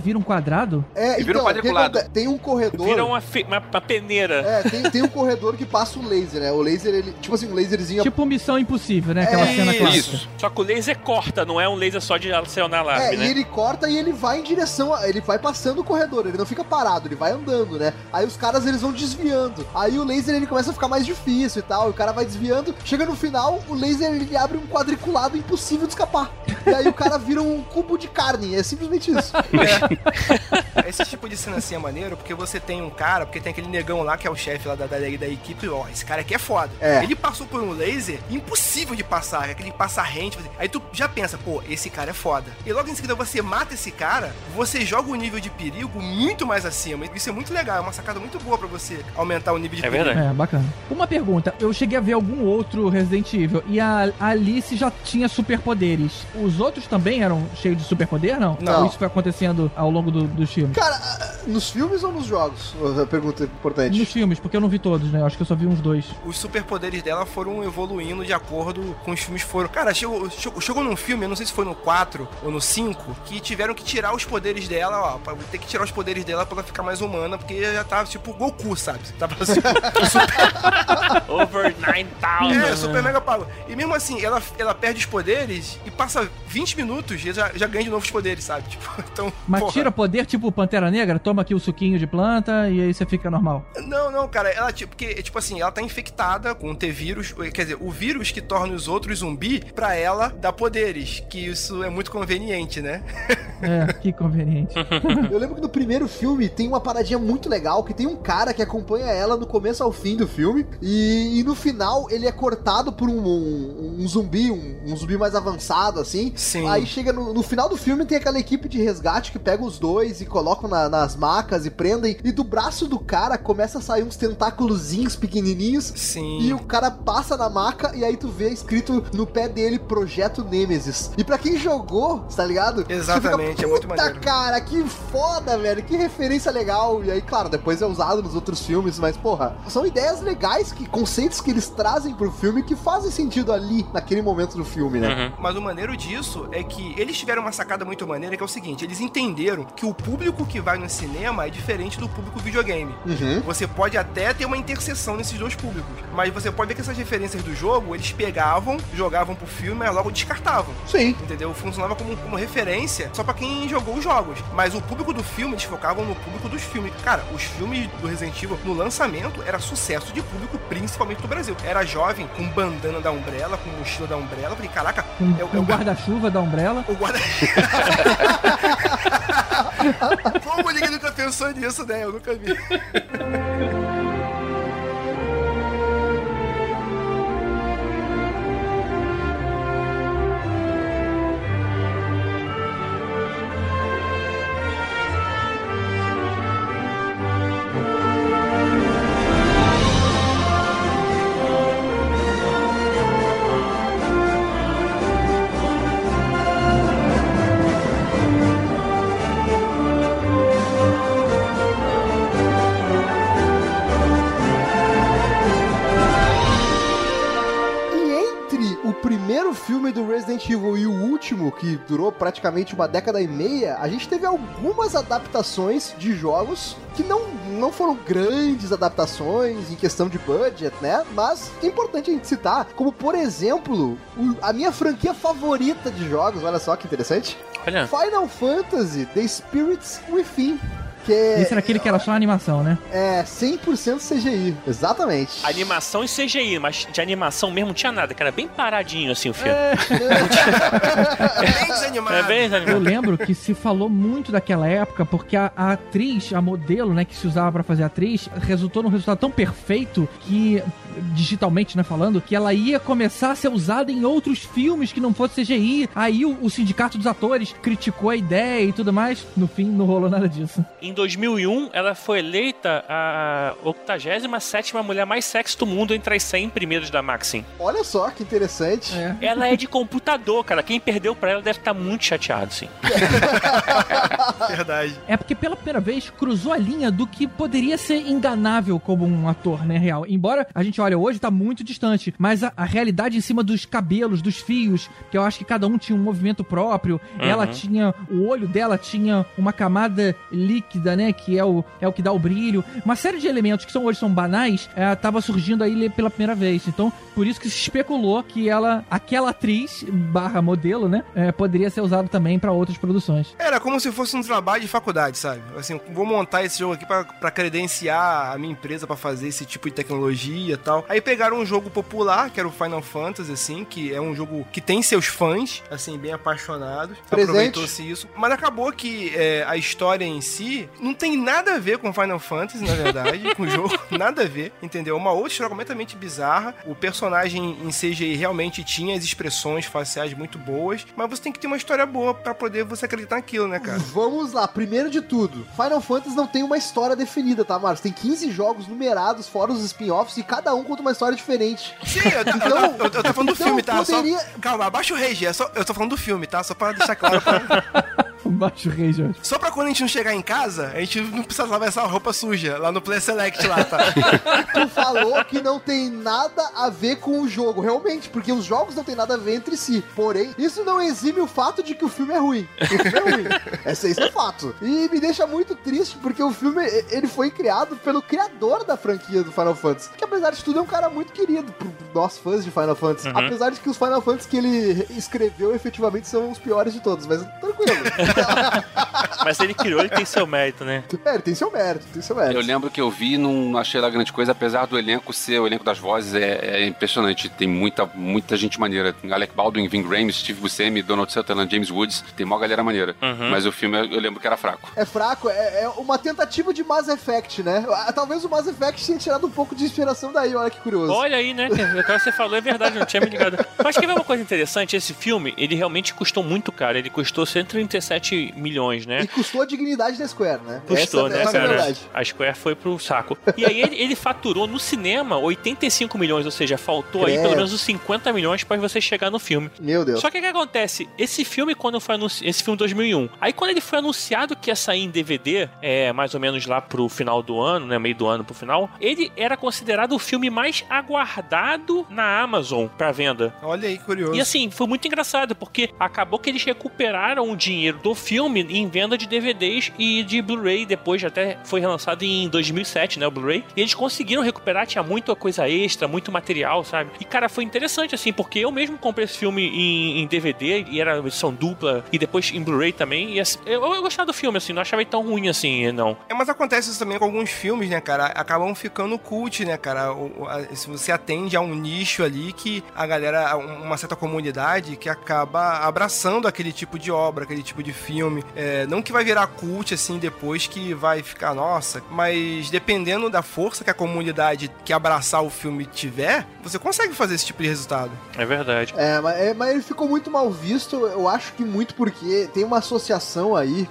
vira um quadrado? E vira um quadriculado. Tem um corredor... Vira uma peneira. Tem um corredor que passa o laser, né? O laser, ele... Tipo assim, um laserzinho... Tipo Missão Impossível, né? Aquela cena clássica. Isso. Só que o laser corta, não é um laser só de acionar alarme, né? E ele corta e ele vai em direção... Ele vai passando o corredor, ele não fica parado, ele vai andando, né? Aí os caras, eles vão desviando. Aí o laser, ele começa a ficar mais difícil e tal. E o cara vai desviando. Chega no final, o laser, ele abre um quadriculado impossível de escapar. E aí o cara vira um cubo de carne. É simplesmente isso. Esse tipo de cena assim é maneiro, porque você tem um cara, porque tem aquele negão lá que é o chefe lá da equipe, ó, esse cara aqui é foda. Ele passou por um laser impossível de passar, aquele passa rente. Aí tu já pensa, pô, esse cara é foda. E logo em seguida você mata esse cara, você joga o nível de perigo muito mais acima. Isso é muito legal, é uma sacada muito boa pra você aumentar o nível de perigo. Verdade. É, bacana. Uma pergunta, eu cheguei a ver algum outro Resident Evil e a Alice já tinha superpoderes. Os outros também eram cheios de superpoder, não? Não. Ou isso foi acontecendo ao longo dos filmes? Cara, nos filmes ou nos jogos? A pergunta é importante. Nos filmes, porque eu não vi todos, né? Eu acho que eu só vi uns 2. Os superpoderes dela foram evoluindo de acordo com os filmes foram. Cara, chegou num filme, eu não sei se foi no 4 ou no 5, que tiveram que tirar os poderes dela, ó. Ter que tirar os poderes dela pra ela ficar mais humana, porque já tava tipo Goku, sabe? Tava super... Over 9,000. É, super mega pago. E mesmo assim, ela perde os poderes e passa 20 minutos e já ganha de novo os poderes, sabe? Tipo, então. Mas porra. tira poder tipo Pantera Negra? Toma aqui o suquinho de planta e aí você fica normal. Não, cara, ela porque, tipo assim, ela tá infectada com um T-vírus, quer dizer, o vírus que torna os outros zumbi, pra ela dá poderes, que isso é muito conveniente, né? É, que conveniente. Eu lembro que no primeiro filme tem uma paradinha muito legal, que tem um cara que acompanha ela no começo ao fim do filme, e no final ele é cortado por um zumbi, um zumbi mais avançado, assim. Sim. Aí chega no final do filme, tem aquela equipe de resgate que pega os dois e colocam nas macas e prendem, e do braço do cara começa a sair uns tentáculozinhos pequenininhos. Sim. E o cara passa na maca e aí tu vê escrito no pé dele Projeto Nemesis. E pra quem jogou, tá ligado? Exatamente, fica, é muito maneiro. Cara, que foda, velho, que referência legal. E aí, claro, depois é usado nos outros filmes, mas, porra, são ideias legais, conceitos que eles trazem pro filme que fazem sentido ali, naquele momento do filme, né? Uhum. Mas o maneiro disso é que eles tiveram uma sacada muito maneira, que é o seguinte, eles entenderam que o público que vai no cinema é diferente do público videogame. Uhum. Você pode até ter uma interseção nesses dois públicos, mas você pode ver que essas referências do jogo, eles pegavam, jogavam pro filme, mas logo descartavam. Sim. Entendeu? Funcionava como referência só pra quem jogou os jogos. Mas o público do filme, eles focavam no público dos filmes. Cara, os filmes do Resident Evil, no lançamento, era sucesso de público, principalmente do Brasil. Era jovem, com bandana da Umbrella, com mochila da Umbrella. Falei, caraca, O guarda-chuva da Umbrella. o guarda... Como ninguém nunca pensou nisso, né? Eu nunca vi. filme do Resident Evil e o último, que durou praticamente uma década e meia, a gente teve algumas adaptações de jogos que não foram grandes adaptações em questão de budget, né? Mas é importante a gente citar, como por exemplo, a minha franquia favorita de jogos, olha só que interessante. Olha. Final Fantasy The Spirits Within. Esse era aquele que era só animação, né? É, 100% CGI, exatamente. Animação e CGI, mas de animação mesmo não tinha nada, que era bem paradinho assim o filme. Bem desanimado. É bem desanimado. Eu lembro que se falou muito daquela época, porque a atriz, a modelo, né, que se usava pra fazer atriz, resultou num resultado tão perfeito que, digitalmente, né, falando, que ela ia começar a ser usada em outros filmes que não fosse CGI. Aí o sindicato dos atores criticou a ideia e tudo mais. No fim, não rolou nada disso. em 2001, ela foi eleita a 87ª mulher mais sexy do mundo entre as 100 primeiras da Maxim. Olha só, que interessante. Ela é de computador, cara. Quem perdeu pra ela deve estar muito chateado, sim. Verdade. É porque pela primeira vez cruzou a linha do que poderia ser enganável como um ator, né, real. Embora a gente olha hoje, tá muito distante, mas a realidade em cima dos cabelos, dos fios, que eu acho que cada um tinha um movimento próprio, ela tinha, o olho dela tinha uma camada líquida, né, que é o que dá o brilho. Uma série de elementos que hoje são banais, tava surgindo aí pela primeira vez. Então, por isso que se especulou que aquela atriz / modelo, né, poderia ser usado também pra outras produções. Era como se fosse um trabalho de faculdade, sabe? Assim, vou montar esse jogo aqui pra credenciar a minha empresa pra fazer esse tipo de tecnologia e tal. Aí pegaram um jogo popular, que era o Final Fantasy, assim, que é um jogo que tem seus fãs, assim, bem apaixonados. Aproveitou-se isso. Mas acabou que a história em si não tem nada a ver com Final Fantasy, na verdade, com o jogo. Nada a ver, entendeu? Uma outra história completamente bizarra. O personagem em CGI realmente tinha as expressões faciais muito boas, mas você tem que ter uma história boa pra poder você acreditar naquilo, né, cara? Vamos lá, primeiro de tudo, Final Fantasy não tem uma história definida, tá, Marcos? Tem 15 jogos numerados, fora os spin-offs, e cada um conta uma história diferente. Sim, eu tô falando do filme, tá? Poderia... Calma, abaixa o rage, eu tô falando do filme, tá? Só pra deixar claro. Baixo rei, Jorge. Só pra quando a gente não chegar em casa, a gente não precisa lavar essa roupa suja lá no Play Select lá, tá? Tu falou que não tem nada a ver com o jogo, realmente, porque os jogos não tem nada a ver entre si. Porém, isso não exime o fato de que o filme é ruim. O filme é ruim. Isso é fato. E me deixa muito triste, porque o filme, ele foi criado pelo criador da franquia do Final Fantasy, que apesar de tudo é um cara muito querido por nós fãs de Final Fantasy. Apesar de que os Final Fantasy que ele escreveu efetivamente são os piores de todos, mas tranquilo. Mas ele criou, ele tem seu mérito, né? Ele tem seu mérito, Eu lembro que eu vi e não achei lá grande coisa, apesar do elenco ser, o elenco das vozes é impressionante. Tem muita gente maneira. Alec Baldwin, Ving Rhames, Steve Buscemi, Donald Sutherland, James Woods. Tem uma galera maneira. Mas o filme, eu lembro que era fraco. É fraco, é uma tentativa de Mass Effect, né? Talvez o Mass Effect tenha tirado um pouco de inspiração daí, olha que curioso. Olha aí, né? O que você falou é verdade, não tinha me ligado. Mas quer ver uma coisa interessante? Esse filme, ele realmente custou muito caro. Ele custou 137 milhões, né? E custou a dignidade da Square, né? Custou, essa, né, essa cara? verdade. A Square foi pro saco. E aí ele faturou no cinema 85 milhões, ou seja, faltou aí pelo menos os 50 milhões pra você chegar no filme. Meu Deus. Só que o que acontece? Esse filme, quando foi esse filme 2001, aí quando ele foi anunciado que ia sair em DVD, mais ou menos lá pro final do ano, né, meio do ano pro final, ele era considerado o filme mais aguardado na Amazon pra venda. Olha aí, curioso. E assim, foi muito engraçado, porque acabou que eles recuperaram o dinheiro do filme em venda de DVDs e de Blu-ray, depois até foi relançado em 2007, né, o Blu-ray, e eles conseguiram recuperar, tinha muita coisa extra, muito material, sabe? E cara, foi interessante assim, porque eu mesmo comprei esse filme em DVD, e era edição dupla, e depois em Blu-ray também, e assim, eu gostava do filme, assim, não achava ele tão ruim assim, não. Mas acontece isso também com alguns filmes, né, cara? Acabam ficando cult, né, cara? Se você atende a um nicho ali que a galera, uma certa comunidade que acaba abraçando aquele tipo de obra, aquele tipo de filme. Não que vai virar cult, assim, depois que vai ficar, nossa, mas dependendo da força que a comunidade que abraçar o filme tiver, você consegue fazer esse tipo de resultado. É verdade. Mas ele ficou muito mal visto, eu acho que muito porque tem uma associação aí,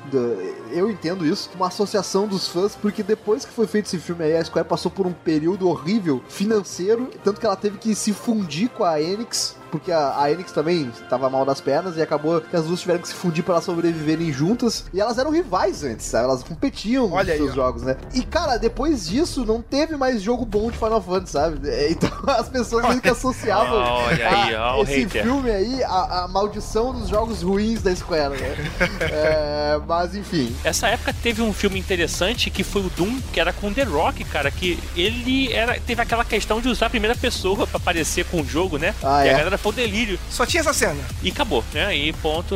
eu entendo isso, uma associação dos fãs, porque depois que foi feito esse filme aí, a Square passou por um período horrível financeiro, tanto que ela teve que se fundir com a Enix, porque a Enix também estava mal das pernas e acabou que as duas tiveram que se fundir para elas sobreviverem juntas. E elas eram rivais antes, sabe? Elas competiam nos seus jogos, né? E, cara, depois disso, não teve mais jogo bom de Final Fantasy, sabe? Então as pessoas meio que associavam esse filme aí a maldição dos jogos ruins da Square, né? Mas, enfim. Essa época teve um filme interessante que foi o Doom, que era com The Rock, cara, que ele teve aquela questão de usar a primeira pessoa pra aparecer com o jogo, né? E a galera foi o delírio. Só tinha essa cena. E acabou, né? E ponto.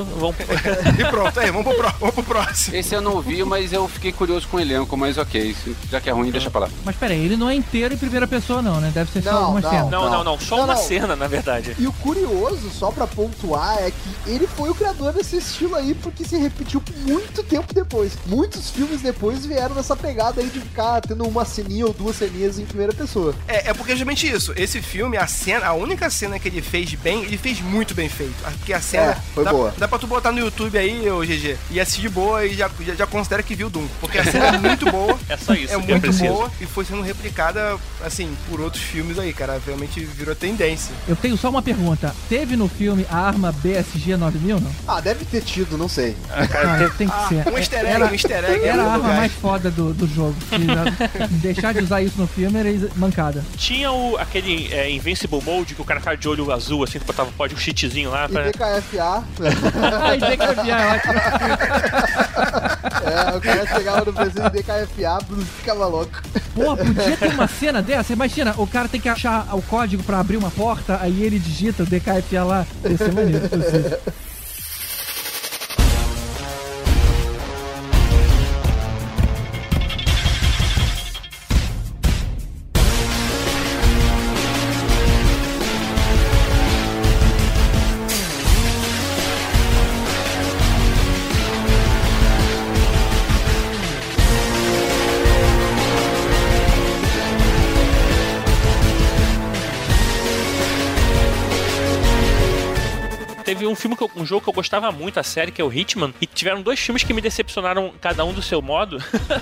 E pronto, aí, vamos pro próximo. Esse eu não vi, mas eu fiquei curioso com o elenco, mas ok. Já que é ruim, deixa pra lá. Mas peraí, ele não é inteiro em primeira pessoa, não, né? Deve ser só alguma cena. Não. Só uma cena, na verdade. E o curioso, só pra pontuar, é que ele foi o criador desse estilo aí, porque se repetiu muito tempo depois. Muitos filmes depois vieram nessa pegada aí de ficar tendo uma ceninha ou duas ceninhas em primeira pessoa. É porque justamente isso. Esse filme, a única cena que ele fez bem, ele fez muito bem feito. Porque a cena foi boa. Dá pra tu botar no YouTube aí, ô GG, e assistir de boa e já considera que viu Doom. Porque a cena é muito boa. É só isso. É muito boa e foi sendo replicada, assim, por outros filmes aí, cara. Realmente virou tendência. Eu tenho só uma pergunta. Teve no filme a arma BSG 9000, não? Ah, deve ter tido, não sei. Tem que ser. Um easter egg. Era a arma mais foda do jogo. Deixar de usar isso no filme era mancada. Tinha aquele Invincible Mode que o cara ficava de olho azul, assim, tu botava um cheatzinho lá. E DKFA. E DKFA é ótimo. O cara chegava no presente de DKFA, ficava louco. Pô, podia ter uma cena dessa. Imagina, o cara tem que achar o código pra abrir uma porta, aí ele digita o DKFA lá. Ia ser maneiro. Teve um jogo que eu gostava muito, a série, que é o Hitman, e tiveram 2 filmes que me decepcionaram, cada um do seu modo,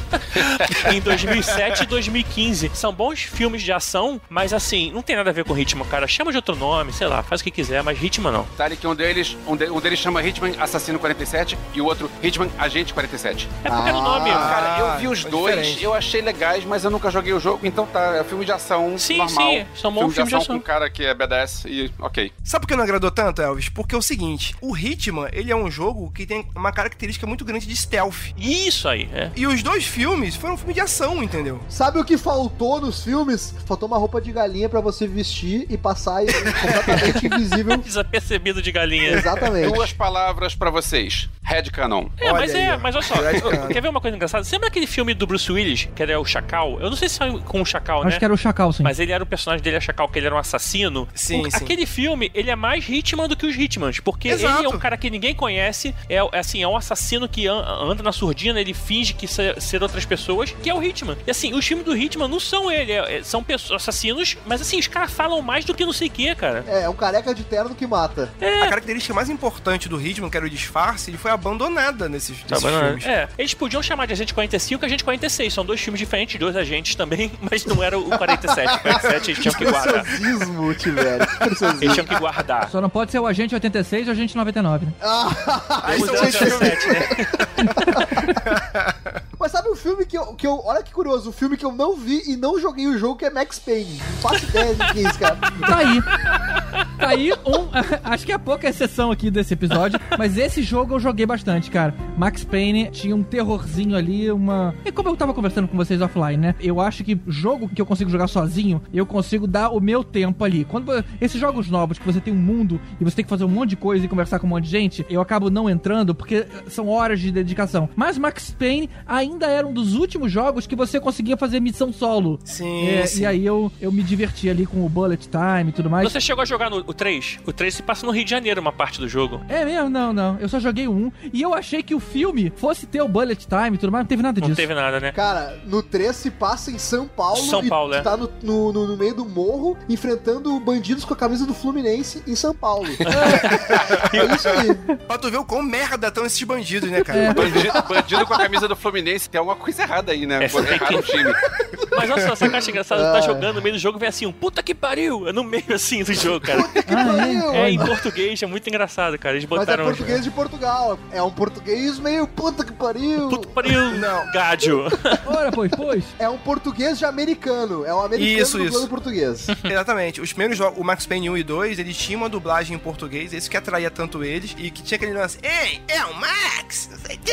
em 2007 e 2015. São bons filmes de ação, mas assim, não tem nada a ver com Hitman, cara. Chama de outro nome, sei lá, faz o que quiser, mas Hitman não. Tá ali que um deles chama Hitman Assassino 47 e o outro Hitman Agente 47. É porque era o nome. Cara, eu vi os dois, diferente. eu achei legais, mas eu nunca joguei o jogo, então tá, é filme de ação Sim, normal. sim, são bons filmes de ação. Com um cara que é badass e ok. Sabe por que não agradou tanto, Elvis? Porque é o seguinte, o Hitman, ele é um jogo que tem uma característica muito grande de stealth. Isso aí, E os 2 filmes foram um filme de ação, entendeu? Sabe o que faltou nos filmes? Faltou uma roupa de galinha pra você vestir e passar completamente invisível. Desapercebido de galinha. Exatamente. 2 palavras pra vocês. Headcanon. Mas olha só, quer ver uma coisa engraçada? Você lembra aquele filme do Bruce Willis, que era o Chacal? Eu não sei se é com o Chacal, né? Acho que era o Chacal, sim. Mas ele era o personagem dele, a Chacal, que ele era um assassino. Sim. Aquele filme, ele é mais Hitman do que os Hitmans, porque Exato. ele é um cara que ninguém conhece, é um assassino que anda na surdina, ele finge que ser outras pessoas, que é o Hitman. E assim, os filmes do Hitman não são ele, são assassinos, mas assim, os caras falam mais do que não sei o que, cara. É um careca de terno que mata. A característica mais importante do Hitman, que era o disfarce, ele foi abandonada nesses filmes. Eles podiam chamar de Agente 45 e Agente 46, são 2 filmes diferentes, 2 agentes também, mas não era o 47. O 47 eles tinham que guardar. Preciosismo, Tibério. Eles tinham que guardar. Só não pode ser o Agente 86 ou o Agente 99, né? Aí Temos são o 17, né? Mas sabe um filme que eu... Olha que curioso, um filme que eu não vi e não joguei o jogo, que é Max Payne. Não faço ideia de que é isso, cara. Tá aí acho que é pouca exceção aqui desse episódio, mas esse jogo eu joguei bastante, cara. Max Payne tinha um terrorzinho ali, E como eu tava conversando com vocês offline, né? Eu acho que jogo que eu consigo jogar sozinho, eu consigo dar o meu tempo ali. Quando esses jogos novos, que você tem um mundo e você tem que fazer um monte de coisa e conversar com um monte de gente, eu acabo não entrando porque são horas de dedicação. Mas Max Payne ainda era um dos últimos jogos que você conseguia fazer missão solo. Sim. E aí eu me diverti ali com o Bullet Time e tudo mais. Você chegou a jogar o 3? O 3 se passa no Rio de Janeiro, uma parte do jogo. É mesmo? Não. Eu só joguei o 1 e eu achei que o filme fosse ter o Bullet Time e tudo mais, não teve nada disso. Não teve nada, né? Cara, no 3 se passa em São Paulo. São Paulo, tá no meio do morro, enfrentando bandidos com a camisa do Fluminense em São Paulo. É isso aí. Pra tu ver o quão merda estão esses bandidos, né, cara? Bandido com a camisa do Fluminense, tem alguma coisa errada aí, né? Você tem Errado o time. Mas olha só, você acha engraçado, tá jogando no meio do jogo, vem assim, puta que pariu! É no meio assim do jogo, cara. Em português, é muito engraçado, cara. Eles botaram. Mas é português de Portugal. É um português meio puta que pariu. Puta que pariu, não. Gádio. Ora, pois. É um português de americano. É um americano dublando português. Exatamente. Os primeiros jogos, o Max Payne 1 e 2, eles tinham uma dublagem em português, isso que atraía tanto eles, e que tinha aquele lance, ei, é o Max!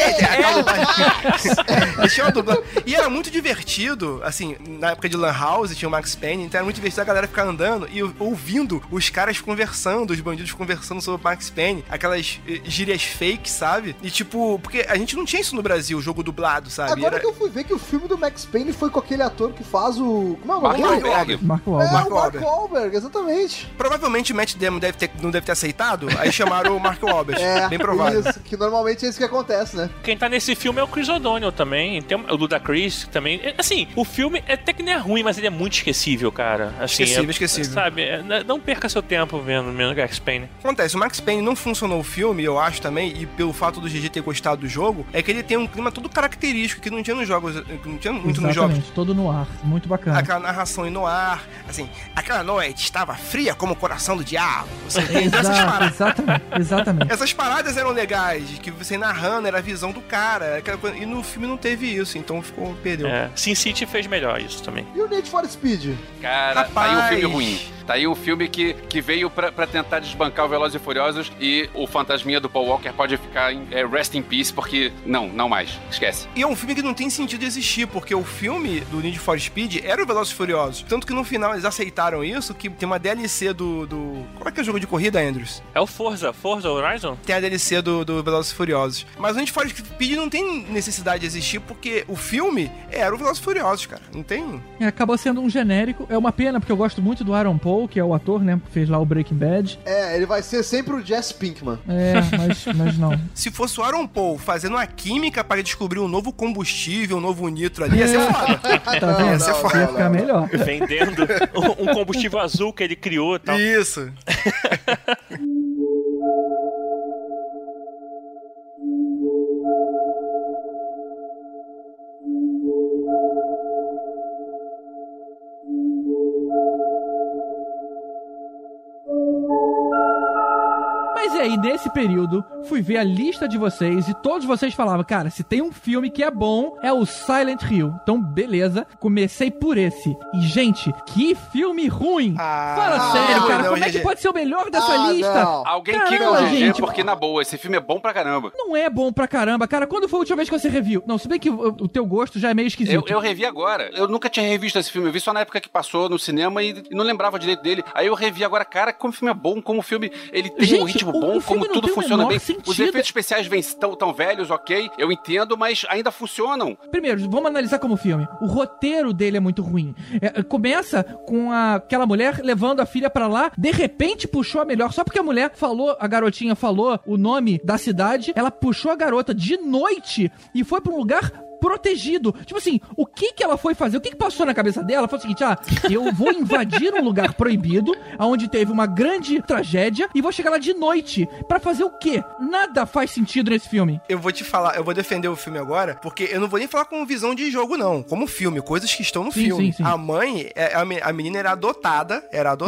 Eles tinham uma dublagem. E era muito divertido, assim, na época de Lan House, tinha o Max Payne, então era muito divertido a galera ficar andando e ouvindo os caras conversando, os bandidos conversando sobre o Max Payne, aquelas gírias fake, sabe? E tipo, porque a gente não tinha isso no Brasil, o jogo dublado, sabe? Agora que eu fui ver que o filme do Max Payne foi com aquele ator que faz o... Como é o nome? Mark Wahlberg. Marco É, Wahlberg. o Mark Wahlberg, exatamente. Provavelmente o Matt Damon não deve ter aceitado, aí chamaram o Mark Wahlberg. É, bem provável. Isso, que normalmente é isso que acontece, né? Quem tá nesse filme é o Chris O'Donnell também. Tem o Ludacris também. Assim, o filme até que não é ruim, mas ele é muito esquecível, cara. Assim, Esquecível. Sabe, não perca seu tempo vendo Max Payne. Acontece, o Max Payne não funcionou o filme, eu acho também, e pelo fato do GG ter gostado do jogo, é que ele tem um clima todo característico que não tinha nos jogos, não tinha muito nos jogos. Todo no ar, muito bacana. Aquela narração no ar, assim, aquela noite estava fria como o coração do diabo. Você entende? Exatamente. Essas paradas eram legais, que você narrando era a visão do cara, aquela coisa, e no filme não teve isso, então perdeu. Sin City fez melhor isso também. E o Need for Speed? Cara, tá aí um filme ruim. Tá aí um filme que veio pra tentar desbancar o Velozes e Furiosos, e o fantasminha do Paul Walker pode ficar em rest in peace, porque não mais, esquece. E é um filme que não tem sentido existir, porque o filme do Need for Speed era o Velozes e Furiosos. Tanto que no final eles aceitaram isso, que tem uma DLC do... Qual é que é o jogo de corrida, Andrews? É o Forza Horizon? Tem a DLC do Velozes e Furiosos. Mas o Need for Speed não tem necessidade de existir, porque o filme era o Velozes e Furiosos, cara. Não tem... Acabou sendo um genérico. É uma pena, porque eu gosto muito do Aaron Paul, que é o ator, né? Que fez lá o Breaking Bad. Ele vai ser sempre o Jesse Pinkman. Mas não. Se fosse o Aaron Paul fazendo uma química para descobrir um novo combustível, um novo nitro ali, ia ser foda. Tá vendo? Ia ficar melhor. Vendendo um combustível azul que ele criou e tal. Isso. Mas e aí, nesse período, fui ver a lista de vocês e todos vocês falavam, cara, se tem um filme que é bom, é o Silent Hill. Então, beleza, comecei por esse. E, gente, que filme ruim! Fala sério, cara, como é que pode ser o melhor dessa lista? Não. Alguém quica o GG, porque, na boa, esse filme é bom pra caramba. Não é bom pra caramba, cara. Quando foi a última vez que você reviu? Não, se bem que o teu gosto já é meio esquisito. Eu revi agora. Eu nunca tinha revisto esse filme. Eu vi só na época que passou no cinema e não lembrava direito dele. Aí eu revi agora, cara, como o filme é bom, como o filme ele tem um ritmo bom, como tudo funciona bem. Sentido. Os efeitos especiais tão velhos, ok, eu entendo, mas ainda funcionam. Primeiro, vamos analisar como filme. O roteiro dele é muito ruim. Começa com aquela mulher levando a filha pra lá, de repente puxou a melhor, só porque a garotinha falou o nome da cidade, ela puxou a garota de noite e foi pra um lugar protegido. Tipo assim, o que ela foi fazer? O que passou na cabeça dela? Foi o seguinte, eu vou invadir um lugar proibido, onde teve uma grande tragédia, e vou chegar lá de noite. Pra fazer o quê? Nada faz sentido nesse filme. Eu vou te falar, eu vou defender o filme agora, porque eu não vou nem falar com visão de jogo, não. Como filme, coisas que estão no filme. Sim. A mãe, a menina era adotada,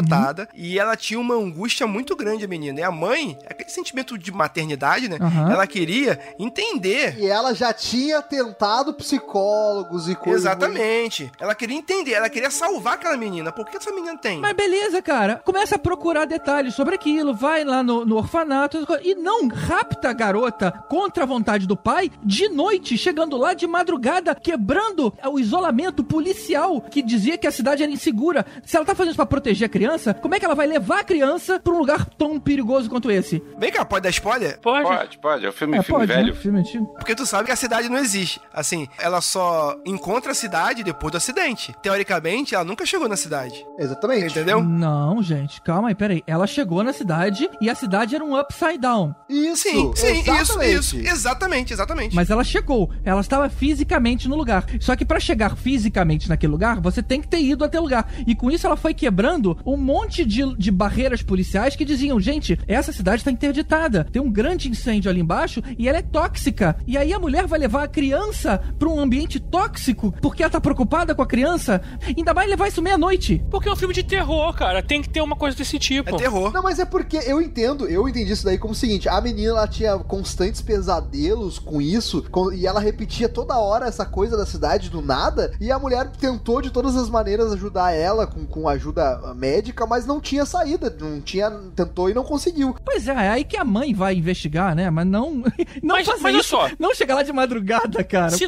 e ela tinha uma angústia muito grande, a menina. E a mãe, aquele sentimento de maternidade, né? Ela queria entender. E ela já tinha tentado psicólogos e coisas. Exatamente. Ela queria entender, ela queria salvar aquela menina. Por que essa menina tem? Mas beleza, cara. Começa a procurar detalhes sobre aquilo, vai lá no orfanato e não rapta a garota contra a vontade do pai de noite, chegando lá de madrugada, quebrando o isolamento policial que dizia que a cidade era insegura. Se ela tá fazendo isso pra proteger a criança, como é que ela vai levar a criança pra um lugar tão perigoso quanto esse? Vem cá, pode dar spoiler? Pode. É um filme velho. Né? Filme antigo. Porque tu sabe que a cidade não existe. Assim, ela só encontra a cidade depois do acidente. Teoricamente, ela nunca chegou na cidade. Exatamente. Entendeu? Não, gente, calma aí, peraí. Ela chegou na cidade e a cidade era um upside down. Isso, isso. Exatamente. Mas ela chegou. Ela estava fisicamente no lugar. Só que pra chegar fisicamente naquele lugar, você tem que ter ido até o lugar. E com isso ela foi quebrando um monte de barreiras policiais que diziam, gente, essa cidade tá interditada. Tem um grande incêndio ali embaixo e ela é tóxica. E aí a mulher vai levar a criança pra um ambiente tóxico porque ela tá preocupada com a criança. Ainda vai levar isso meia-noite. Porque é um filme de terror, cara. Tem que ter uma coisa desse tipo. É terror. Não, mas é porque eu entendi isso daí como o seguinte, a menina, ela tinha constantes pesadelos com isso, e ela repetia toda hora essa coisa da cidade do nada, e a mulher tentou de todas as maneiras ajudar ela com ajuda médica, mas não tinha saída, tentou e não conseguiu. Pois é aí que a mãe vai investigar, né? Mas não mas fazer olha isso, só. não chegar lá de madrugada, cara. Se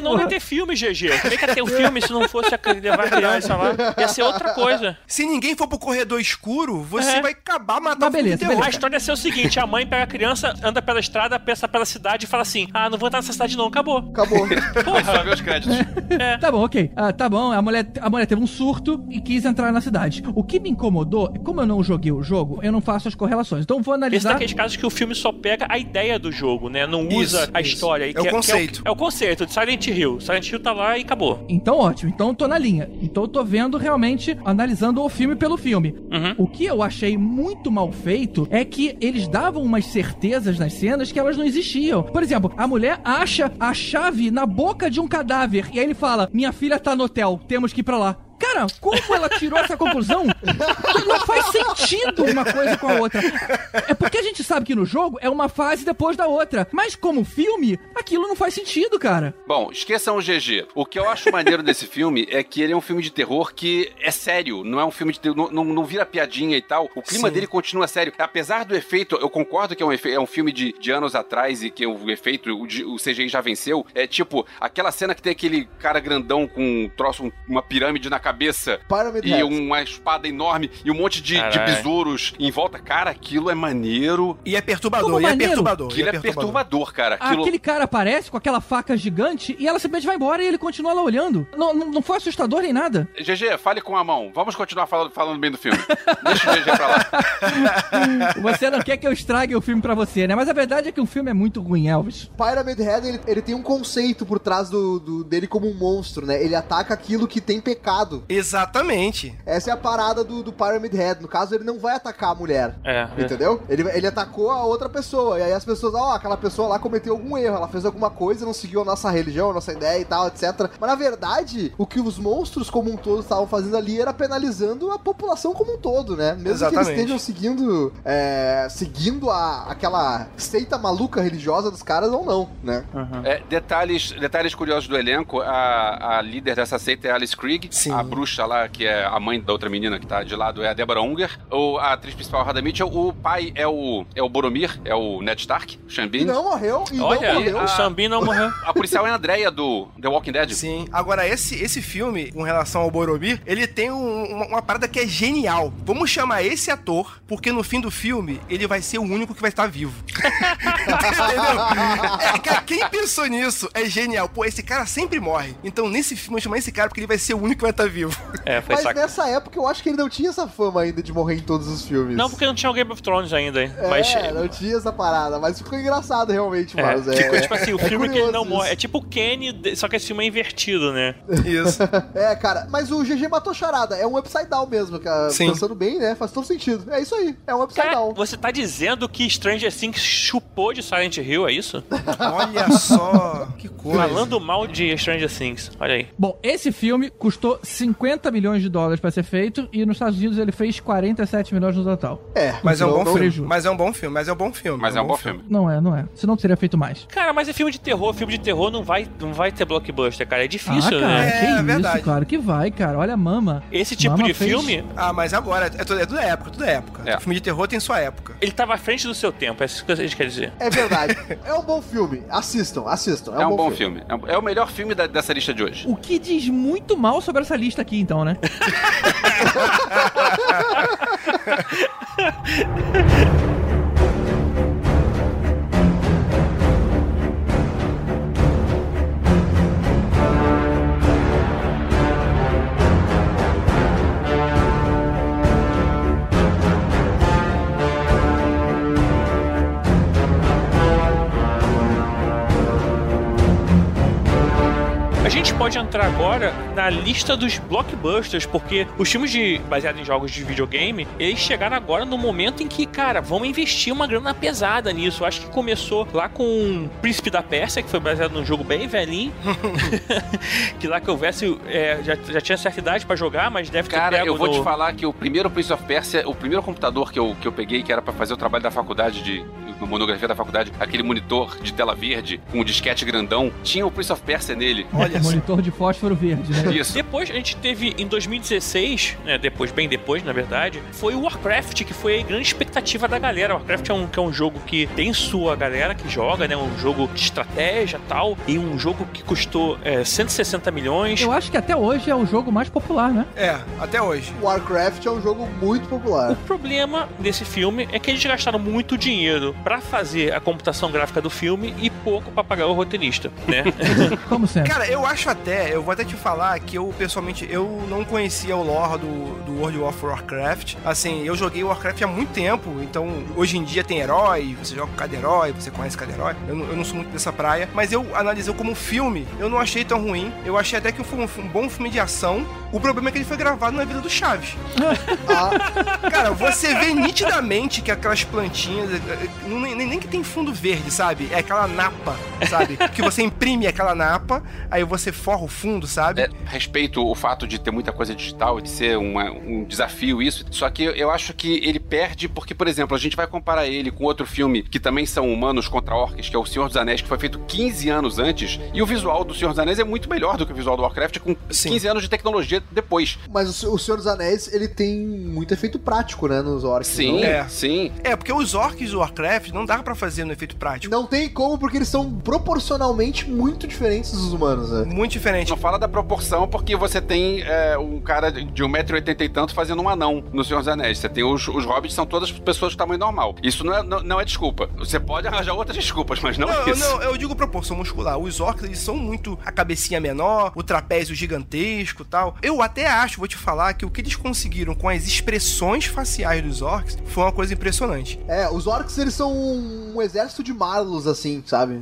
senão não ia ter filme, GG. Como é que ia ter um filme se não fosse levar a criança lá? Ia ser outra coisa. Se ninguém for pro corredor escuro, você vai acabar matando o filme de terror. A história ia ser o seguinte, a mãe pega a criança, anda pela estrada, passa pela cidade e fala assim, não vou entrar nessa cidade não, acabou. Porra. Só ver os créditos. Tá bom, ok. Tá bom, a mulher teve um surto e quis entrar na cidade. O que me incomodou, como eu não joguei o jogo, eu não faço as correlações. Então vou analisar... Esse daqueles casos que o filme só pega a ideia do jogo, né? Não usa a história. É o conceito. É o conceito de Silent Hill. Silent Hill tá lá e acabou. Então ótimo. Então eu tô na linha. Então eu tô vendo realmente, analisando o filme pelo filme. O que eu achei muito mal feito é que eles davam umas certezas nas cenas que elas não existiam. Por exemplo, a mulher acha a chave na boca de um cadáver e aí ele fala, minha filha tá no hotel, temos que ir pra lá. Cara, como ela tirou essa conclusão? Não faz sentido uma coisa com a outra. É porque a gente sabe que no jogo é uma fase depois da outra. Mas como filme, aquilo não faz sentido, cara. Bom, esqueçam o GG. O que eu acho maneiro desse filme é que ele é um filme de terror que é sério. Não é um filme de terror, não vira piadinha e tal. O clima dele continua sério. Apesar do efeito, eu concordo que é um filme de anos atrás e que o efeito, o CGI já venceu. É tipo, aquela cena que tem aquele cara grandão com um troço, uma pirâmide na cabeça e uma espada enorme e um monte de besouros em volta. Cara, aquilo é maneiro. E é perturbador, Aquilo é perturbador, cara. Aquele cara aparece com aquela faca gigante e ela simplesmente vai embora e ele continua lá olhando. Não foi assustador nem nada. GG, fale com a mão. Vamos continuar falando bem do filme. Deixa o GG pra lá. Você não quer que eu estrague o filme pra você, né? Mas a verdade é que o filme é muito ruim, Elvis. Pyramid Head, ele tem um conceito por trás dele como um monstro, né? Ele ataca aquilo que tem pecado. Exatamente. Essa é a parada do Pyramid Head. No caso, ele não vai atacar a mulher. Entendeu? Ele atacou a outra pessoa. E aí as pessoas, aquela pessoa lá cometeu algum erro. Ela fez alguma coisa, não seguiu a nossa religião, a nossa ideia e tal, etc. Mas na verdade, o que os monstros como um todo estavam fazendo ali era penalizando a população como um todo, né? Mesmo que eles estejam seguindo aquela seita maluca religiosa dos caras ou não, né? Detalhes curiosos do elenco. A líder dessa seita é Alice Krieg. Sim. A bruxa lá, que é a mãe da outra menina que tá de lado, é a Deborah Unger. A atriz principal é a Radha Mitchell. O pai é o Boromir, é o Ned Stark, o Sean Bean. E não morreu. O Sean Bean não morreu. A policial é a Andrea do The Walking Dead. Sim. Agora, esse filme, com relação ao Boromir, ele tem uma parada que é genial. Vamos chamar esse ator, porque no fim do filme, ele vai ser o único que vai estar vivo. Entendeu? Cara, quem pensou nisso é genial. Pô, esse cara sempre morre. Então, nesse filme, vamos chamar esse cara porque ele vai ser o único que vai estar vivo. Mas nessa época, eu acho que ele não tinha essa fama ainda de morrer em todos os filmes. Não, porque não tinha o Game of Thrones ainda, hein? Não tinha essa parada. Mas ficou engraçado, realmente, Marlos. Ficou tipo assim, o filme que ele não morre. É tipo o Kenny, só que esse filme é invertido, né? Isso. Cara, mas o GG matou a charada. É um Upside Down mesmo, cara. Sim. Pensando bem, né? Faz todo sentido. É isso aí. É um Upside Down. Você tá dizendo que Stranger Things chupou de Silent Hill, é isso? Olha só, que coisa. Falando mal de Stranger Things, olha aí. Bom, esse filme custou 50 milhões de dólares pra ser feito e nos Estados Unidos ele fez 47 milhões no total. Mas é um bom filme. Prejuízo. Mas é um bom filme. Não é. Senão teria feito mais. Cara, mas é filme de terror não vai ter blockbuster, cara. É difícil, cara, né? Que isso, verdade. claro que vai, cara. Olha a Mama. Esse tipo Mama de filme... Mas agora, é tudo da época. O filme de terror tem sua época. Ele tava à frente do seu tempo, é isso que a gente quer dizer. É verdade. É um bom filme. Assistam. É um bom filme. É o melhor filme dessa lista de hoje. O que diz muito mal sobre essa lista aqui, então, né? A gente pode entrar agora na lista dos blockbusters, porque os filmes baseados em jogos de videogame, eles chegaram agora no momento em que, cara, vão investir uma grana pesada nisso. Eu acho que começou lá com Príncipe da Pérsia, que foi baseado num jogo bem velhinho, que lá que houvesse, já tinha certa idade pra jogar, mas deve ter Cara, eu vou te falar que o primeiro Prince of Persia, o primeiro computador que eu peguei, que era pra fazer o trabalho da faculdade monografia da faculdade, aquele monitor de tela verde com um disquete grandão, tinha o Prince of Persia nele. Olha, monitor de fósforo verde, né? Isso. Depois, a gente teve, em 2016, né, bem depois, na verdade, foi o Warcraft, que foi a grande expectativa da galera. Warcraft é um jogo que tem sua galera que joga, né, um jogo de estratégia e tal, e um jogo que custou 160 milhões. Eu acho que até hoje é o jogo mais popular, né? É, até hoje. Warcraft é um jogo muito popular. O problema desse filme é que eles gastaram muito dinheiro pra fazer a computação gráfica do filme e pouco pra pagar o roteirista, né? Como sempre. Cara, eu acho eu vou até te falar que eu, pessoalmente, eu não conhecia o lore do World of Warcraft. Assim, eu joguei Warcraft há muito tempo, então hoje em dia tem herói, você joga com cada herói, você conhece cada herói. Eu não sou muito dessa praia, mas eu analisei como filme, eu não achei tão ruim. Eu achei até que foi um bom filme de ação. O problema é que ele foi gravado na vida do Chaves. Cara, você vê nitidamente que aquelas plantinhas, nem que tem fundo verde, sabe? É aquela napa, sabe? Que você imprime aquela napa, aí você forra o fundo, sabe? Respeito o fato de ter muita coisa digital, de ser um desafio isso, só que eu acho que ele perde porque, por exemplo, a gente vai comparar ele com outro filme que também são humanos contra orcs, que é o Senhor dos Anéis, que foi feito 15 anos antes, e o visual do Senhor dos Anéis é muito melhor do que o visual do Warcraft, com 15 anos de tecnologia depois. Mas o Senhor dos Anéis, ele tem muito efeito prático, né, nos orcs. Sim, não? sim. Porque os orcs do Warcraft não dá pra fazer no efeito prático. Não tem como, porque eles são proporcionalmente muito diferentes dos humanos, né? Muito diferente. Não fala da proporção, porque você tem um cara de 1,80m e tanto fazendo um anão no Senhor dos Anéis. Você tem os hobbits, são todas pessoas de tamanho normal. Isso não é desculpa. Você pode arranjar outras desculpas, mas não isso. Não, eu digo proporção muscular. Os orcs, eles são muito a cabecinha menor, o trapézio gigantesco e tal. Eu até acho, vou te falar, que o que eles conseguiram com as expressões faciais dos orcs foi uma coisa impressionante. Os orcs, eles são um exército de Marlos, assim, sabe?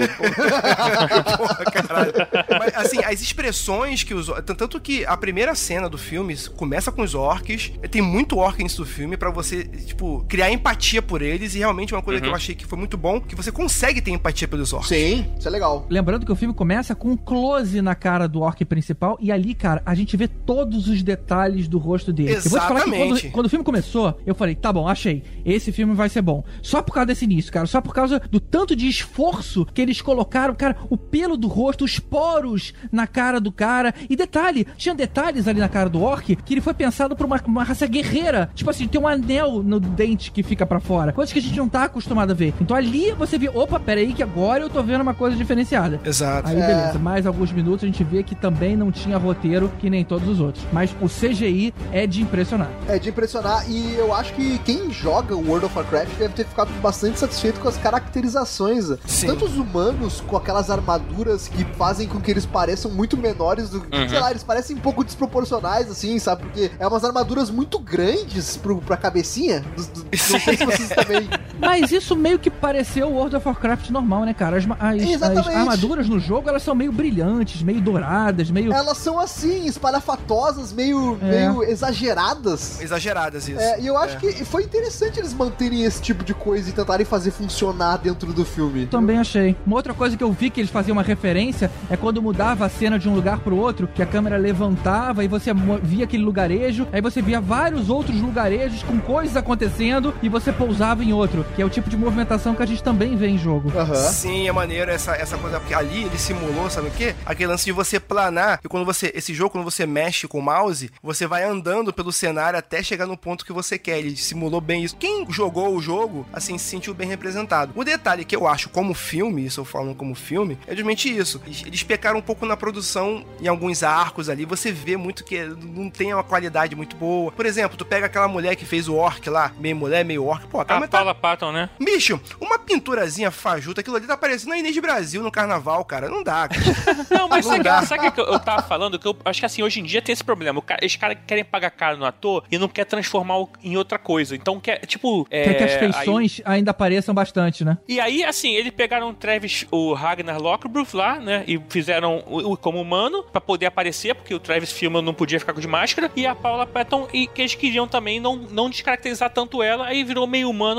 Porra, caralho. Mas, assim, as expressões que os... Tanto que a primeira cena do filme começa com os orcs, tem muito orc nisso do filme pra você, tipo, criar empatia por eles, e realmente uma coisa que eu achei que foi muito bom, que você consegue ter empatia pelos orcs. Sim, isso é legal. Lembrando que o filme começa com um close na cara do orc principal, e ali, cara, a gente vê todos os detalhes do rosto dele. Exatamente. Eu vou te falar que quando o filme começou, eu falei, tá bom, achei. Esse filme vai ser bom. Só por causa desse início, cara. Só por causa do tanto de esforço que eles colocaram, cara, o pelo do rosto, os poros na cara do cara. E detalhe, tinha detalhes ali na cara do orc que ele foi pensado por uma raça guerreira. Tipo assim, tem um anel no dente que fica pra fora. Coisas que a gente não tá acostumado a ver. Então ali você vê, opa, peraí que agora eu tô vendo uma coisa diferenciada. Exato. Aí beleza, mais alguns minutos a gente vê que também não tinha roteiro que nem todos os outros. Mas o CGI é de impressionar. É de impressionar, e eu acho que quem joga o World of Warcraft deve ter ficado bastante satisfeito com as caracterizações. Sim. Tanto os humanos com aquelas armaduras que fazem com que eles pareçam muito menores do que, sei lá, eles parecem um pouco desproporcionais, assim, sabe? Porque é umas armaduras muito grandes pra cabecinha. Não sei se vocês também... Mas isso meio que pareceu o World of Warcraft normal, né, cara? As armaduras no jogo, elas são meio brilhantes, meio douradas, meio... Elas são assim, espalhafatosas, meio exageradas. Exageradas, isso. E eu acho que foi interessante eles manterem esse tipo de coisa e tentarem fazer funcionar dentro do filme. Também achei. Uma outra coisa que eu vi que eles faziam uma referência é quando mudava a cena de um lugar pro outro, que a câmera levantava e você via aquele lugarejo, aí você via vários outros lugarejos com coisas acontecendo e você pousava em outro, que é o tipo de movimentação que a gente também vê em jogo. Sim, é maneiro essa coisa, porque ali ele simulou, sabe o quê? Aquele lance de você planar, e quando você mexe com o mouse, você vai andando pelo cenário até chegar no ponto que você quer. Ele simulou bem isso. Quem jogou o jogo, assim, se sentiu bem representado. O detalhe que eu acho como filme, isso eu falando como filme, é justamente isso. Eles pecaram um pouco na produção em alguns arcos ali, você vê muito que não tem uma qualidade muito boa. Por exemplo, tu pega aquela mulher que fez o orc lá, meio mulher, meio orc, pô, a Paula Patton, né? Bicho, uma pinturazinha fajuta, aquilo ali tá parecendo a Inês de Brasil no carnaval, cara. Não dá, cara. Não, mas sabe o que eu tava falando? Que eu acho que assim, hoje em dia tem esse problema. Os caras querem pagar caro no ator e não quer transformar em outra coisa. Então quer, tipo... Quer que as feições ainda apareçam bastante, né? E aí, assim, eles pegaram o Ragnar Lothbrok lá, né? E fizeram o como humano pra poder aparecer, porque o Travis Fimmel não podia ficar de máscara. E a Paula Patton, e que eles queriam também não descaracterizar tanto ela, aí virou meio humano, meio orc.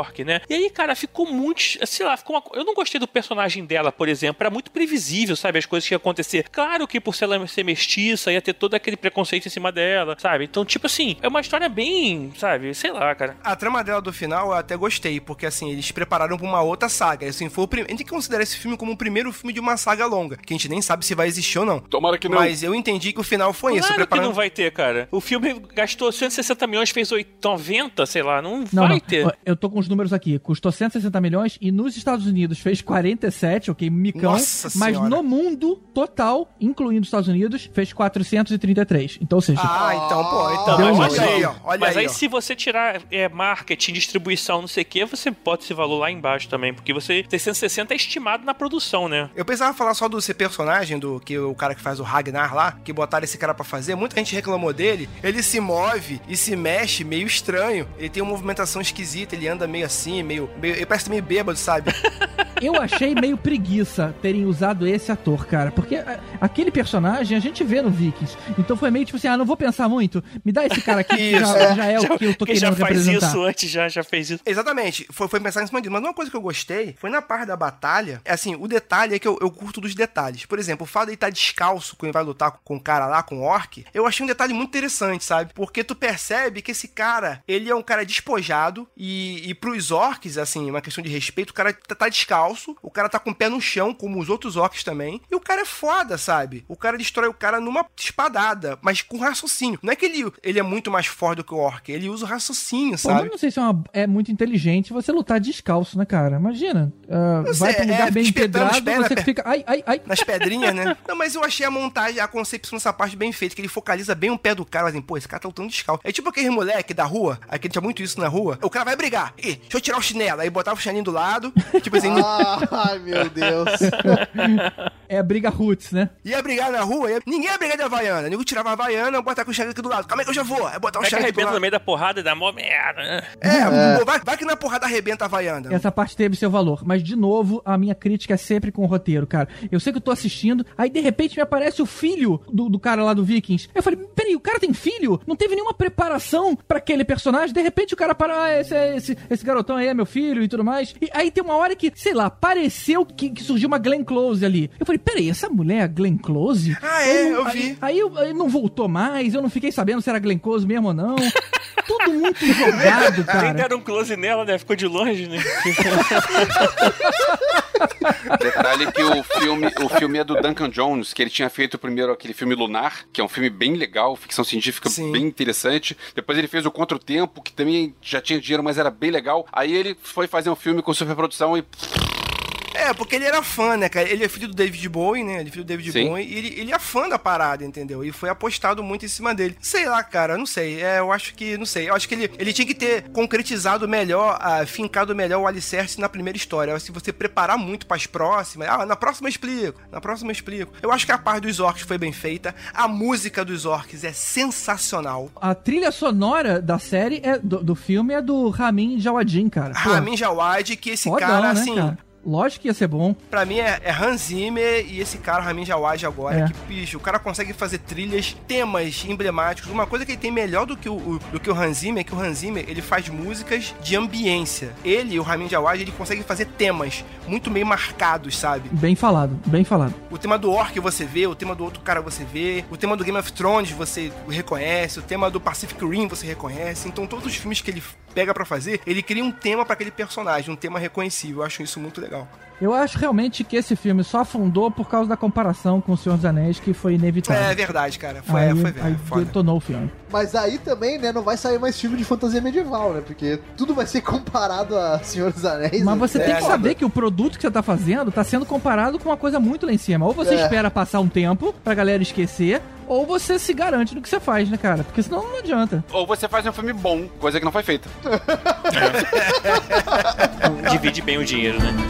Orc, né? E aí, cara, ficou muito, sei lá, eu não gostei do personagem dela, por exemplo, era muito previsível, sabe, as coisas que iam acontecer. Claro que por ela ser mestiça, ia ter todo aquele preconceito em cima dela, sabe? Então, tipo assim, é uma história bem, sabe, sei lá, cara. A trama dela do final eu até gostei, porque assim, eles prepararam pra uma outra saga. Assim, foi a gente considera esse filme como o primeiro filme de uma saga longa, que a gente nem sabe se vai existir ou não. Tomara que não. Mas eu entendi que o final foi isso. Claro que não vai ter, cara. O filme gastou 160 milhões, fez 90, sei lá, não vai ter. Eu tô com os números aqui. Custou 160 milhões e nos Estados Unidos fez 47, ok, micão. Nossa mas senhora. no mundo total, incluindo os Estados Unidos, fez 433. Então, ou seja... então, pô, então. Deu Olha isso. aí, ó. Olha Mas aí, ó. se você tirar marketing, distribuição, não sei o que, você bota esse valor lá embaixo também, porque você tem 160 é estimado na produção, né? Eu pensava falar só do personagem, do que o cara que faz o Ragnar lá, que botaram esse cara pra fazer, muita gente reclamou dele. Ele se move e se mexe meio estranho. Ele tem uma movimentação esquisita, ele anda meio assim, ele parece meio bêbado, sabe? Eu achei meio preguiça terem usado esse ator, cara, porque aquele personagem a gente vê no Vikings. Então foi meio tipo assim, não vou pensar muito, me dá esse cara aqui que já é o que eu tô querendo representar. Já faz isso antes, já fez isso. Exatamente, foi pensar em cima disso. Mas uma coisa que eu gostei foi na parte da batalha, assim, o detalhe é que eu curto dos detalhes. Por exemplo, o fato de ele estar descalço quando ele vai lutar com o cara lá, com o Orc, eu achei um detalhe muito interessante, sabe? Porque tu percebe que esse cara, ele é um cara despojado e pros orcs, assim, uma questão de respeito, o cara tá descalço, o cara tá com o pé no chão, como os outros orcs também, e o cara é foda, sabe? O cara destrói o cara numa espadada, mas com raciocínio. Não é que ele é muito mais forte do que o orc, ele usa o raciocínio, Pô, sabe? mas não sei se é muito inteligente você lutar descalço, né, cara? Imagina. Vai pra um lugar bem espetando os empedrado, pés você fica... Ai. Nas pedrinhas, né? Não, mas eu achei a montagem, a concepção dessa parte bem feita, que ele focaliza bem o pé do cara, assim, pô, esse cara tá lutando descalço. É tipo aquele moleque da rua, aquele tinha muito isso na rua, o cara vai brigar, deixa eu tirar o chinelo, aí botava o chinelinho do lado, tipo assim... Ai, meu Deus. É a briga roots, né? Ia brigar na rua, ninguém ia brigar de Havaiana, ninguém tirava a Havaiana, botar com o chinelo aqui do lado, calma aí que eu já vou, aí botar o Vai que chinelo aqui do arrebenta no lado. meio da porrada e dá mó merda, né? Vai que na porrada arrebenta a Havaiana. Essa parte teve seu valor. Mas, de novo, a minha crítica é sempre com o roteiro, cara. Eu sei que eu tô assistindo, aí de repente me aparece o filho do cara lá do Vikings. Eu falei, peraí, o cara tem filho? Não teve nenhuma preparação pra aquele personagem? De repente o cara para, esse garotão aí é meu filho e tudo mais. E aí tem uma hora que, sei lá, pareceu que surgiu uma Glenn Close ali. Eu falei, peraí, essa mulher é a Glenn Close? Eu vi. Aí não voltou mais, eu não fiquei sabendo se era Glenn Close mesmo ou não. Tudo muito jogado, cara. Nem deram um close nela, né? Ficou de longe, né? Detalhe que o filme é do Duncan Jones, que ele tinha feito primeiro aquele filme Lunar, que é um filme bem legal, ficção científica bem interessante. Depois ele fez o Contra o Tempo, que também já tinha dinheiro, mas era bem legal. Aí ele foi fazer um filme com superprodução e... Porque ele era fã, né, cara? Ele é filho do David Bowie, né? Ele é filho do David Bowie e ele é fã da parada, entendeu? E foi apostado muito em cima dele. Sei lá, cara, não sei. Eu acho que, não sei. Eu acho que ele tinha que ter concretizado melhor, fincado melhor o alicerce na primeira história. Se você preparar muito pras próximas, na próxima eu explico. Eu acho que a parte dos orcs foi bem feita. A música dos orcs é sensacional. A trilha sonora da série, do filme, é do Ramin Djawadi, cara. Ramin Djawadi, que esse fodão, cara, né, assim... Cara? Lógico que ia ser bom. Pra mim é Hans Zimmer e esse cara, Ramin Djawadi agora, que, bicho, o cara consegue fazer trilhas, temas emblemáticos. Uma coisa que ele tem melhor do que o Hans Zimmer é que o Hans Zimmer, ele faz músicas de ambiência. Ele, o Ramin Djawadi, ele consegue fazer temas muito meio marcados, sabe? Bem falado, bem falado. O tema do Orc você vê, o tema do outro cara você vê, o tema do Game of Thrones você reconhece, o tema do Pacific Rim você reconhece. Então todos os filmes que ele pega pra fazer, ele cria um tema pra aquele personagem, um tema reconhecível. Eu acho isso muito legal. Eu acho realmente que esse filme só afundou por causa da comparação com O Senhor dos Anéis, que foi inevitável. É verdade, cara. Foi detonou o filme. Mas aí também, né, não vai sair mais filme de fantasia medieval, né? Porque tudo vai ser comparado a Senhor dos Anéis. Mas você tem que saber né? que o produto que você tá fazendo tá sendo comparado com uma coisa muito lá em cima. Ou você espera passar um tempo pra galera esquecer, ou você se garante no que você faz, né, cara? Porque senão não adianta. Ou você faz um filme bom, coisa que não foi feita. Divide bem o dinheiro, né?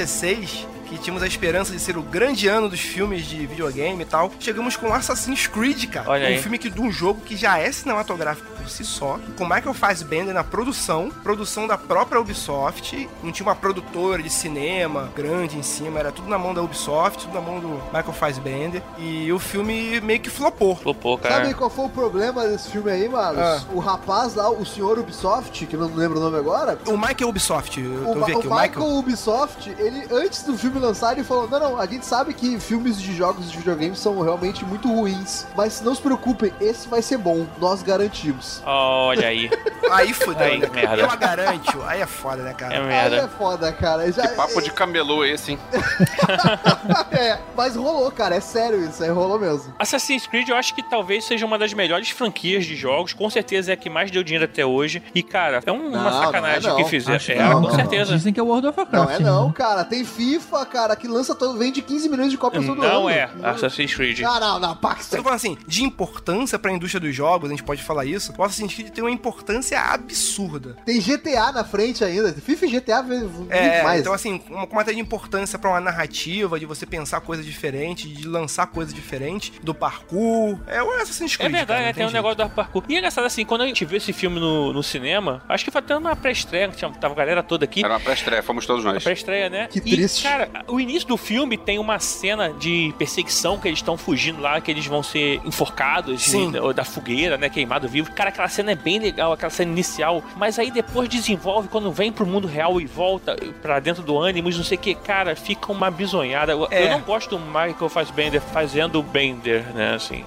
2016, que tínhamos a esperança de ser o grande ano dos filmes de videogame e tal, chegamos com Assassin's Creed, cara. Olha aí. Um filme de um jogo que já é cinematográfico por si só, com Michael Fassbender na produção da própria Ubisoft, não tinha uma produtora de cinema grande em cima, era tudo na mão da Ubisoft, tudo na mão do Michael Fassbender, e o filme meio que flopou. Flopou, cara. Sabe qual foi o problema desse filme aí, Marlos? O rapaz lá, o senhor Ubisoft, que eu não lembro o nome agora. O Michael Ubisoft, eu tô vendo aqui, o Michael Ubisoft, ele, antes do filme lançar, ele falou, não, a gente sabe que filmes de jogos de videogame são realmente muito ruins, mas não se preocupem, esse vai ser bom, nós garantimos. Olha aí. Aí fudeu, Aí, né? merda. Eu a garanto, aí é foda, né, cara? É Aí merda. é foda, cara. Já, Que papo de camelô esse, hein? mas rolou, cara, é sério isso, aí rolou mesmo. Assassin's Creed eu acho que talvez seja uma das melhores franquias de jogos, com certeza é a que mais deu dinheiro até hoje, e cara, é uma Não, sacanagem não é não. que fizeram. Acho que É, não, com não. certeza. Dizem que é World of Warcraft. Não é não, cara, tem FIFA, cara, que lança todo, vende 15 milhões de cópias todo ano. Não é Assassin's Creed. Não, Pax. Eu tô falando assim, de importância pra indústria dos jogos, a gente pode falar isso, o Assassin's Creed tem uma importância absurda. Tem GTA na frente ainda, FIFA e GTA vende mais. Então assim, uma matéria de importância pra uma narrativa, de você pensar coisas diferentes, de lançar coisas diferentes, do parkour, é o Assassin's Creed. É verdade, cara, né? Tem um jeito. negócio do parkour. E é engraçado assim, quando a gente viu esse filme no cinema, acho que foi até uma pré-estreia, que tava a galera toda aqui. Era uma pré-estreia, fomos todos nós. Pré-estreia, né? Que triste. E, cara, o início do filme tem uma cena de perseguição que eles estão fugindo lá, que eles vão ser enforcados ou da fogueira, né? Queimado vivo. Cara, aquela cena é bem legal, aquela cena inicial. Mas aí depois desenvolve, quando vem pro mundo real e volta pra dentro do Animus, não sei o que, cara, fica uma bizonhada. Eu não gosto do Michael Fassbender fazendo o Bender, né? Assim.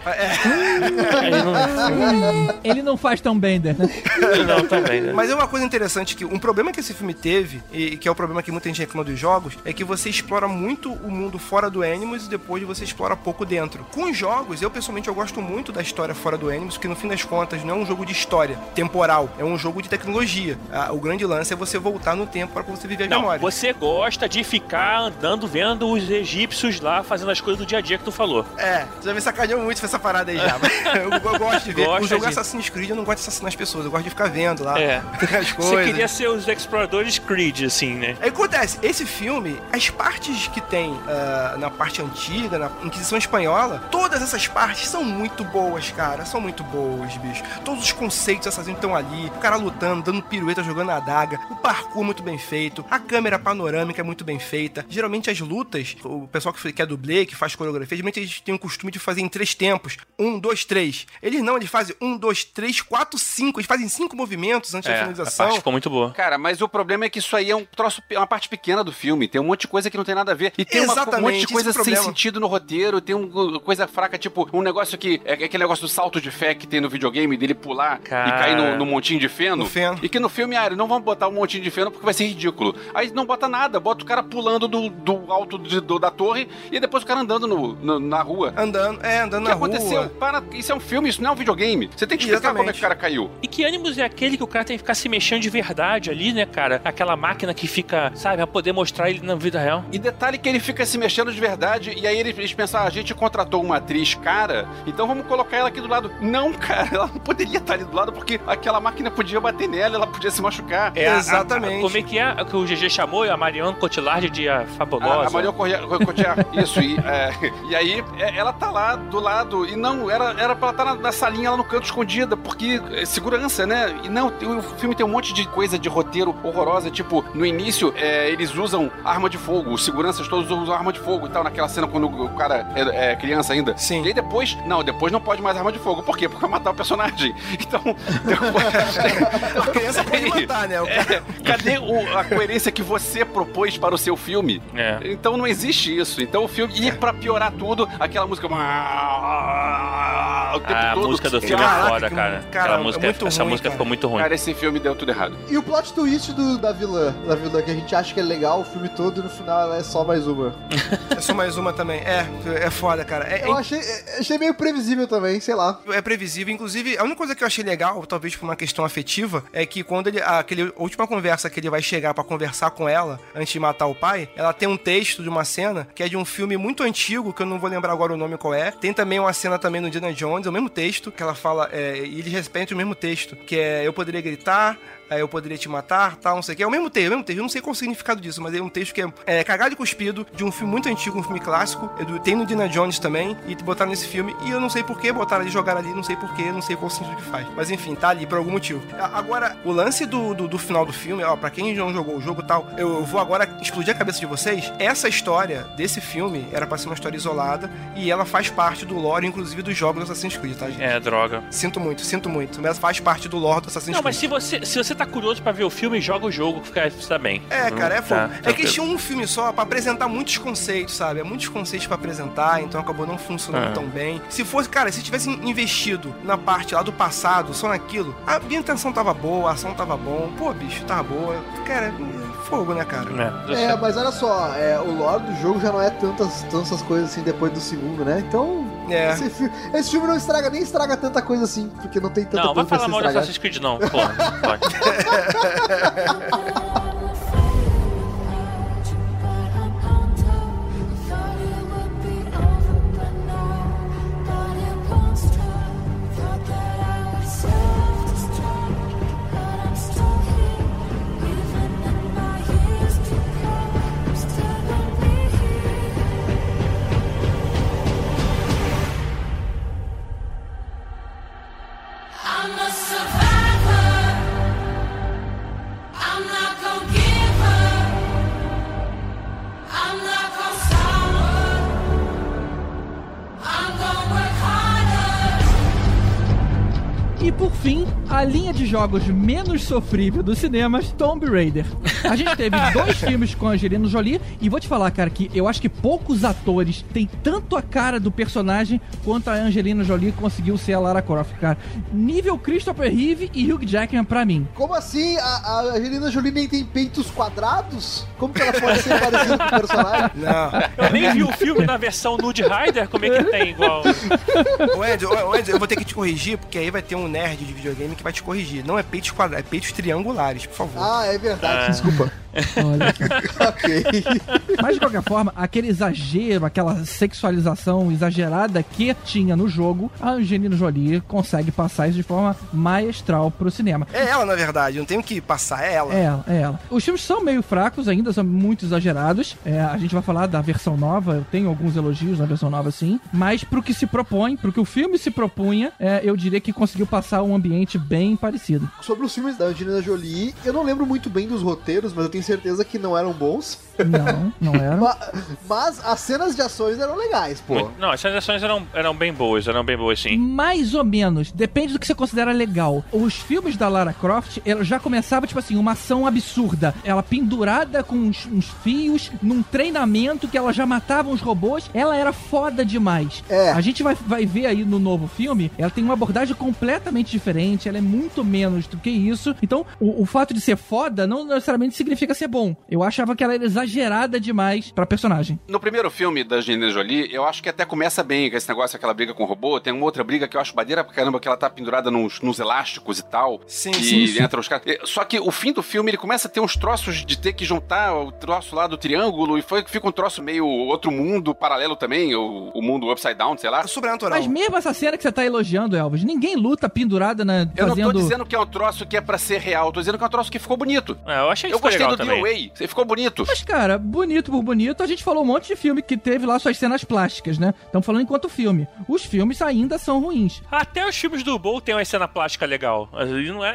Ele não faz tão Bender, né? Não, também, né? Mas é uma coisa interessante que um problema que esse filme teve, e que é o problema que muita gente reclama dos jogos, é que você explora muito o mundo fora do Animus e depois você explora pouco dentro. Com os jogos, eu pessoalmente eu gosto muito da história fora do Animus, que no fim das contas não é um jogo de história temporal, é um jogo de tecnologia. O grande lance é você voltar no tempo para você viver a memória. Você gosta de ficar andando, vendo os egípcios lá fazendo as coisas do dia a dia que tu falou. Você já me sacaneou muito essa parada aí já. Mas eu gosto de ver. Gosta O jogo de... Assassin's Creed eu não gosto de assassinar as pessoas, eu gosto de ficar vendo lá as coisas. Você queria ser os exploradores Creed, assim, né? Aí acontece, esse filme, as partes que tem na parte antiga, na Inquisição Espanhola, todas essas partes são muito boas, cara. São muito boas, bicho. Todos os conceitos assassinos estão ali. O cara lutando, dando pirueta, jogando a adaga. O parkour muito bem feito. A câmera panorâmica é muito bem feita. Geralmente as lutas, o pessoal que é dublê, que faz coreografia, geralmente eles têm o costume de fazer em 3 tempos. 1, 2, 3. Eles não, eles fazem 1, 2, 3, 4, 5. Eles fazem 5 movimentos antes da A finalização. parte ficou muito boa. Cara, mas o problema é que isso aí é uma parte pequena do filme. Tem um monte de coisa que não tem nada a ver. E tem um monte de coisa sem sentido no roteiro. Tem uma coisa fraca, tipo, um negócio que... É aquele negócio do salto de fé que tem no videogame, dele pular e cair no montinho de feno. E que no filme, não vamos botar um montinho de feno porque vai ser ridículo. Aí não bota nada. Bota o cara pulando do alto da torre e depois o cara andando na rua. Andando na rua. O que aconteceu? Isso é um filme, isso não é um videogame. Você tem que explicar como é que o cara caiu. E que Animus é aquele que o cara tem que ficar se mexendo de verdade ali, né, cara? Aquela máquina que fica, sabe, pra poder mostrar ele na vida real. E detalhe que ele fica se mexendo de verdade, e aí eles pensaram, a gente contratou uma atriz cara, então vamos colocar ela aqui do lado. Não, cara, ela não poderia estar ali do lado, porque aquela máquina podia bater nela, ela podia se machucar. Exatamente. Como é que o GG chamou a Marion Cotillard de a Fabulosa? A Marion Cotillard, isso. E aí ela tá lá do lado, e não, era pra ela estar na salinha lá no canto escondida, porque segurança, né? E não, o filme tem um monte de coisa de roteiro horrorosa, tipo, no início eles usam arma de fogo, os seguranças todos usam arma de fogo e tal, naquela cena quando o cara é criança ainda. Sim. E aí depois não pode mais arma de fogo. Por quê? Porque vai matar o personagem. Então, a criança pode matar, né? Cadê a coerência que você propôs para o seu filme? Então não existe isso. Então o filme, e pra piorar tudo, aquela música o tempo todo. A música do filme é foda, cara. Essa música ficou muito ruim. Cara, esse filme deu tudo errado. E o plot twist da vilã que a gente acha que é legal o filme todo e no final ela é só mais uma. É só mais uma também. É foda, cara. Eu achei meio previsível também, sei lá. É previsível. Inclusive, a única coisa que eu achei legal, talvez por uma questão afetiva, é que quando aquele última conversa que ele vai chegar pra conversar com ela, antes de matar o pai, ela tem um texto de uma cena que é de um filme muito antigo, que eu não vou lembrar agora o nome qual é. Tem também uma cena também no Indiana Jones, é o mesmo texto, que ela fala, e eles repetem o mesmo texto, que é: eu poderia gritar, eu poderia te matar, tal, não sei o que. É o mesmo texto, eu não sei qual é o significado disso, mas é um texto que é cagado e cuspido de um filme muito antigo, um filme clássico, tem no Indiana Jones também, e botaram nesse filme, e eu não sei porquê, botaram ali, jogaram ali, não sei porquê, não sei qual sentido que faz. Mas enfim, tá ali por algum motivo. Agora, o lance do final do filme, ó, pra quem não jogou o jogo e tal, eu vou agora explodir a cabeça de vocês. Essa história desse filme era pra ser uma história isolada, e ela faz parte do lore, inclusive dos jogos do Assassin's Creed, tá, gente? É, droga. Sinto muito, mas faz parte do lore do Assassin's Creed. Não, mas se você tá curioso pra ver o filme, joga o jogo, fica bem. Cara, é fogo. Tá, que eles tinham um filme só pra apresentar muitos conceitos, sabe? Muitos conceitos pra apresentar, então acabou não funcionando tão bem. Se fosse, cara, se tivessem investido na parte lá do passado, só naquilo, a ambientação tava boa, a ação tava bom, pô, bicho, tava boa. Cara, fogo, né, cara? Mas olha só, o lore do jogo já não é tantas coisas assim depois do segundo, né? Então, esse filme não estraga, nem estraga tanta coisa assim, porque não tem tanta coisa. Não, vai falar mal do estragar. Assassin's Creed não, porra. Pode. E por fim, a linha de jogos menos sofrível dos cinemas, Tomb Raider. A gente teve 2 filmes com a Angelina Jolie, e vou te falar, cara, que eu acho que poucos atores têm tanto a cara do personagem quanto a Angelina Jolie conseguiu ser a Lara Croft, cara. Nível Christopher Reeve e Hugh Jackman pra mim. Como assim? A Angelina Jolie nem tem peitos quadrados? Como que ela pode ser parecida com o personagem? Não. Eu nem vi o filme na versão Nude Rider, como é que tem igual? Ô, Ed, eu vou ter que te corrigir, porque aí vai ter um nerd de videogame que vai te corrigir. Não é peitos quadrados, é peitos triangulares, por favor. Ah, é verdade, desculpa. Olha aqui. Ok. Mas de qualquer forma, aquele exagero, aquela sexualização exagerada que tinha no jogo, a Angelina Jolie consegue passar isso de forma maestral pro cinema. É ela, na verdade, não tem o que passar, é ela. É ela. Os filmes são meio fracos ainda, são muito exagerados. A gente vai falar da versão nova, eu tenho alguns elogios na versão nova, sim. Mas pro que se propõe, pro que o filme se propunha, eu diria que conseguiu passar um ambiente bem parecido. Sobre os filmes da Angelina Jolie, eu não lembro muito bem dos roteiros, mas eu tenho certeza que não eram bons. Não eram. Mas as cenas de ações eram legais, pô. Não, as cenas de ações eram bem boas, sim. Mais ou menos, depende do que você considera legal. Os filmes da Lara Croft, ela já começava, tipo assim, uma ação absurda. Ela pendurada com uns fios, num treinamento que ela já matava uns robôs, ela era foda demais. A gente vai ver aí no novo filme, ela tem uma abordagem completamente diferente, ela é muito menos do que isso. Então, o fato de ser foda não necessariamente significa ser bom. Eu achava que ela era exagerada demais pra personagem. No primeiro filme da Angelina Jolie, eu acho que até começa bem com esse negócio, aquela briga com o robô. Tem uma outra briga que eu acho maneira pra caramba, que ela tá pendurada nos elásticos e tal. Sim. Entra os caras. Só que o fim do filme, ele começa a ter uns troços de ter que juntar o troço lá do triângulo e fica um troço meio outro mundo paralelo também, o mundo Upside Down, sei lá. Sobrenatural. Mas mesmo essa cena que você tá elogiando, Elvis, ninguém luta pendurada Eu não tô dizendo que é um troço que é pra ser real, eu tô dizendo que é um troço que ficou bonito. Eu achei que eu gostei legal do também. DOA, você ficou bonito. Mas, cara, bonito por bonito, a gente falou um monte de filme que teve lá suas cenas plásticas, né? Estamos falando enquanto filme. Os filmes ainda são ruins. Até os filmes do Bowl tem uma cena plástica legal. Mas ele não é...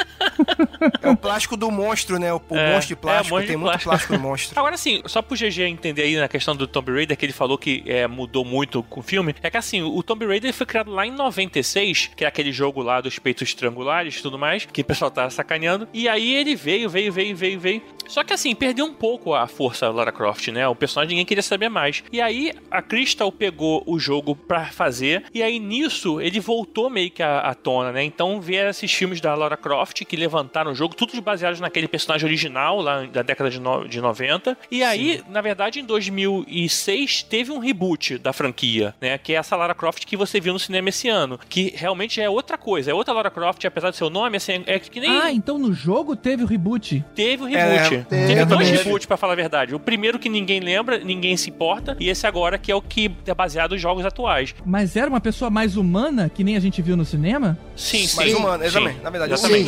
É o plástico do monstro, né? O monstro de plástico, tem muito plástico no monstro. Agora, assim, só pro GG entender aí na questão do Tomb Raider, que ele falou que mudou muito com o filme, é que assim, o Tomb Raider foi criado lá em 96, que é aquele jogo lá dos peitos triangulares e tudo mais, que o pessoal tá sacaneando, e aí ele veio. Só que assim, perdeu um pouco a força Lara Croft, né? O personagem ninguém queria saber mais. E aí a Crystal pegou o jogo pra fazer, e aí nisso ele voltou meio que à tona, né? Então vieram esses filmes da Lara Croft que levantaram o jogo, todos baseados naquele personagem original lá da década de 90. E aí, na verdade, em 2006 teve um reboot da franquia, né? Que é essa Lara Croft que você viu no cinema esse ano, que realmente é outra coisa, é outra Lara Croft, apesar do seu nome, assim, é que nem... Ah, então no jogo teve o reboot? Teve o reboot. Teve dois também. reboots, pra falar a verdade. O primeiro que ninguém lembra, ninguém se importa, e esse agora que é o que é baseado nos jogos atuais. Mas era uma pessoa mais humana, que nem a gente viu no cinema? Sim. Mais humana, exatamente. Na verdade,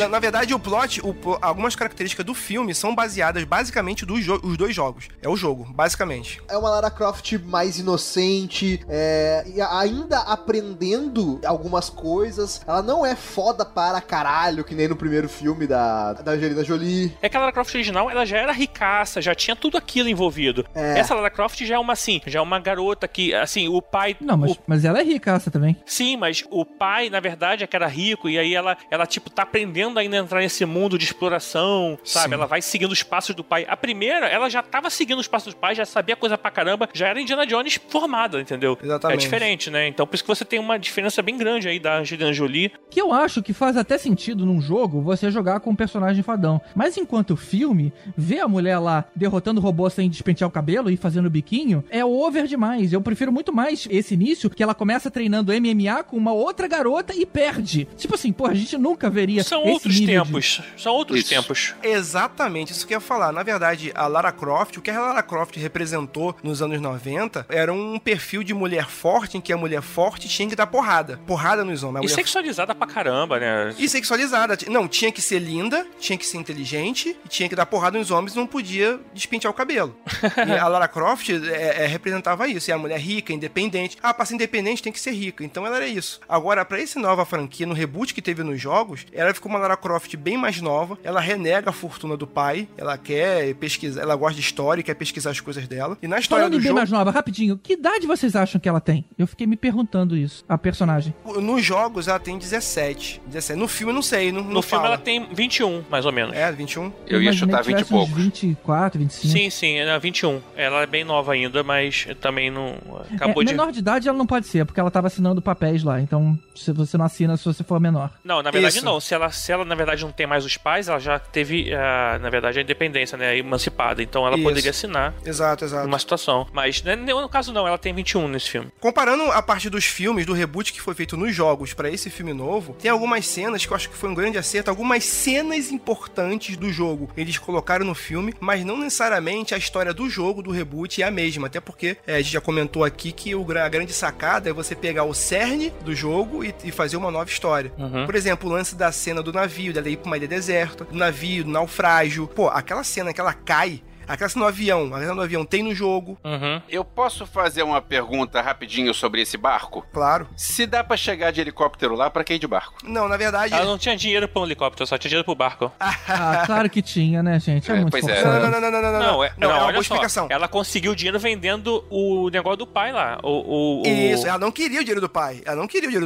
verdade, o plot, algumas características do filme são baseadas basicamente os dois jogos. É o jogo, basicamente. É uma Lara Croft mais inocente, e ainda aprendendo algumas coisas. Ela não é foda para caralho, que nem no primeiro filme da Angelina Jolie. É que a Lara Croft original, ela já era ricaça, já tinha tudo aquilo envolvido. Essa Lara Croft já é uma garota que, assim, o pai... Não, mas ela é ricaça também. Sim, mas o pai, na verdade, é que era rico, e aí ela tipo, tá aprendendo ainda a entrar nesse mundo de exploração, sabe? Sim. Ela vai seguindo os passos do pai. A primeira, ela já tava seguindo os passos do pai, já sabia coisa pra caramba, já era Indiana Jones formada, entendeu? Exatamente. É diferente, né? Então por isso que você tem uma diferença bem grande aí da Angelina Jolie. Que eu acho que faz até sentido num jogo você jogar com um personagem fadão. Mas enquanto filme, ver a mulher lá derrotando o robô sem despentear o cabelo e fazendo biquinho, é over demais. Eu prefiro muito mais esse início, que ela começa treinando MMA com uma outra garota e perde. Tipo assim, pô, a gente nunca veria São esse outros nível tempos. São outros tempos. Exatamente, isso que eu ia falar. Na verdade, a Lara Croft, o que a Lara Croft representou nos anos 90 era um perfil de mulher forte, em que a mulher forte tinha que dar porrada. Porrada nos homens. E sexualizada pra caramba, né? E sexualizada. Não, tinha que ser linda, tinha que ser inteligente, e tinha que dar porrada nos homens e não podia despentear o cabelo. E a Lara Croft representava isso. E a mulher rica, independente. Ah, pra ser independente tem que ser rica. Então ela era isso. Agora, pra essa nova franquia, no reboot que teve nos jogos, ela ficou uma Lara Croft bem mais nova. Ela renega a fortuna do pai. Ela quer pesquisar, ela gosta de história e quer pesquisar as coisas dela. E na história Falando do em bem jogo... mais nova, rapidinho, que idade vocês acham que ela tem? Eu fiquei me perguntando isso, a personagem. Nos jogos ela tem 17. No filme eu não sei, não filme ela tem 21, mais ou menos. 21. Eu ia chutar 20 e pouco. 24, 25. Sim, era 21. Ela é bem nova ainda, mas também não... Acabou de... Menor de idade ela não pode ser, porque ela tava assinando papéis lá, então se você não assina se você for menor. Não, na verdade não. Se ela na verdade não tem mais os pais, ela já teve, na verdade, a independência, né, emancipada. Então ela poderia assinar. Exato. Numa situação. Mas no caso não, ela tem 21 nesse filme. Comparando a parte dos filmes, do reboot que foi feito nos jogos pra esse filme novo, tem algumas cenas que eu acho que foi um grande acerto, algumas cenas importantes do jogo eles colocaram no filme, mas não necessariamente a história do jogo, do reboot, é a mesma. Até porque a gente já comentou aqui que a grande sacada é você pegar o cerne do jogo e fazer uma nova história. Uhum. Por exemplo, o lance da cena do navio, dela ir pra uma ilha deserta, do navio, do naufrágio. Pô, aquela cena que ela cai, aquela cena no avião tem no jogo. Uhum. Eu posso fazer uma pergunta rapidinho sobre esse barco? Claro. Se dá pra chegar de helicóptero lá, pra que ir de barco? Não, na verdade... Ela não tinha dinheiro pra um helicóptero, só tinha dinheiro pro barco. Ah, claro que tinha, né, gente? É muito pois forçado. Não, é uma boa explicação. Ela conseguiu dinheiro vendendo o negócio do pai lá. Isso, ela não queria o dinheiro do pai. Ela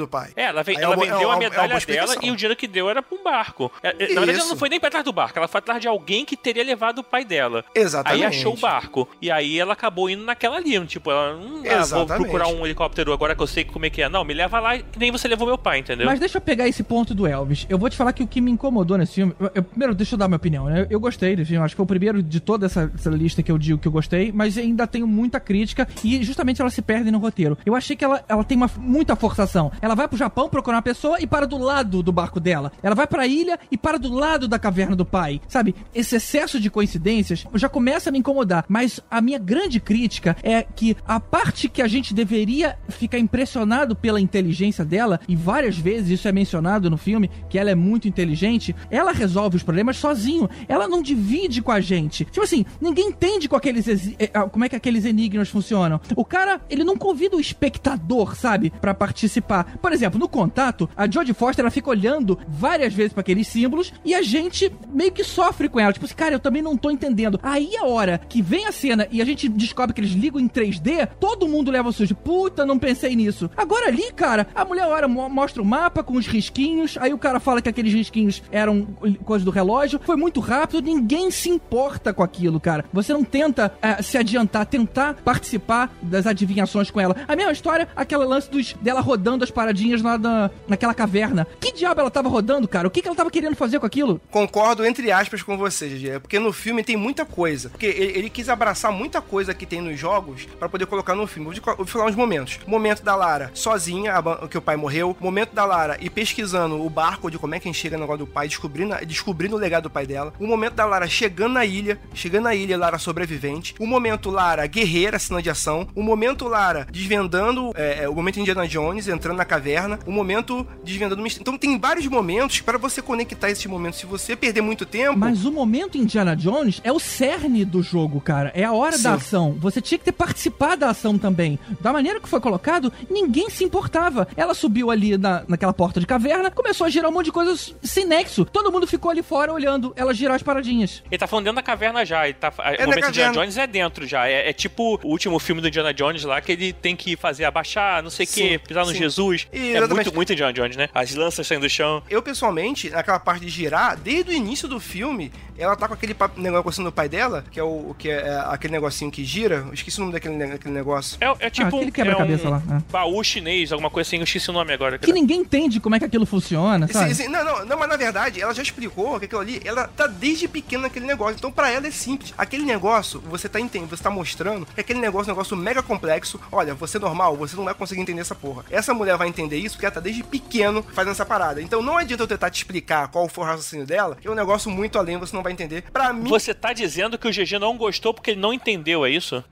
vendeu a medalha dela e o dinheiro que deu era pra um barco. Na verdade, ela não foi nem pra trás do barco, ela foi atrás de alguém que teria levado o pai dela. Exatamente. Aí achou o barco. E aí ela acabou indo naquela ali. Tipo, ela vou procurar um helicóptero agora que eu sei como é que é. Não, me leva lá que nem você levou meu pai, entendeu? Mas deixa eu pegar esse ponto do Elvis. Eu vou te falar que o que me incomodou nesse filme... Primeiro, deixa eu dar minha opinião, né? Eu gostei desse filme. Acho que foi o primeiro de toda essa lista que eu digo que eu gostei. Mas ainda tenho muita crítica. E justamente ela se perde no roteiro. Eu achei que ela tem muita forçação. Ela vai pro Japão procurar uma pessoa e para do lado do barco dela. Ela vai pra ilha e para do lado da caverna do pai. Sabe? Esse excesso de coincidências já começa a me incomodar. Mas a minha grande crítica é que a parte que a gente deveria ficar impressionado pela inteligência dela, e várias vezes isso é mencionado no filme, que ela é muito inteligente, ela resolve os problemas sozinho. Ela não divide com a gente. Tipo assim, ninguém entende como é que aqueles enigmas funcionam. O cara, ele não convida o espectador, sabe? Pra participar. Por exemplo, no Contato, a Jodie Foster, ela fica olhando várias vezes pra aqueles símbolos e a gente meio que sofre com ela. Tipo assim, cara, eu também não tô entendendo. Aí a hora que vem a cena e a gente descobre que eles ligam em 3D, todo mundo leva o sujo. Puta, não pensei nisso. Agora ali, cara, a mulher mostra o mapa com os risquinhos, aí o cara fala que aqueles risquinhos eram coisa do relógio, foi muito rápido, ninguém se importa com aquilo, cara. Você não tenta se adiantar, tentar participar das adivinhações com ela. A mesma história, aquela lance dela rodando as paradinhas lá naquela caverna. Que diabo ela tava rodando, cara? O que ela tava querendo fazer com aquilo? Concordo, entre aspas, com você, GG. Porque no filme tem muita coisa. coisa. Porque ele quis abraçar muita coisa que tem nos jogos pra poder colocar no filme. Vou falar uns momentos. O momento da Lara sozinha, que o pai morreu. O momento da Lara ir pesquisando o barco de como é que a gente chega no negócio do pai, descobrindo o legado do pai dela. O momento da Lara chegando na ilha, Lara sobrevivente. O momento Lara guerreira, cena de ação. O momento Lara desvendando, o momento Indiana Jones entrando na caverna. O momento desvendando o mistério. Então tem vários momentos para você conectar esses momentos. Se você perder muito tempo... Mas o momento Indiana Jones é o cerne do jogo, cara. É a hora da ação. Você tinha que ter participado da ação também. Da maneira que foi colocado, ninguém se importava. Ela subiu ali naquela porta de caverna, começou a girar um monte de coisas sem nexo. Todo mundo ficou ali fora olhando ela girar as paradinhas. Ele tá falando dentro da caverna já. O momento Indiana Jones é dentro já. É tipo o último filme do Indiana Jones lá, que ele tem que fazer abaixar, não sei o que, pisar no Jesus. É muito Indiana Jones, né? As lanças saindo do chão. Eu, pessoalmente, naquela parte de girar, desde o início do filme, ela tá com aquele negócio no pai dela, que é aquele negocinho que gira. Eu esqueci o nome daquele negócio. É tipo aquele quebra-cabeça lá. Baú chinês, alguma coisa assim. Eu esqueci o nome agora. Que ninguém entende como é que aquilo funciona, sabe? Sim. Não, mas na verdade, ela já explicou que aquilo ali, ela tá desde pequena naquele negócio. Então, pra ela é simples. Aquele negócio, você tá entendendo, você tá mostrando que aquele negócio é um negócio mega complexo. Olha, você normal, você não vai conseguir entender essa porra. Essa mulher vai entender isso porque ela tá desde pequeno fazendo essa parada. Então, não adianta eu tentar te explicar qual foi o raciocínio dela, que é um negócio muito além, você não vai entender. Pra mim... Você tá dizendo que o GG não gostou porque ele não entendeu, é isso?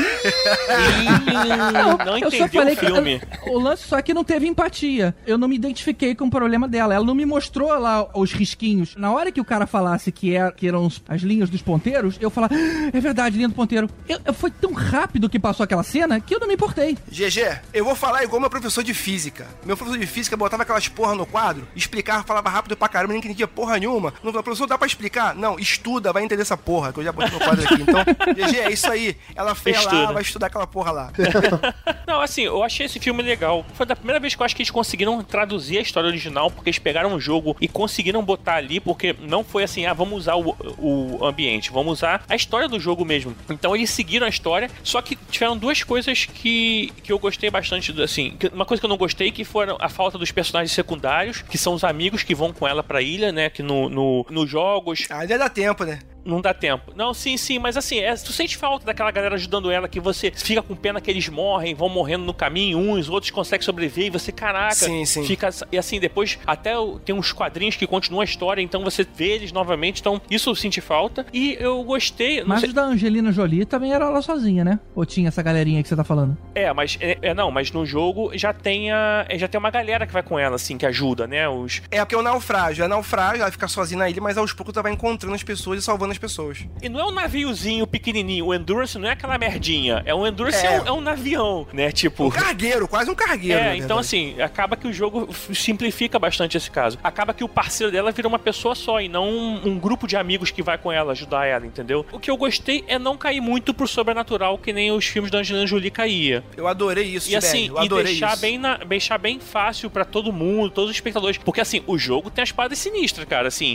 Não entendeu o filme. O lance só que não teve empatia. Eu não me identifiquei com o problema dela. Ela não me mostrou lá os risquinhos. Na hora que o cara falasse que eram as linhas dos ponteiros, eu falava, é verdade, linha do ponteiro. Foi tão rápido que passou aquela cena que eu não me importei. GG, eu vou falar igual meu professor de física. Meu professor de física botava aquelas porra no quadro, explicava, falava rápido pra caramba, nem entendia porra nenhuma. Não falava, professor, dá pra explicar? Não, estuda, vai entender essa porra, que eu já botei no quadro aqui. Então, GG, é isso aí. Ela fez lá, vai estudar aquela porra lá. Não, assim, eu achei esse filme legal. Foi da primeira vez que eu acho que eles conseguiram traduzir a história original, porque eles pegaram o jogo e conseguiram botar ali, porque não foi assim, vamos usar o ambiente, vamos usar a história do jogo mesmo. Então eles seguiram a história, só que tiveram duas coisas que eu gostei bastante, assim, uma coisa que eu não gostei, que foram a falta dos personagens secundários, que são os amigos que vão com ela pra ilha, né, que nos jogos... Ainda dá tempo, né? Não dá tempo. Não, sim, mas assim, tu sente falta daquela galera ajudando ela, que você fica com pena que eles vão morrendo no caminho, uns, outros conseguem sobreviver, e você, caraca, sim. Fica, e assim, depois até tem uns quadrinhos que continuam a história, então você vê eles novamente, então isso eu senti falta, e eu gostei... Mas os da Angelina Jolie também era ela sozinha, né? Ou tinha essa galerinha que você tá falando? Mas no jogo já tem uma galera que vai com ela, assim, que ajuda, né? Porque é o naufrágio, ela fica sozinha na ilha, mas aos poucos ela vai encontrando as pessoas e salvando as pessoas. E não é um naviozinho pequenininho, o Endurance não é aquela merdinha, o Endurance é um navião, né, tipo... Um cargueiro, quase um cargueiro. Então assim, acaba que o jogo simplifica bastante esse caso. Acaba que o parceiro dela vira uma pessoa só e não um grupo de amigos que vai com ela, ajudar ela, entendeu? O que eu gostei é não cair muito pro sobrenatural que nem os filmes da Angelina Jolie caía. Eu adorei isso, e assim, deixar bem fácil pra todo mundo, todos os espectadores, porque assim, o jogo tem as paradas sinistras, cara, assim,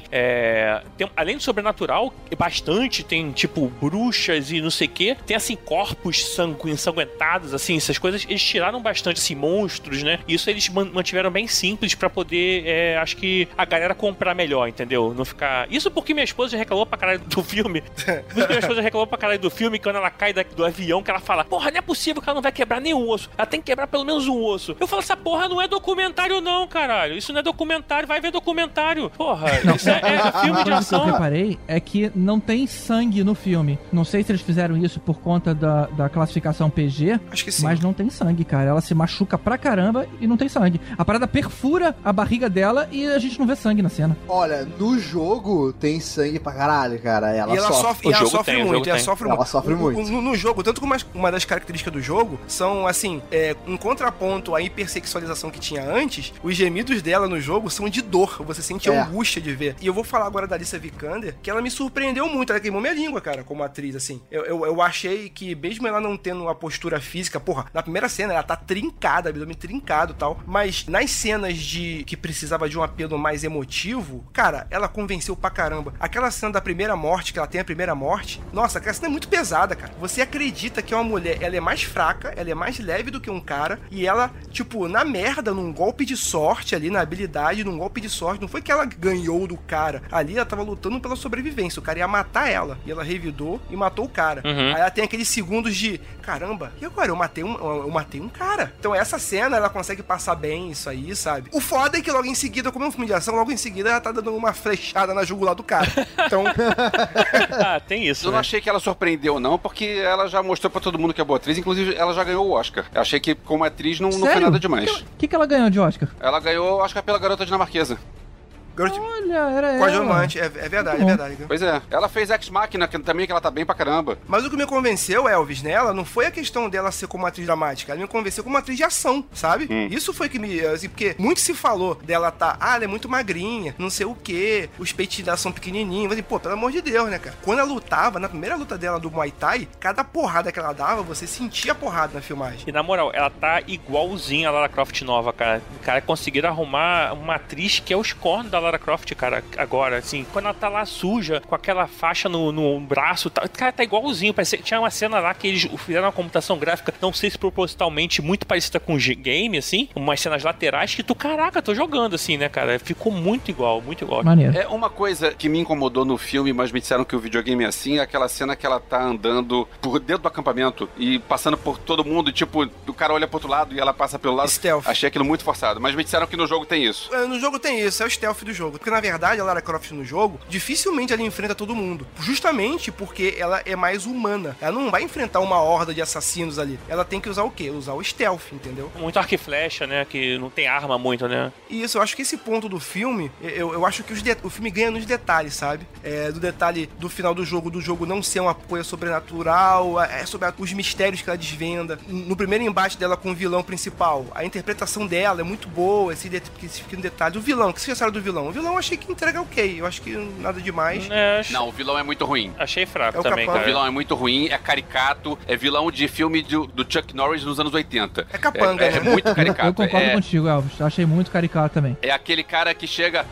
além do sobrenatural, bastante, tem tipo bruxas e não sei o que, tem assim corpos ensanguentados, assim, essas coisas, eles tiraram bastante assim, monstros, né? Isso eles mantiveram bem simples pra poder, acho que a galera comprar melhor, entendeu? Não ficar... Isso porque minha esposa já reclamou pra caralho do filme. Minha esposa já reclamou pra caralho do filme, quando ela cai do avião, que ela fala, porra, não é possível que ela não vai quebrar nenhum osso, ela tem que quebrar pelo menos um osso. Eu falo, essa porra não é documentário não, caralho, isso não é documentário, vai ver documentário. Porra, isso é filme de ação. O que eu reparei é que não tem sangue no filme. Não sei se eles fizeram isso por conta da classificação PG. Acho que sim. Mas não tem sangue, cara. Ela se machuca pra caramba e não tem sangue. A parada perfura a barriga dela e a gente não vê sangue na cena. Olha, no jogo tem sangue pra caralho, cara. Ela sofre. Ela sofre muito. No jogo, tanto como uma das características do jogo, são, assim, um contraponto à hipersexualização que tinha antes, os gemidos dela no jogo são de dor. Você sente angústia de ver. E eu vou falar agora da Alicia Vikander, que ela me surpreendeu muito. Ela queimou minha língua, cara, como atriz, assim. Eu achei que, mesmo ela não tendo uma postura física, porra, na primeira cena ela tá trincada, abdômen trincado e tal, mas nas cenas que precisava de um apelo mais emotivo, cara, ela convenceu pra caramba. Aquela cena da primeira morte, que ela tem a primeira morte, nossa, aquela cena é muito pesada, cara. Você acredita que uma mulher, ela é mais fraca, ela é mais leve do que um cara, e ela, tipo, na merda, num golpe de sorte ali, na habilidade, num golpe de sorte, não foi que ela ganhou do cara, ali ela tava lutando pela sobrevivência, o cara cara ia matar ela. E ela revidou e matou o cara. Aí ela tem aqueles segundos de, caramba, e agora? Eu matei um cara. Então essa cena, ela consegue passar bem isso aí, sabe? O foda é que logo em seguida, como é um filme de ação, logo em seguida ela tá dando uma flechada na jugular do cara. Então... tem isso, Eu não achei que ela surpreendeu, não, porque ela já mostrou pra todo mundo que é boa atriz. Inclusive, ela já ganhou o Oscar. Eu achei que, como atriz, não foi nada demais. O que ela ganhou de Oscar? Ela ganhou o Oscar pela Garota Dinamarquesa. Olha, era ela. Coadjuvante, é verdade, é verdade. Pois é. Ela fez Ex Machina, que também que ela tá bem pra caramba. Mas o que me convenceu, Elvis, nela, não foi a questão dela ser como atriz dramática. Ela me convenceu como atriz de ação, sabe? Isso foi que me... Assim, porque muito se falou dela tá... ela é muito magrinha, não sei o quê. Os peitinhos dela são pequenininhos. Eu falei, pô, pelo amor de Deus, né, cara? Quando ela lutava, na primeira luta dela do Muay Thai, cada porrada que ela dava, você sentia a porrada na filmagem. E na moral, ela tá igualzinha a Lara Croft nova, cara. Cara, conseguiram arrumar uma atriz que é os cornos da Lara Croft, cara. Agora, assim, quando ela tá lá suja, com aquela faixa no braço, tá, cara, tá igualzinho. Parece, tinha uma cena lá que eles fizeram uma computação gráfica, não sei se propositalmente, muito parecida com game, assim, umas cenas laterais que tu, caraca, tô jogando, assim, né, cara? Ficou muito igual, muito igual. Maneiro. É uma coisa que me incomodou no filme, mas me disseram que o videogame é assim, é aquela cena que ela tá andando por dentro do acampamento e passando por todo mundo, e, tipo, o cara olha pro outro lado e ela passa pelo lado. Stealth. Achei aquilo muito forçado, mas me disseram que no jogo tem isso. No jogo tem isso, é o stealth do jogo. Porque, na verdade, a Lara Croft no jogo, dificilmente ela enfrenta todo mundo. Justamente porque ela é mais humana. Ela não vai enfrentar uma horda de assassinos ali. Ela tem que usar o quê? Usar o stealth, entendeu? Muito arco e flecha, né? Que não tem arma muito, né? E isso, eu acho que esse ponto do filme, eu acho que o filme ganha nos detalhes, sabe? Do detalhe do final do jogo não ser uma coisa sobrenatural, sobre os mistérios que ela desvenda. No primeiro embate dela com o vilão principal, a interpretação dela é muito boa, esse pequeno detalhe. O vilão, o que vocês acharam do vilão? O vilão eu achei que entrega ok, eu acho que nada demais. Não, o vilão é muito ruim. Achei fraco também, cara. O vilão é muito ruim, é caricato, é vilão de filme do Chuck Norris nos anos 80. É capanga, né? É muito caricato. Eu concordo contigo, Elvis. Eu achei muito caricato também. É aquele cara que chega,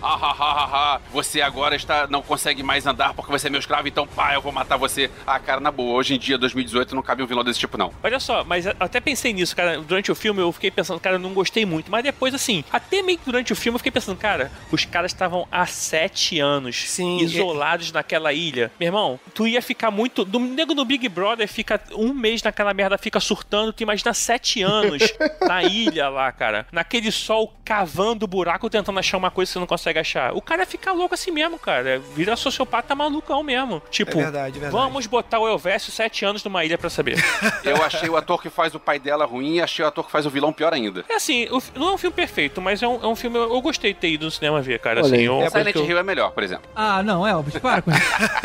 você agora não consegue mais andar porque você é meu escravo, então pá, eu vou matar você. Cara, na boa, hoje em dia, 2018, não cabe um vilão desse tipo, não. Olha só, mas eu até pensei nisso, cara. Durante o filme eu fiquei pensando, cara, eu não gostei muito. Mas depois, assim, até meio que durante o filme eu fiquei pensando, cara, os caras estavam há 7 anos isolados naquela ilha. Meu irmão, tu ia ficar muito... Do nego no Big Brother fica um mês naquela merda, fica surtando. Tu imagina 7 anos na ilha lá, cara. Naquele sol cavando o buraco, tentando achar uma coisa que você não consegue achar. O cara fica louco assim mesmo, cara. Vira sociopata malucão mesmo. Tipo, verdade. Vamos botar o Elvésio 7 anos numa ilha pra saber. Eu achei o ator que faz o pai dela ruim e achei o ator que faz o vilão pior ainda. É assim, não é um filme perfeito, mas é um filme... Eu gostei de ter ido no cinema ver, cara. Olha Assim, Silent Hill é melhor, por exemplo. Não, Elvis, para com isso.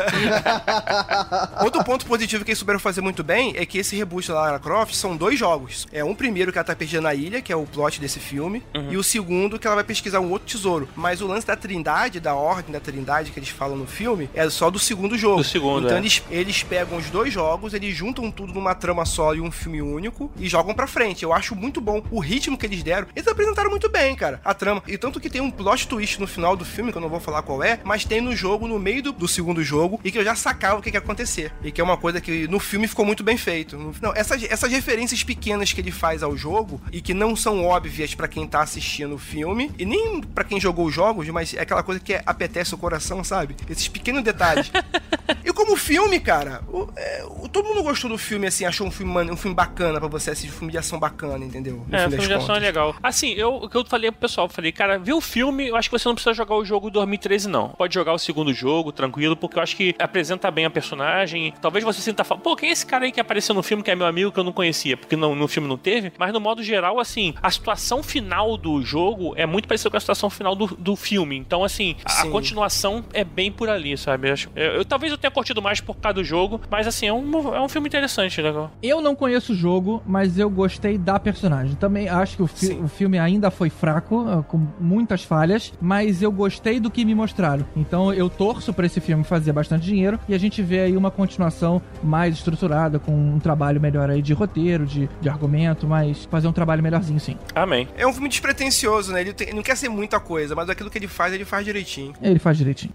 Outro ponto positivo que eles souberam fazer muito bem é que esse reboot da Lara Croft são 2 jogos. Um primeiro que ela tá perdida na ilha, que é o plot desse filme, e o segundo que ela vai pesquisar um outro tesouro. Mas o lance da Trindade, da Ordem da Trindade que eles falam no filme, é só do segundo jogo. Do segundo, então eles pegam os 2 jogos, eles juntam tudo numa trama só e um filme único e jogam pra frente. Eu acho muito bom o ritmo que eles deram. Eles apresentaram muito bem, cara, a trama. E tanto que tem um plot twist no final do filme, que eu não vou falar qual é, mas tem no jogo, no meio do segundo jogo, e que eu já sacava o que ia acontecer. E que é uma coisa que no filme ficou muito bem feito. Não, essas referências pequenas que ele faz ao jogo, e que não são óbvias pra quem tá assistindo o filme, e nem pra quem jogou os jogos, mas é aquela coisa que apetece o coração, sabe? Esses pequenos detalhes. E como filme, cara, todo mundo gostou do filme, assim, achou um filme bacana pra você assistir, um filme de ação bacana, entendeu? O filme de ação é legal. Assim, o que eu falei pro pessoal, falei, cara, vê o filme, eu acho que você não precisa jogar o jogo 2013, não. Pode jogar o segundo jogo, tranquilo, porque eu acho que apresenta bem a personagem. Talvez você sinta falando, pô, quem é esse cara aí que apareceu no filme que é meu amigo que eu não conhecia? Porque no filme não teve. Mas no modo geral, assim, a situação final do jogo é muito parecida com a situação final do filme. Então, assim, a continuação é bem por ali, sabe? Talvez eu tenha curtido mais por causa do jogo, mas assim, é um filme interessante, legal. Eu não conheço o jogo, mas eu gostei da personagem. Também acho que o filme ainda foi fraco, com muitas falhas, mas eu gostei do que me mostraram. Então eu torço pra esse filme fazer bastante dinheiro e a gente vê aí uma continuação mais estruturada, com um trabalho melhor aí de roteiro, de argumento, mas fazer um trabalho melhorzinho, sim. Amém. É um filme despretensioso, né? Ele não quer ser muita coisa, mas aquilo que ele faz direitinho. Ele faz direitinho.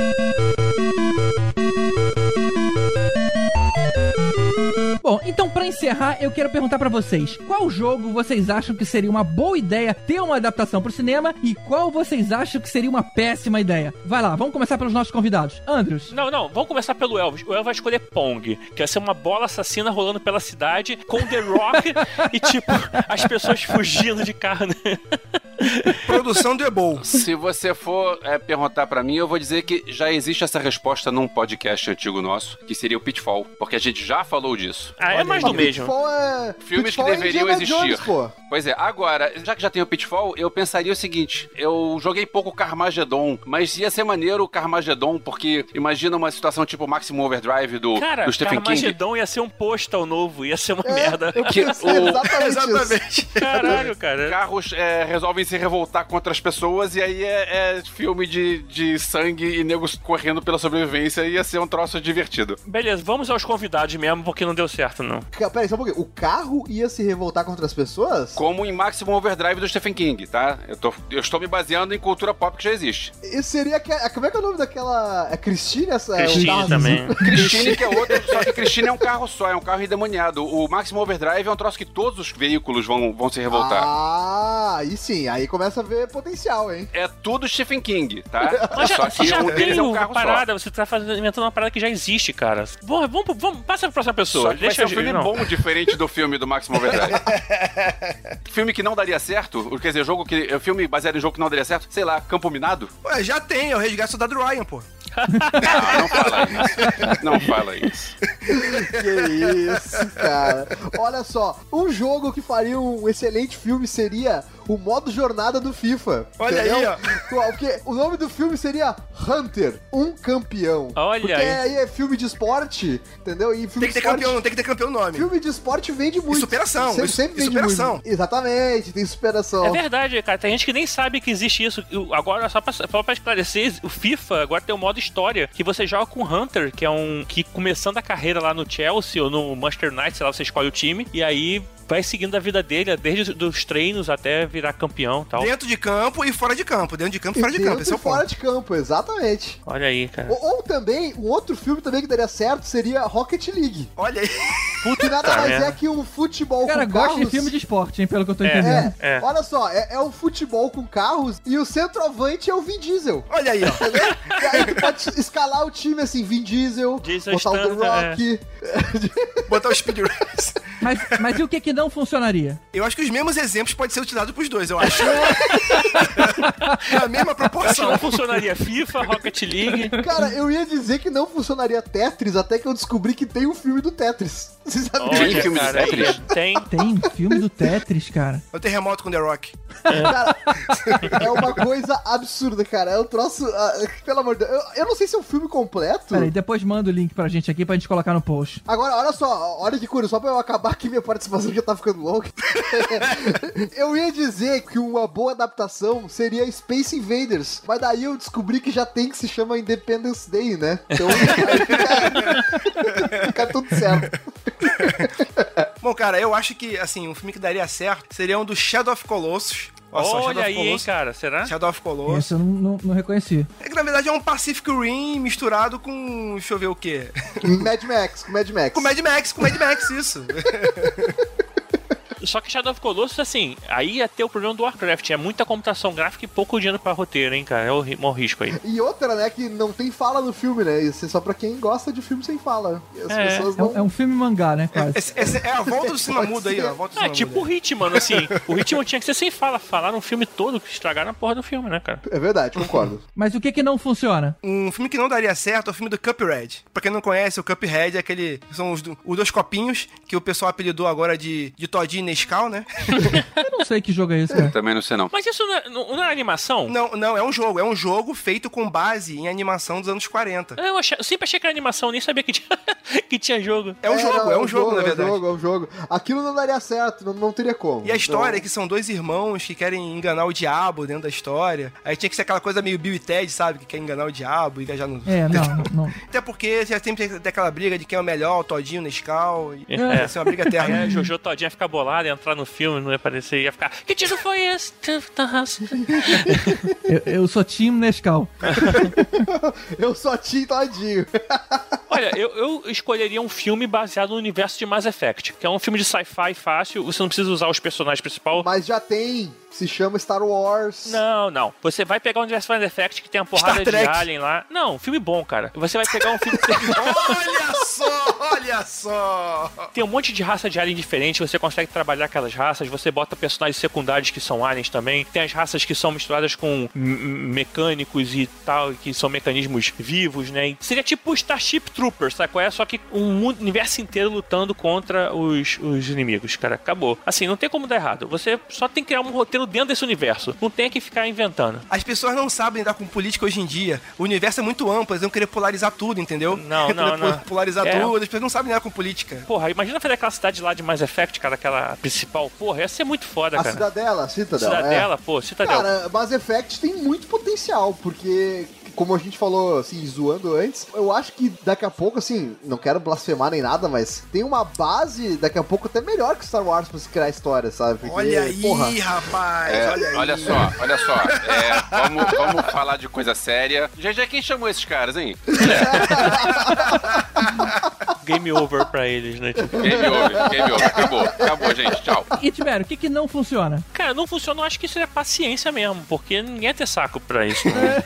Bom, então pra encerrar encerrar, eu quero perguntar pra vocês, qual jogo vocês acham que seria uma boa ideia ter uma adaptação pro cinema e qual vocês acham que seria uma péssima ideia? Vai lá, vamos começar pelos nossos convidados. Andrews. Não, vamos começar pelo Elvis. O Elvis vai escolher Pong, que vai ser uma bola assassina rolando pela cidade com The Rock e, tipo, as pessoas fugindo de carro, né? Produção do Ebol. Se você for perguntar pra mim, eu vou dizer que já existe essa resposta num podcast antigo nosso, que seria o Pitfall, porque a gente já falou disso. Ah, é mais do mesmo. Filmes que deveriam existir. Pois é, agora, já que já tem o Pitfall, eu pensaria o seguinte, eu joguei pouco Carmageddon, mas ia ser maneiro o Carmageddon, porque imagina uma situação tipo Maximum Overdrive do Stephen King. Carmageddon ia ser um postal novo, ia ser uma merda. Exatamente. Caralho, cara. Carros resolvem se revoltar contra as pessoas e aí é filme de sangue e negros correndo pela sobrevivência, ia ser um troço divertido. Beleza, vamos aos convidados mesmo, porque não deu certo, não. Peraí, só um pouquinho. O carro ia se revoltar contra as pessoas? Como em Maximum Overdrive do Stephen King, tá? Eu estou me baseando em cultura pop que já existe. E seria como é que é o nome daquela... É Christine essa? Christine também. Christine que é outra, só que Christine é um carro só, é um carro endemoniado. O Maximum Overdrive é um troço que todos os veículos vão se revoltar. Ah, aí sim, aí começa a ver potencial, hein? É tudo Stephen King, tá? Mas só que já um deles é um carro parada, só. você tá inventando uma parada que já existe, cara. Vamos passa pra próxima pessoa. Só que vai ser um filme bom, diferente do filme do Maximum Overdrive. Filme que não daria certo, quer dizer, filme baseado em jogo que não daria certo, sei lá, Campo Minado? Ué, já tem, é o Resgate do Soldado Ryan, pô. Não fala isso. Não fala isso. Que isso, cara. Olha só, um jogo que faria um excelente filme seria o modo jornada do FIFA. Olha entendeu? aí, ó. Porque o nome do filme seria Hunter, um campeão. Olha porque aí é filme de esporte, entendeu? E filme Tem que ter campeão, não tem que ter campeão o nome. Filme de esporte vende muito. E superação. Sempre vende superação. muito. Exatamente, tem superação. É verdade, cara. Tem gente que nem sabe que existe isso. Agora, só pra esclarecer, o FIFA agora tem um modo história, que você joga com o Hunter, que é que começando a carreira lá no Chelsea ou no Manchester United, sei lá, você escolhe o time, e aí vai seguindo a vida dele, desde os treinos até virar campeão e tal. Dentro de campo e fora de campo. Dentro de campo e fora de campo. Esse é o ponto. Fora de campo, exatamente. Olha aí, cara. Ou também, um outro filme também que daria certo seria Rocket League. Olha aí. Que nada mais é que um futebol Cara, com gosta carros. de filme de esporte, hein, pelo que eu tô entendendo. Olha só, é um futebol com carros e o centroavante é o Vin Diesel. Olha aí, ó. Entendeu? E aí tu pode escalar o time assim, Vin Diesel, botar o The Rock. Botar o Speed Race. Mas e o que não funcionaria? Eu acho que os mesmos exemplos podem ser utilizados pros dois, eu acho. É a mesma Eu acho que proporção. não funcionaria FIFA, Rocket League. Cara, eu ia dizer que não funcionaria Tetris até que eu descobri que tem um filme do Tetris. Você sabe Tem Olha, filme do cara, Tetris? Tem. Tem filme do Tetris, cara. É o terremoto com The Rock. Cara, é uma coisa absurda, cara. É um troço. Pelo amor de Deus. Eu não sei se é um filme completo. Peraí, depois manda o link pra gente aqui pra gente colocar no post. Agora, olha só, olha que curioso, só pra eu acabar aqui minha participação que já tá ficando longa. Eu ia dizer que uma boa adaptação seria Space Invaders, mas daí eu descobri que já tem que se chama Independence Day, né? Então fica tudo certo. Bom, cara, eu acho que, assim, um filme que daria certo seria um do Shadow of Colossus. Olha aí, hein, cara. Será? Shadow of Colossus. Esse eu não reconheci. É que, na verdade, é um Pacific Rim misturado com... Deixa eu ver o quê? Mad Max. Com Mad Max, isso. Só que Shadow of Colossus, assim, aí ia ter o problema do Warcraft. É muita computação gráfica e pouco dinheiro pra roteiro, hein, cara. É o risco aí. E outra, né, que não tem fala no filme, né? Isso é só pra quem gosta de filme sem fala. As pessoas não... É um filme mangá, né, quase. É a volta do cinema mudo aí, ó. A volta do cinema tipo mudo. o Hitman, assim. O Hitman tinha que ser sem fala. Falaram o filme todo, estragaram a porra do filme, né, cara? É verdade, concordo. Mas o que não funciona? Um filme que não daria certo é o filme do Cuphead. Pra quem não conhece, o Cuphead é aquele... São os dois copinhos que o pessoal apelidou agora de Todinho e Nescau, né? Eu não sei que jogo é esse, cara. Também não sei, não. Mas isso não é animação? Não, é um jogo. É um jogo feito com base em animação dos anos 40. Eu sempre achei que era animação, nem sabia que tinha jogo. É um jogo, na verdade. É um jogo. Aquilo não daria certo, não teria como. E a história é que são dois irmãos que querem enganar o diabo dentro da história. Aí tinha que ser aquela coisa meio Bill e Ted, sabe? Que quer enganar o diabo e viajar no... Não. Até porque já sempre tem aquela briga de quem é o melhor, o Todinho, o Nescau. E É. assim, uma briga eterna. Aí a Jojo Todinha ia ficar bolada, ia entrar no filme, não ia aparecer, ia ficar... Que tiro foi esse? Eu sou time Nescau. Eu só tinha Todinho. Olha, eu escolheria um filme baseado no universo de Mass Effect, que é um filme de sci-fi fácil, você não precisa usar os personagens principais. Mas já tem, se chama Star Wars. Não. Você vai pegar o universo Mass Effect que tem uma porrada de alien lá. Não, filme bom, cara. Você vai pegar um filme que Olha só! tem um monte de raça de alien diferente, você consegue trabalhar aquelas raças, você bota personagens secundários que são aliens também, tem as raças que são misturadas com mecânicos e tal, que são mecanismos vivos, né? Seria tipo Starship Troopers, sabe qual é? Só que um universo inteiro lutando contra os inimigos, cara. Acabou. Assim, não tem como dar errado. Você só tem que criar um roteiro dentro desse universo. Não tem que ficar inventando. As pessoas não sabem lidar com política hoje em dia. O universo é muito amplo, eles vão querer polarizar tudo, entendeu? Não. Polarizar tudo, as pessoas não sabem lidar com política. Porra, imagina fazer aquela cidade lá de Mass Effect, cara, aquela principal. Porra, ia ser muito foda, cara. Cidadela. Cidadela. Cara, Mass Effect tem muito potencial, porque... Como a gente falou, assim, zoando antes, eu acho que daqui a pouco, assim, não quero blasfemar nem nada, mas tem uma base, daqui a pouco, até melhor que Star Wars pra se criar história, sabe? Porque, olha aí, rapaz, olha só. Vamos falar de coisa séria. Já quem chamou esses caras, hein? Game over pra eles, né? Tipo... Game over. Acabou, gente. Tchau. E, Tibério, o que não funciona? Cara, não funciona, eu acho que isso é paciência mesmo, porque ninguém ia ter saco pra isso, né?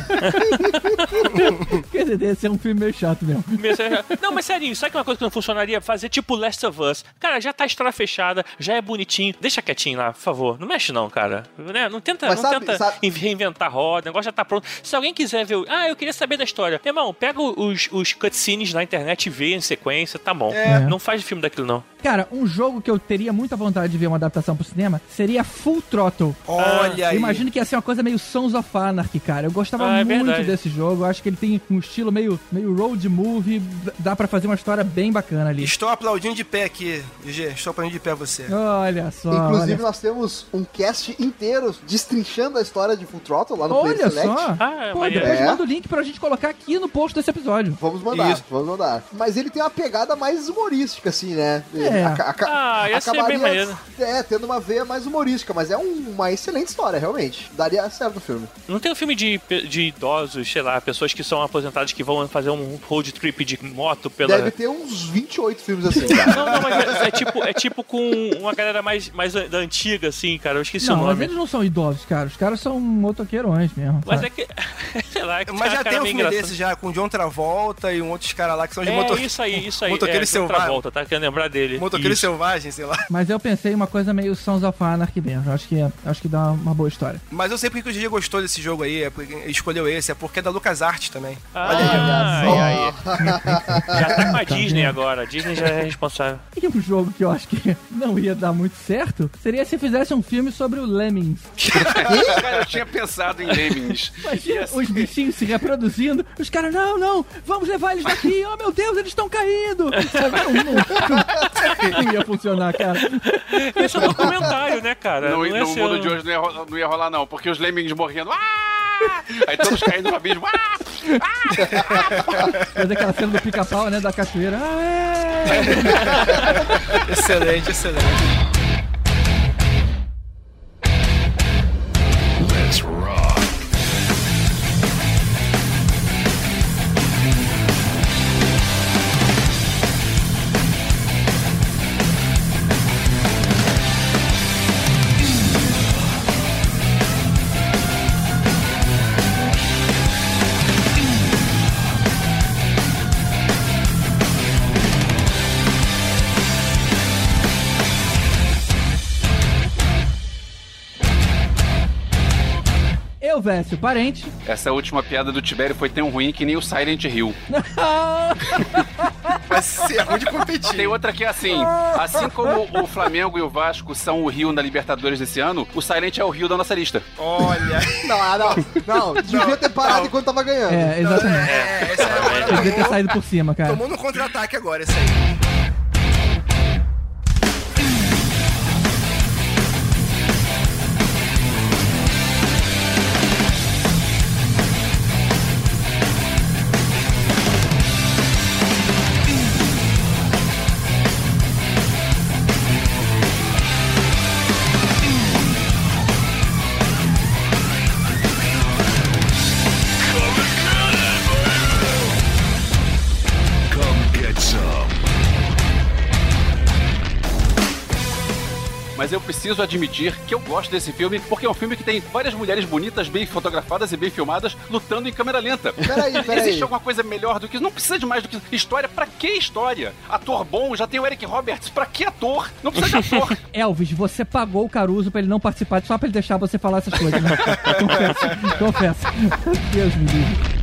Quer dizer, deve ser um filme meio chato mesmo. Não, mas sério, sabe que uma coisa que não funcionaria? Fazer tipo Last of Us. Cara, já tá a história fechada, já é bonitinho. Deixa quietinho lá, por favor. Não mexe não, cara. Né? Não tenta reinventar a roda, o negócio já tá pronto. Se alguém quiser ver... eu queria saber da história. Irmão, pega os cutscenes na internet e vê em sequência, tá bom. Não faz filme daquilo, não. Cara, um jogo que eu teria muita vontade de ver uma adaptação pro cinema seria Full Throttle. Olha aí. Imagino que ia ser uma coisa meio Sons of Anarchy, cara. Eu gostava muito desse jogo. Eu acho que ele tem um estilo meio road movie. Dá pra fazer uma história bem bacana ali. Estou aplaudindo de pé aqui, GG. Estou aplaudindo de pé você. Olha só. Inclusive, nós temos um cast inteiro destrinchando a história de Full Throttle lá no Player Select. Olha só. Pô, depois manda o link pra gente colocar aqui no post desse episódio. Vamos mandar. Mas ele tem uma pegada mais humorística, assim, né? Ia ser bem maneiro. Tendo uma veia mais humorística, mas é uma excelente história, realmente. Daria certo o filme. Não tem um filme de idosos, sei lá, pessoas que são aposentadas que vão fazer um road trip de moto pela... Deve ter uns 28 filmes assim, cara. Não, mas é tipo com uma galera mais da antiga, assim, cara. Eu esqueci o nome. Mas eles não são idosos, cara. Os caras são motoqueirões mesmo. Mas é que... sei lá, mas já tem um filme desse já, com o John Travolta e um outros caras lá que são de isso aí. Motoqueiros selvagens. Travolta, tá querendo lembrar dele. Motoqueiros selvagens, sei lá. Mas eu pensei em uma coisa meio Sons of Anarchy mesmo. Acho que dá uma boa história. Mas eu sei porque o GG gostou desse jogo aí, escolheu esse, é porque é da LucasArts também. Olha aí. Já tá com a Disney agora. A Disney já é responsável. E um jogo que eu acho que não ia dar muito certo seria se fizesse um filme sobre o Lemmings. Cara, eu tinha pensado em Lemmings. Imagina os bichinhos se reproduzindo. Os caras, não, vamos levar eles daqui. Oh, meu Deus, eles estão caindo. Não ia funcionar, cara. Esse é um documentário, né, cara? No mundo de hoje não ia rolar, não. Porque os Lemmings morrendo... Aí todos caindo no abismo. Fazer aquela cena do pica-pau, né? Da cachoeira. Excelente. Let's rock. Vécio, parente. Essa última piada do Tibério foi tão ruim que nem o Silent Hill. Vai ser ruim de competir. Tem outra que é assim como o Flamengo e o Vasco são o Rio na Libertadores desse ano, o Silent é o Rio da nossa lista. Olha. Não, devia ter parado enquanto tava ganhando. Exatamente. Devia ter saído por cima, cara. Tomou no contra-ataque agora, esse aí. mas eu preciso admitir que eu gosto desse filme, porque é um filme que tem várias mulheres bonitas, bem fotografadas e bem filmadas, lutando em câmera lenta. Peraí. Existe alguma coisa melhor do que isso? Não precisa de mais do que história. Pra que história? Ator bom, já tem o Eric Roberts. Pra que ator? Não precisa de ator. Elvis, você pagou o Caruso pra ele não participar, só pra ele deixar você falar essas coisas, né? Confessa. Deus me livre.